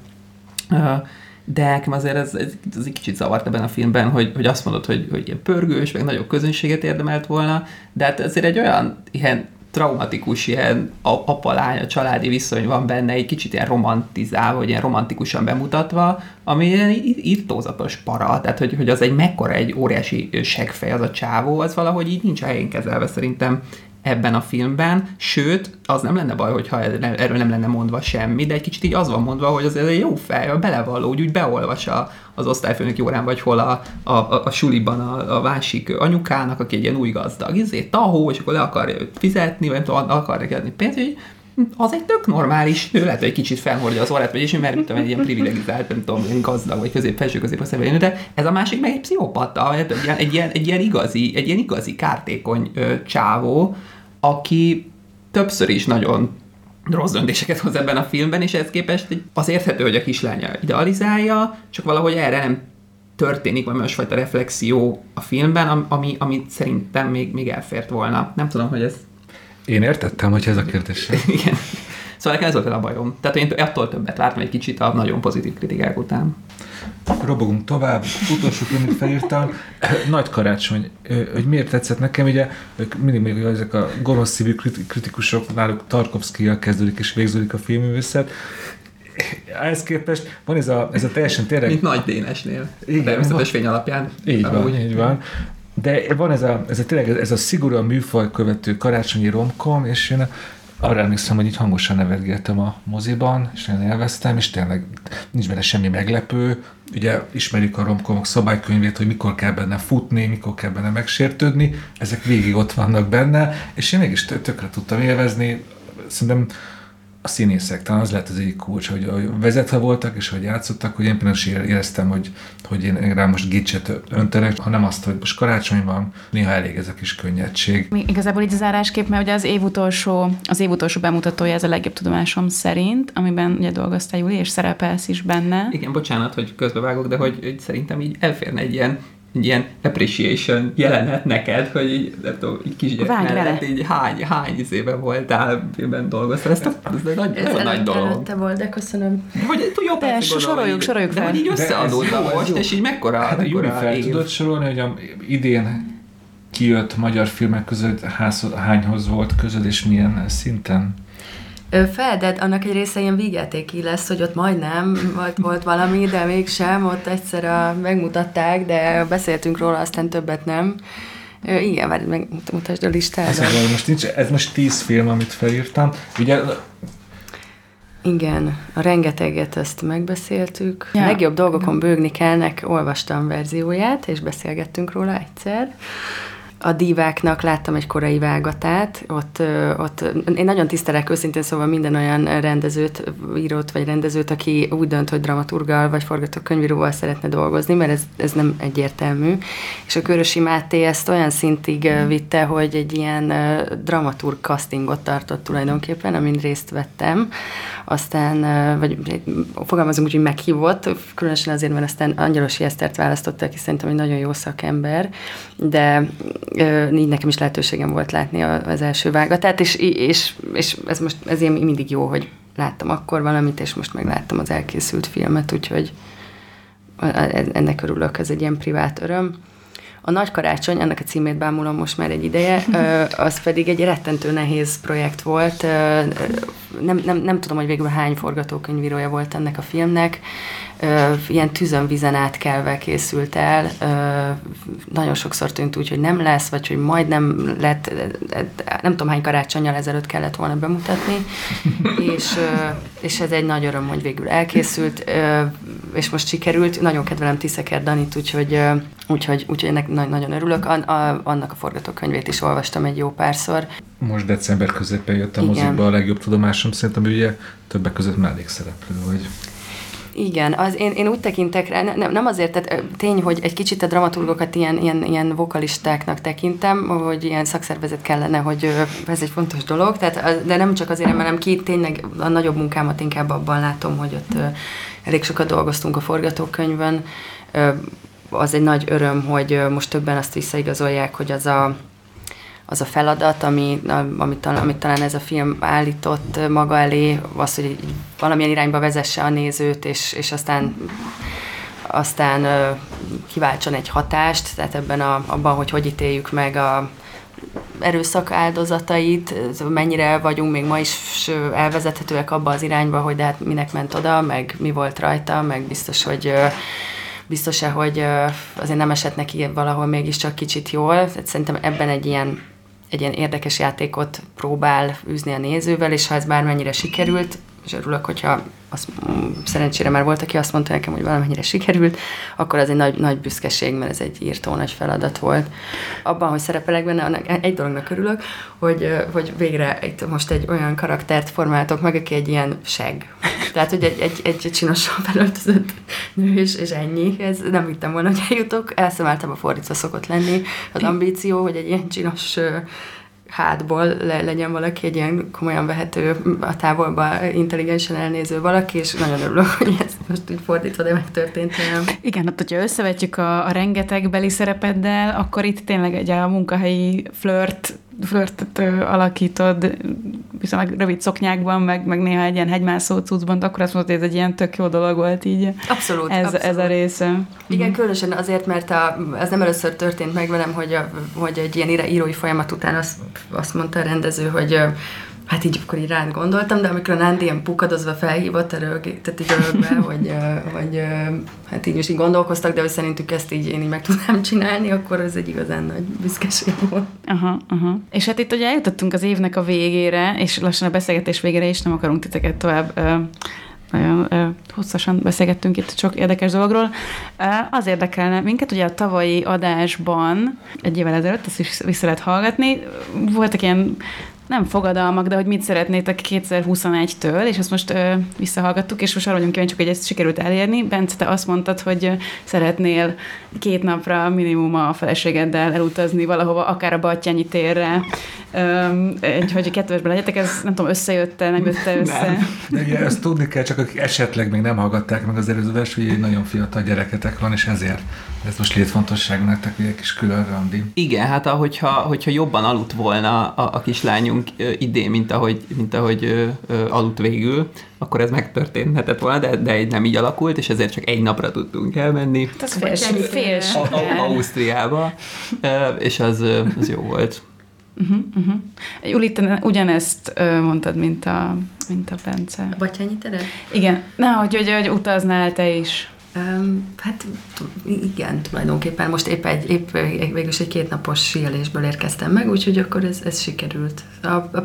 de nekem azért ez egy kicsit zavart ebben a filmben, hogy azt mondod, hogy ilyen pörgős, meg nagyobb közönséget érdemelt volna, de hát azért egy olyan ilyen traumatikus ilyen apa-lány, a családi viszony van benne, egy kicsit ilyen romantizálva, vagy ilyen romantikusan bemutatva, ami ilyen irtózatos para, tehát hogy az egy mekkora, egy óriási seggfej az a csávó, az valahogy így nincs a helyén kezelve szerintem ebben a filmben, sőt, az nem lenne baj, hogyha erről nem lenne mondva semmi, de egy kicsit így az van mondva, hogy az egy jó fej, belevalló, úgy beolvas az osztályfőnöki órán, vagy hol a suliban a másik anyukának, aki egy ilyen új gazdag, tahó, és akkor le akarja őt fizetni, vagy nem tudom, akarja adni pénzt, hogy az egy tök normális nő, lehet, hogy egy kicsit felhordja az orrát, vagy és mert tudom, egy ilyen privilegizált, nem tudom, ilyen gazdag, vagy felső középosztályban, de ez a másik meg egy pszichopata, egy ilyen igazi kártékony csávó, aki többször is nagyon rossz döntéseket hoz ebben a filmben, és ehhez képest az érthető, hogy a kislánya idealizálja, csak valahogy erre nem történik valami másfajta reflexió a filmben, ami szerintem még elfért volna. Nem tudom, hogy ez... Én értettem, hogy ez a kérdés. Igen. Szóval nekem ez volt a bajom. Tehát én attól többet láttam egy kicsit a nagyon pozitív kritikák után. Robogunk tovább. Utolsó film, amit felírtam. Nagy Karácsony. Hogy miért tetszett nekem? Ugye mindig még ezek a gonosz szívű kritikusok, náluk Tarkovszkijjal kezdődik és végződik a filmművészet. Ehhez képest van ez a teljesen tényleg... Mint Nagy Dénesnél. Természetes fény alapján. Így van. De van ez a szigorúan műfaj követő karácsonyi romkom, és én arra emlékszem, hogy így hangosan nevetgéltem a moziban, és én élveztem, és tényleg nincs benne semmi meglepő. Ugye ismerjük a romkomok szabálykönyvét, hogy mikor kell benne futni, mikor kell benne megsértődni, ezek végig ott vannak benne, és én mégis tökre tudtam élvezni. Szerintem a színészek, talán az lehet az egyik kulcs, hogy vezetve voltak, és hogy játszottak, hogy én például éreztem, hogy én rá most gicset öntenek, hanem azt, hogy most karácsony van, néha elég ez a kis könnyedség. Igazából így zárásképp, mert ugye az év utolsó bemutatója, ez a legjobb tudomásom szerint, amiben ugye dolgoztál, Júli, és szerepelsz is benne. Igen, bocsánat, hogy közbevágok, de hogy szerintem így elférne egy ilyen appreciation jelenet neked, hogy így, nem tudom, így kisgyerek mellett így hány izében voltál, filmben dolgoztál. Ez nagyon nagy dolog. Előtte volt, de köszönöm. Hogy jó, persze soroljuk fel. De hogy így összeadódva most, és így mekkora Júli fel tudod sorolni, hogy idén kijött magyar filmek között hányhoz volt közöd, és milyen szinten? De annak egy része ilyen vígjátéki lesz, hogy ott majdnem volt valami, de mégsem, ott egyszer megmutatták, de beszéltünk róla, aztán többet nem. Igen, várj, megmutasd a listát. Ez most 10 film, amit felírtam. Ugye... Igen, a rengeteget ezt megbeszéltük. Ja. A legjobb dolgokon bőgni kellnek, olvastam verzióját, és beszélgettünk róla egyszer. A Díváknak láttam egy korai vágatát, ott én nagyon tisztelek őszintén szóval minden olyan rendezőt, írót vagy rendezőt, aki úgy dönt, hogy dramaturggal vagy forgatókönyvíróval szeretne dolgozni, mert ez nem egyértelmű. És a Körösi Máté ezt olyan szintig vitte, hogy egy ilyen dramaturg castingot tartott tulajdonképpen, amin részt vettem. Aztán, vagy fogalmazunk úgy, hogy meghívott, különösen azért, mert aztán Angyalosi Esztert választotta, aki szerintem egy nagyon jó szakember, de így nekem is lehetőségem volt látni az első vágatát, és ez ilyen mindig jó, hogy láttam akkor valamit, és most meg láttam az elkészült filmet, úgyhogy ennek örülök, ez egy ilyen privát öröm. A Nagy Karácsony, ennek a címét bámulom most már egy ideje, az pedig egy rettentő nehéz projekt volt. Nem tudom, hogy végül hány forgatókönyvírója volt ennek a filmnek. Ilyen tűzön vízen átkelve készült el. Nagyon sokszor tűnt úgy, hogy nem lesz, vagy hogy majdnem lett, nem tudom hány karácsonnyal ezelőtt kellett volna bemutatni, és ez egy nagy öröm, hogy végül elkészült, és most sikerült. Nagyon kedvelem Tiszeker Danit, úgyhogy ennek nagyon örülök. Annak a forgatókönyvét is olvastam egy jó párszor. Most december közepén jött a mozikba a legjobb tudomásom szerint, ami ugye többek között mellékszereplő vagy. Igen, én úgy tekintek rá, nem azért, tehát tény, hogy egy kicsit a dramaturgokat ilyen vokalistáknak tekintem, hogy ilyen szakszervezet kellene, hogy ez egy fontos dolog, tehát, de nem csak azért emelem ki, tényleg a nagyobb munkámat inkább abban látom, hogy ott elég sokat dolgoztunk a forgatókönyvön. Az egy nagy öröm, hogy most többen azt visszaigazolják, hogy az a feladat, amit talán ez a film állított maga elé, az, hogy valamilyen irányba vezesse a nézőt, és aztán kiváltson egy hatást, tehát abban, hogy ítéljük meg erőszak áldozatait, mennyire vagyunk még ma is elvezethetőek abba az irányba, hogy de hát minek ment oda, meg mi volt rajta, meg biztos-e, hogy azért nem esett neki valahol mégiscsak kicsit jól. Szerintem ebben egy ilyen érdekes játékot próbál űzni a nézővel, és ha ez bármennyire sikerült, és örülök, hogyha szerencsére már volt, aki azt mondta nekem, hogy valamennyire sikerült, akkor az egy nagy büszkeség, mert ez egy írtó nagy feladat volt. Abban, hogy szerepelek benne, egy dolognak örülök, hogy végre itt most egy olyan karaktert formáltok meg, aki egy ilyen segg. Tehát, hogy egy csinosan felöltözött nő, és ennyi. Ez nem hittem volna, hogy eljutok. Elszemeltem, a fordítva szokott lenni az ambíció, hogy egy ilyen csinos hátból legyen valaki, egy ilyen komolyan vehető, a távolba intelligensen elnéző valaki, és nagyon örülök, hogy ez most így fordítva, de megtörtént velem. Igen, hát hogyha összevetjük a rengeteg beli szerepeddel, akkor itt tényleg egy a munkahelyi flörtet alakítod, viszont rövid szoknyákban, meg néha egy ilyen hegymászó cuccban, akkor azt mondod, hogy ez egy ilyen tök jó dolog volt így. Abszolút. Ez a része. Igen, különösen azért, mert ez nem először történt meg velem, hogy egy ilyen írói folyamat után azt mondta a rendező, hogy hát így akkor így rád gondoltam, de amikor a Nándi ilyen pukadozva felhívott tehát így örökbe, hogy hát így is így gondolkoztak, de hogy szerintük ezt így én így meg tudnám csinálni, akkor ez egy igazán nagy büszkeség volt. Aha. És hát itt ugye eljutottunk az évnek a végére, és lassan a beszélgetés végére is, nem akarunk titeket tovább nagyon hosszasan beszélgettünk itt sok érdekes dologról. Az érdekelne minket, ugye a tavalyi adásban, egy évvel ezelőtt, ezt is vissza lehet hallgatni, voltak ilyen nem fogadalmak, de hogy mit szeretnétek 2021-től, és azt most visszahallgattuk, és most arra vagyunk kíváncsiak, hogy ezt sikerült elérni. Bence, te azt mondtad, hogy szeretnél 2 napra minimum a feleségeddel elutazni valahova, akár a Battyányi térre, hogy kettősben legyetek, ez nem tudom, összejött-e, nem jött-e össze? Nem. De ugye ezt tudni kell, csak akik esetleg még nem hallgatták meg az előző vers, hogy egy nagyon fiatal gyereketek van, és ezért ez most létfontosság nektek, hogy egy kis külön randi. Igen, hát hogyha jobban aludt volna a kislányunk idén, mint ahogy aludt végül, akkor ez megtörténhetett volna, de nem így alakult, és ezért csak 1 napra tudtunk elmenni. Féls. Ausztriába, és az jó volt. Juli, te ugyanezt mondtad, mint a Bence. A Battyányi teret? Igen. Hogy utaznál te is. Hát igen, tulajdonképpen most épp végülis egy 2 napos síelésből érkeztem meg, úgyhogy akkor ez sikerült. A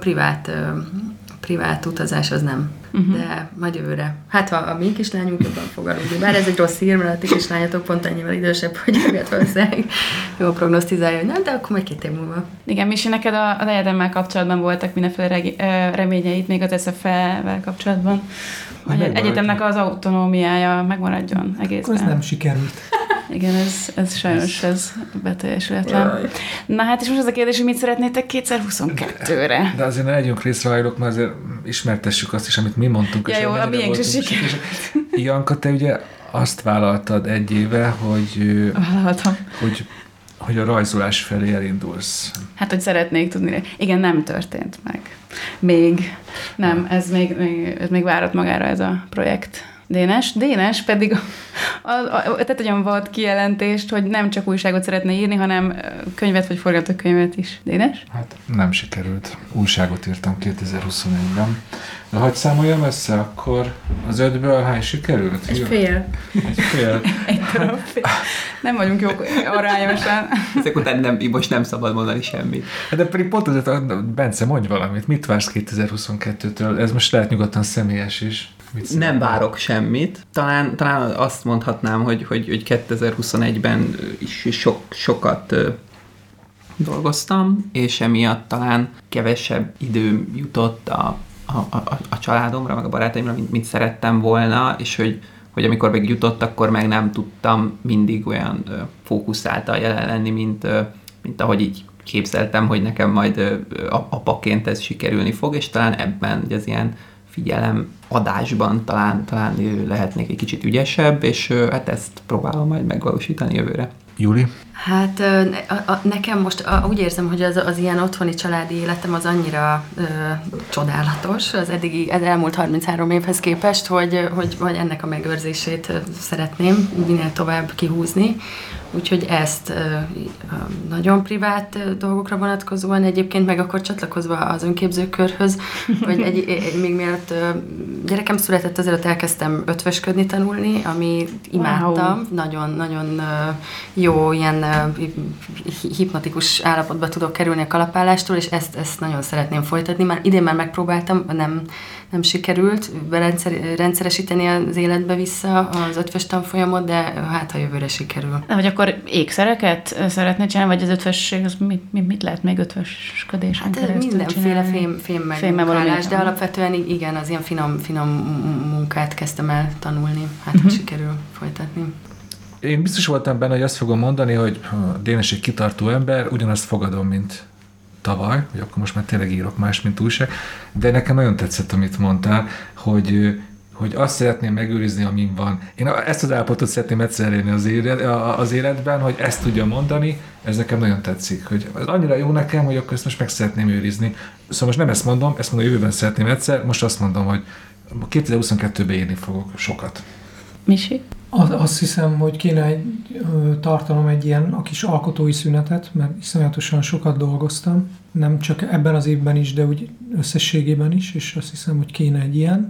privát utazás az nem, de majd jövőre. Hát ha a mi kislányunk jobban fog aludni. Bár ez egy rossz hír, mert a ti kislányatok pont ennyivel idősebb, hogy emiatt valószínűleg jól prognosztizálja, hogy nem, de akkor majd 2 év múlva. Igen, Misi, neked az egyetemmel kapcsolatban voltak mindenféle reményeid még az SFE-vel kapcsolatban? Hogy egyetemnek az autonómiája megmaradjon egészben. Akkor ez nem sikerült. Igen, ez sajnos ez beteljesületlen. Na hát, és most az a kérdés, hogy mit szeretnétek 2022-re? De azért ne legyünk részrehajlók, mert azért ismertessük azt is, amit mi mondtunk. Ja, jó, a miénk se sikerült. Janka, te ugye azt vállaltad egy éve, hogy a rajzolás felé elindulsz. Hát, hogy szeretnék tudni. Igen, nem történt meg. Még nem, ez még várat magára ez a projekt. Dénes pedig tett olyan vad kijelentést, hogy nem csak újságot szeretne írni, hanem könyvet vagy forgatókönyvet is. Dénes? Hát nem sikerült. Újságot írtam 2021-ben. De hadd számoljam össze, akkor az 5-ből hány sikerült? Egy fél. Egy darab fél. Nem vagyunk jók arányosan. Ezek után most nem szabad mondani semmit. De pedig pont azért, Bence, mondj valamit. Mit vársz 2022-től? Ez most lehet nyugodtan személyes is. Nem várok semmit. Talán azt mondhatnám, hogy 2021-ben is sokat dolgoztam, és emiatt talán kevesebb időm jutott a családomra, meg a barátaimra, mint szerettem volna, és hogy amikor meg jutott, akkor meg nem tudtam mindig olyan fókuszáltan jelen lenni, mint ahogy így képzeltem, hogy nekem majd apaként ez sikerülni fog, és talán ebben az ilyen figyelem adásban talán lehetnék egy kicsit ügyesebb, és hát ezt próbálom majd megvalósítani jövőre. Júli? Hát nekem most úgy érzem, hogy az ilyen otthoni családi életem az annyira csodálatos az elmúlt 33 évhez képest, hogy ennek a megőrzését szeretném minél tovább kihúzni. Úgyhogy ezt nagyon privát dolgokra vonatkozóan egyébként, meg akkor csatlakozva az önképzőkörhöz, hogy még mielőtt gyerekem született, azért elkezdtem ötvösködni tanulni, ami imádtam. Wow. Nagyon jó, ilyen hipnotikus állapotba tudok kerülni a kalapálástól, és ezt nagyon szeretném folytatni. Idén már megpróbáltam, nem sikerült rendszeresíteni az életbe vissza az ötvös tanfolyamot, de hát ha jövőre sikerül. De hogy akkor ékszereket szeretné csinálni, vagy az ötvösség, az mit lehet még ötvösködésen keresztül mindenféle fém megmunkálás, de alapvetően igen, az ilyen finom munkát kezdtem el tanulni, hát ha sikerül folytatni. Én biztos voltam benne, hogy azt fogom mondani, hogy Dénes egy kitartó ember, ugyanazt fogadom, mint tavaly, hogy akkor most már tényleg írok más, mint újság, de nekem nagyon tetszett, amit mondtál, hogy azt szeretném megőrizni, amin van. Én ezt az állapotot szeretném egyszer elérni az életben, hogy ezt tudja mondani, ez nekem nagyon tetszik, hogy ez annyira jó nekem, hogy akkor ezt most meg szeretném őrizni. Szóval most nem ezt mondom, jövőben szeretném egyszer, most azt mondom, hogy 2022-ben írni fogok sokat. Misi? Azt hiszem, hogy kéne tartanom egy ilyen a kis alkotói szünetet, mert iszonyatosan sokat dolgoztam, nem csak ebben az évben is, de úgy összességében is, és azt hiszem, hogy kéne egy ilyen.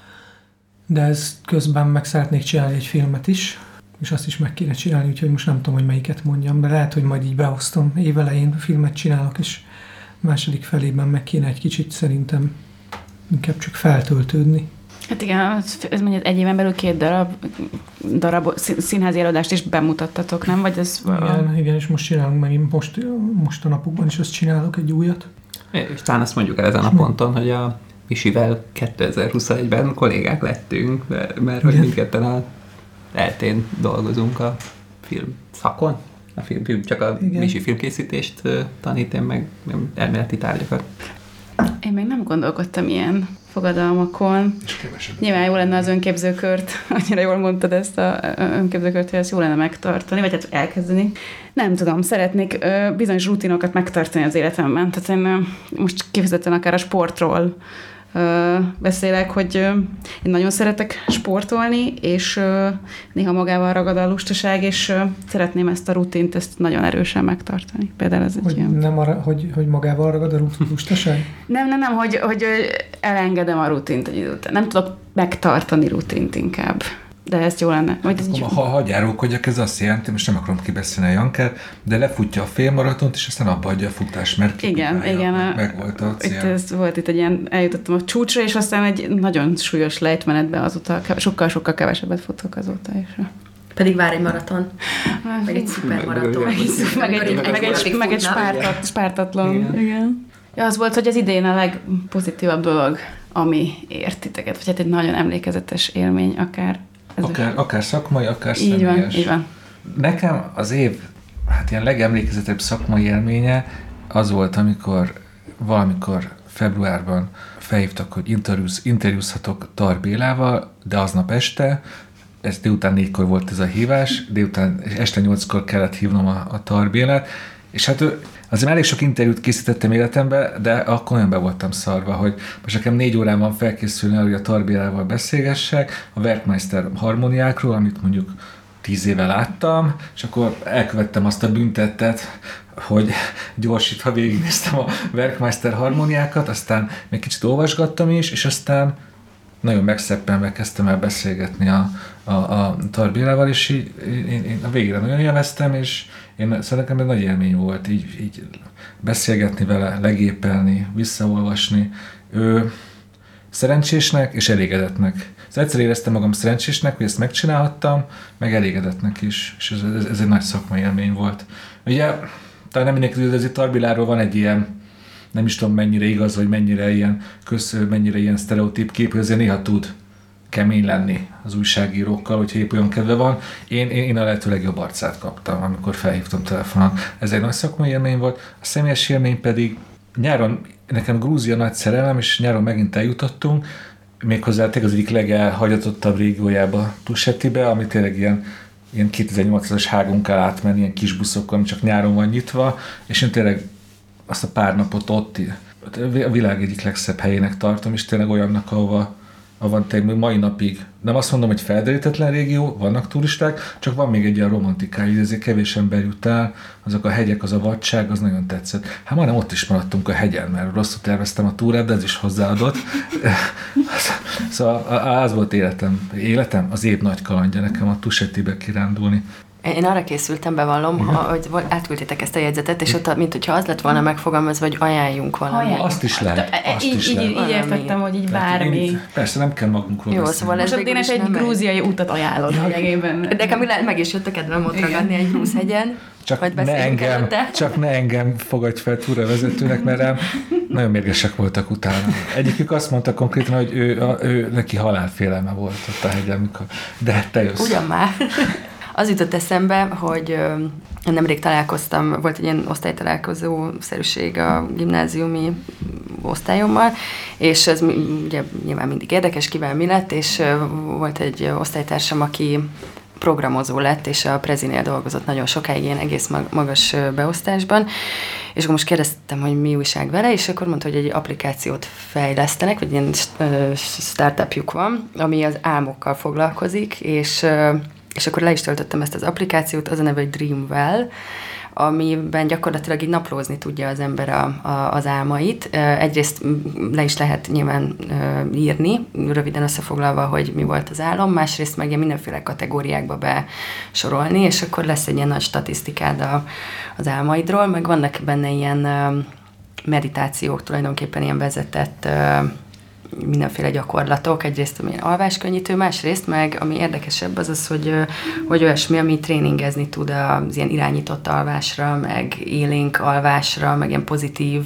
De ez közben meg szeretnék csinálni egy filmet is, és azt is meg kéne csinálni, úgyhogy most nem tudom, hogy melyiket mondjam, de lehet, hogy majd így beosztom. Évelején filmet csinálok, és második felében meg kéne egy kicsit szerintem inkább csak feltöltődni. Hát igen, ez mondjuk egy éven belül 2 darab színházi előadást is bemutattatok, nem? Vagy ez igen, és most csinálunk megint, most a napokban is azt csinálok egy újat. És talán azt mondjuk el ezen a ponton, hogy a Misivel 2021-ben kollégák lettünk, mert hogy mindketten a eltén dolgozunk a film szakon. A film, csak a Misi filmkészítést tanít, én meg elméleti tárgyakat. Én még nem gondolkodtam ilyen fogadalmakon. Nyilván jó lenne az önképzőkört, annyira jól mondtad ezt az önképzőkört, hogy ezt jó lenne megtartani, vagy hát elkezdeni. Nem tudom, szeretnék bizonyos rutinokat megtartani az életemben. Tehát én most kifejezetten akár a sportról beszélek, hogy én nagyon szeretek sportolni, és néha magával ragad a lustaság, és szeretném ezt a rutint, ezt nagyon erősen megtartani. Például ez egy ilyen... hogy magával ragad a lustaság? Nem, hogy elengedem a rutint egy idő után. Nem tudok megtartani rutint inkább. De ezt jó lenne. Ha hagyjárókodjak, ez azt jelenti, most nem akarom kibeszélni a Janker, de lefutja a félmaratont, és aztán abba adja a futást, mert igen, meg volt a cél. Volt itt egy ilyen, eljutottam a csúcsra, és aztán egy nagyon súlyos lejtmenetben azóta sokkal kevesebbet futok azóta is. Pedig vár egy maraton. Meg egy szupermaraton. Meg egy spártatlan. Igen. Ja, az volt, hogy az idén a legpozitívabb dolog, ami ért titeket, vagy hát egy nagyon emlékezetes élmény, akár szakmai, akár személyes. Így van. Nekem az év ilyen legemlékezetebb szakmai élménye az volt, amikor valamikor februárban felhívtak, hogy interjúzhatok Tar Bélával, de aznap este, ez délután 4-kor volt ez a hívás, este 8-kor kellett hívnom a Tar Bélát, és hát azért elég sok interjút készítettem életemben, de akkor olyan be voltam szarva, hogy most nekem 4 órán van felkészülni, hogy a Tar Bélával beszélgessek, a Werkmeister harmóniákról, amit mondjuk 10 éve láttam, és akkor elkövettem azt a büntettet, hogy gyorsítva végignéztem a Werkmeister harmóniákat, aztán még kicsit olvasgattam is, és aztán nagyon megszeppenve kezdtem el beszélgetni a Tar Bélával, és én a végére nagyon élveztem, és szerintem egy nagy élmény volt így beszélgetni vele, legépelni, visszaolvasni. Szerencsésnek és elégedettnek. Egyszer éreztem magam szerencsésnek, hogy ezt megcsinálhattam, meg elégedettnek is, és ez egy nagy szakmai élmény volt. Ugye, talán nem mindenki tudja, de Tar Béláról van egy ilyen, nem is tudom mennyire igaz, vagy mennyire ilyen sztereotíp kép, hogy azért néha tud kemény lenni az újságírókkal, hogyha épp olyan kedve van. Én a lehető legjobb arcát kaptam, amikor felhívtam telefonon. Ez egy nagy szakmai élmény volt. A személyes élmény pedig nyáron, nekem Grúzia nagy szerelem, és nyáron megint eljutottunk. méghozzá tényleg az egyik legelhagyatottabb régiójába Tushetibe, ami tényleg ilyen 2008-as hágon kell átmenni, ilyen kis buszokkal, ami csak nyáron van nyitva, és én tényleg azt a pár napot ott a világ egyik legszebb helyének tartom, és tényleg olyannak, ahova van tényleg mai napig, nem azt mondom, hogy felderítetlen régió, vannak turisták, csak van még egy ilyen romantikája, ezért kevés ember jut el, azok a hegyek, az a vadság, az nagyon tetszett. Hát majdnem ott is maradtunk a hegyen, mert rosszul terveztem a túrát, de ez is hozzáadott. Szóval az volt életem, az év nagy kalandja nekem a Tushetibe kirándulni. Én arra készültem, bevallom, hogy átküldtétek ezt a jegyzetet, és ott, mint hogyha az lett volna megfogalmazva, hogy ajánljunk valamit. Azt is lehet. Így értettem, hogy így bármi. Persze, nem kell magunkról beszélni. Szóval most Dénes egy grúziai utat ajánlod lényegében. De nekem meg is jött a kedvem ott ragadni egy grúzhegyen. Csak ne engem fogadj fel túravezetőnek, mert rám nagyon mérgesek voltak utána. Egyikük azt mondta konkrétan, hogy ő neki halálfélelme volt ott a hegyen, de te jössz. Ugyan már. Az jutott eszembe, hogy nemrég találkoztam, volt egy ilyen osztálytalálkozó-szerűség a gimnáziumi osztályommal, és ez ugye nyilván mindig érdekes, kivel mi lett, és volt egy osztálytársam, aki programozó lett, és a Prezinél dolgozott nagyon sokáig, ilyen egész magas beosztásban, és akkor most kérdeztem, hogy mi újság vele, és akkor mondta, hogy egy applikációt fejlesztenek, vagy ilyen startupjuk van, ami az álmokkal foglalkozik, és akkor le is töltöttem ezt az applikációt, az a neve, hogy Dreamwell, amiben gyakorlatilag így naplózni tudja az ember az álmait. Egyrészt le is lehet nyilván írni, röviden összefoglalva, hogy mi volt az álom, másrészt meg ilyen mindenféle kategóriákba besorolni, és akkor lesz egy ilyen nagy statisztikád az álmaidról, meg vannak benne ilyen meditációk, tulajdonképpen ilyen vezetett mindenféle gyakorlatok, egyrészt ami alváskönnyítő, másrészt meg, ami érdekesebb, az, hogy olyasmi, ami tréningezni tud az ilyen irányított alvásra, meg élénk alvásra, meg ilyen pozitív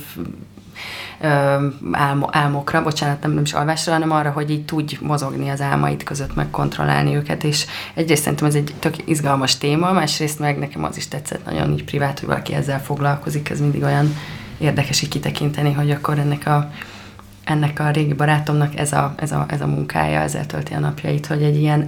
álmokra, bocsánat, nem is alvásra, hanem arra, hogy így tudj mozogni az álmaid között, meg kontrollálni őket, és egyrészt szerintem ez egy tök izgalmas téma, másrészt meg nekem az is tetszett nagyon így privát, hogy valaki ezzel foglalkozik, ez mindig olyan érdekes így kitekinteni, hogy akkor ennek a régi barátomnak ez a munkája, ezzel tölti a napjait, hogy egy ilyen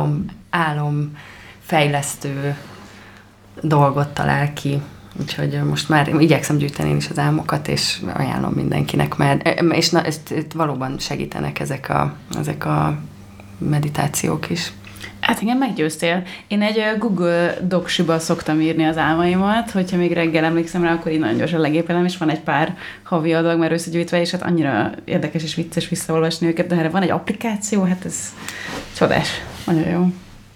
álomfejlesztő dolgot talál ki. Úgyhogy most már igyekszem gyűjteni én is az álmokat, és ajánlom mindenkinek, és ezt valóban segítenek ezek a meditációk is. Hát engem meggyőztél. Én egy Google Docs-ba szoktam írni az álmaimat, hogyha még reggel emlékszem rá, akkor így nagyon gyorsan legépelem, és van egy pár havi adag már összegyűjtve, és hát annyira érdekes és vicces visszaolvasni őket, de erre van egy applikáció, hát ez csodás. Nagyon jó.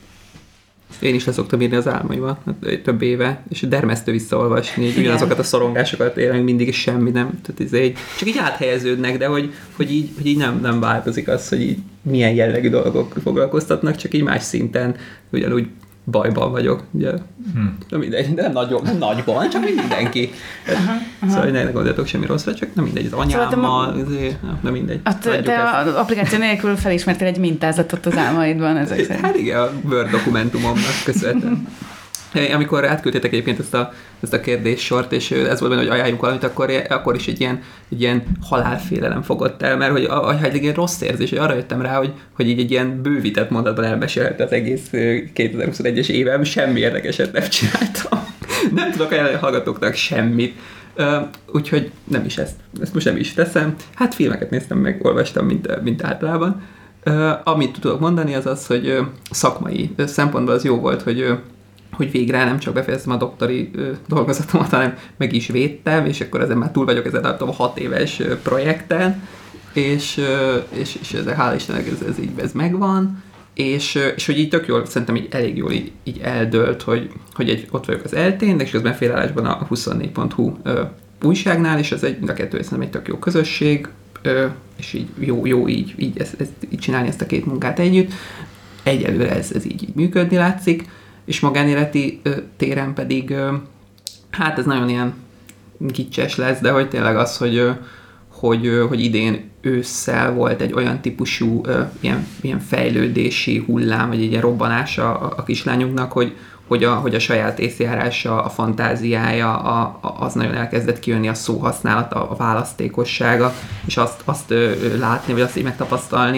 Én is leszoktam írni az álmaimat több éve, és dermesztő visszaolvasni, ugyanazokat a szorongásokat élem mindig, és semmi nem. Tehát csak így áthelyeződnek, de hogy így nem változik az, hogy így milyen jellegű dolgok foglalkoztatnak, csak így más szinten ugyanúgy bajban vagyok, ugye. Nem mindegy, de nem nagyban, csak mindenki. Szóval ne gondoljatok semmi rosszra, csak nem mindegy, az anyámmal, nem mindegy. Te az applikáció nélkül felismertél egy mintázatot az álmaidban ezek szerint. Hát igen, a Word dokumentumomnak köszönhetően. Amikor átküldtétek egyébként ezt a kérdéssort, és ez volt benne, hogy ajánljunk valamit, akkor is egy ilyen halálfélelem fogott el, mert hogy egy ilyen rossz érzés, hogy arra jöttem rá, hogy így egy ilyen bővített mondatban elmesélhető az egész 2021-es évem, semmi érdekeset nem csináltam. Nem tudok ajánlani a hallgatóknak semmit. Úgyhogy ezt most nem is teszem. Hát filmeket néztem meg, olvastam, mint általában. Amit tudok mondani, az az, hogy szakmai szempontból az jó volt, hogy végre nem csak befejeztem a doktori dolgozatomat, hanem meg is védtem, és akkor ezen már túl vagyok ezen a 6 éves projekten, és ez, hál' Istennek ez megvan, és hogy így tök jól, szerintem így elég jól így eldőlt, hogy ott vagyok az eltén, és közben félállásban a 24.hu újságnál, és ez mind a kettő szerintem egy tök jó közösség, és így jó így csinálni ezt a két munkát együtt. Egyelőre ez így működni látszik, és magánéleti téren pedig, hát ez nagyon ilyen kicses lesz, de hogy tényleg az, hogy idén ősszel volt egy olyan típusú ilyen fejlődési hullám, vagy egy ilyen robbanása a kislányunknak, hogy a saját észjárása, a fantáziája, az nagyon elkezdett kijönni, a szóhasználata, a választékossága, és azt látni, vagy azt így megtapasztalni,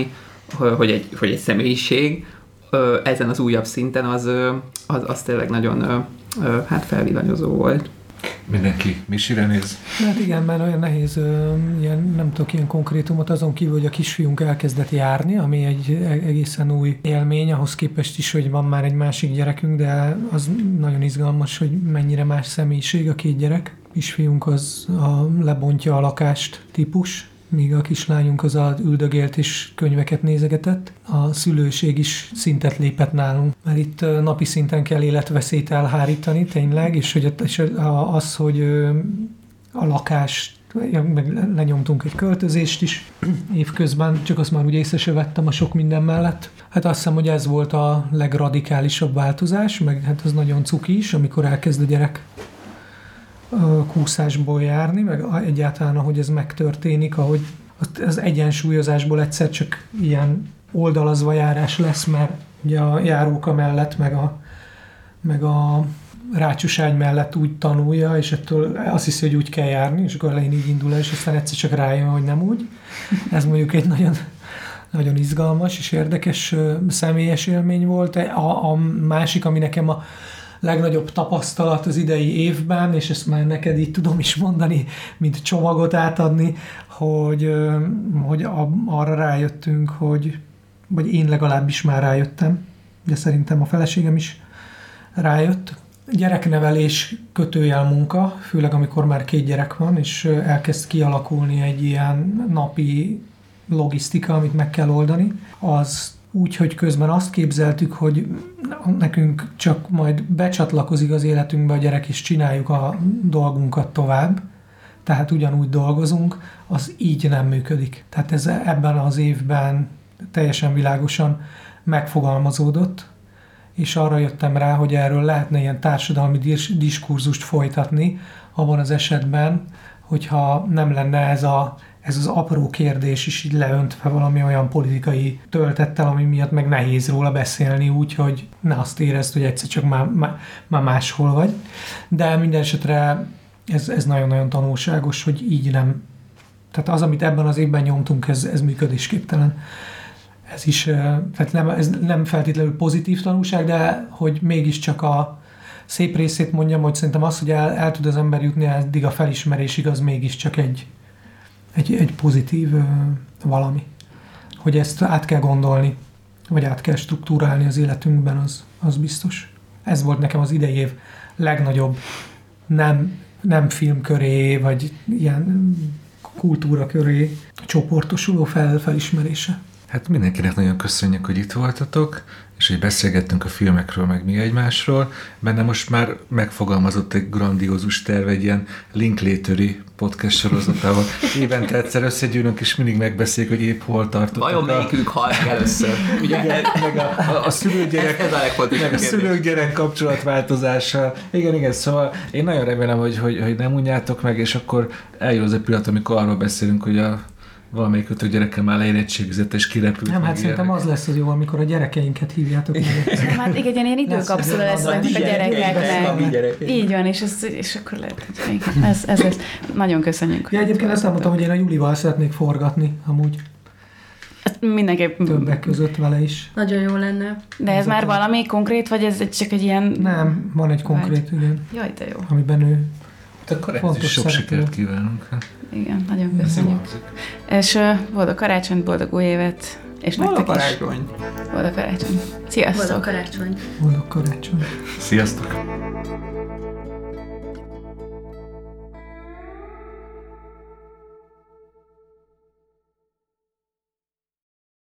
hogy egy személyiség ezen az újabb szinten az tényleg nagyon felvillanyozó volt. Mindenki Misire néz. Hát igen, mert olyan nehéz, nem tudok ilyen konkrétumot, azon kívül, hogy a kisfiunk elkezdett járni, ami egy egészen új élmény, ahhoz képest is, hogy van már egy másik gyerekünk, de az nagyon izgalmas, hogy mennyire más személyiség a két gyerek. Kisfiunk az lebontja a lakást típus, míg a kislányunk az üldögélt és könyveket nézegetett. A szülőség is szintet lépett nálunk, mert itt napi szinten kell életveszélyt elhárítani tényleg, és az, hogy a lakást, meg lenyomtunk egy költözést is évközben, csak azt már úgy észre se vettem a sok minden mellett. Hát azt hiszem, hogy ez volt a legradikálisabb változás, meg hát az nagyon cuki is, amikor elkezd a gyerek kúszásból járni, meg egyáltalán, ahogy ez megtörténik, ahogy az egyensúlyozásból egyszer csak ilyen oldalazva járás lesz, mert ugye a járóka mellett, meg a rácsoságy mellett úgy tanulja, és ettől azt hiszi, hogy úgy kell járni, és akkor elején így indul el, és aztán egyszer csak rájön, hogy nem úgy. Ez mondjuk egy nagyon, nagyon izgalmas és érdekes személyes élmény volt. A másik, ami nekem a legnagyobb tapasztalat az idei évben, és ezt már neked így tudom is mondani, mint csomagot átadni, hogy arra rájöttünk, vagy én legalábbis már rájöttem, de szerintem a feleségem is rájött. Gyereknevelés kötőjel munka, főleg amikor már 2 gyerek van, és elkezd kialakulni egy ilyen napi logisztika, amit meg kell oldani, az úgy, hogy közben azt képzeltük, hogy nekünk csak majd becsatlakozik az életünkbe a gyerek, és csináljuk a dolgunkat tovább, tehát ugyanúgy dolgozunk, az így nem működik. Tehát ez ebben az évben teljesen világosan megfogalmazódott, és arra jöttem rá, hogy erről lehetne ilyen társadalmi diskurzust folytatni, abban az esetben, hogyha nem lenne ez az apró kérdés is így leöntve valami olyan politikai töltettel, ami miatt meg nehéz róla beszélni úgy, hogy ne azt érezd, hogy egyszer csak már máshol vagy. De minden esetre ez nagyon-nagyon tanulságos, hogy így nem. Tehát az, amit ebben az évben nyomtunk, ez működésképtelen. Ez is, tehát ez nem feltétlenül pozitív tanulság, de hogy mégiscsak a szép részét mondjam, hogy szerintem az, hogy el tud az ember jutni eddig a felismerésig, az mégiscsak egy pozitív valami. Hogy ezt át kell gondolni, vagy át kell struktúrálni az életünkben, az biztos. Ez volt nekem az idei év legnagyobb nem film köré, vagy ilyen kultúra köré csoportosuló felismerése. Hát mindenkinek nagyon köszönjük, hogy itt voltatok, és hogy beszélgettünk a filmekről, meg mi egymásról. Benne most már megfogalmazott egy grandiózus terv, egy ilyen Linklater-i podcast sorozatával. Évente egyszer összegyűlünk, és mindig megbeszéljük, hogy épp hol tartottak. Vajon melyikünk halt először? Ugye? Meg a szülők-gyerek kapcsolatváltozása. Igen, szóval én nagyon remélem, hogy nem unjátok meg, és akkor eljön az a pillanat, amikor arról beszélünk, hogy valamelyik ötök gyerekem már leérettségizett és kirepült. Nem, hát szerintem az lesz az jó, amikor a gyerekeinket hívjátok meg. Hát igen, ilyen időkapszula lesz a gyerekeknek. Így van, és akkor lehet, ez lesz. Nagyon köszönjük. Ja, egyébként azt mondtam, hogy én a Julival szeretnék forgatni, amúgy. Mindenképp. Többek között vele is. Nagyon jó lenne. De ez már valami konkrét, vagy ez csak egy ilyen... Nem, van egy konkrét, igen. Jaj, de jó. Amiben ő akkor ez is sok sikert kívánunk. Igen, nagyon köszönjük. És boldog karácsonyt, boldog új évet. És boldog karácsony. Boldog karácsony. Sziasztok. Boldog karácsony. Boldog karácsony. Sziasztok.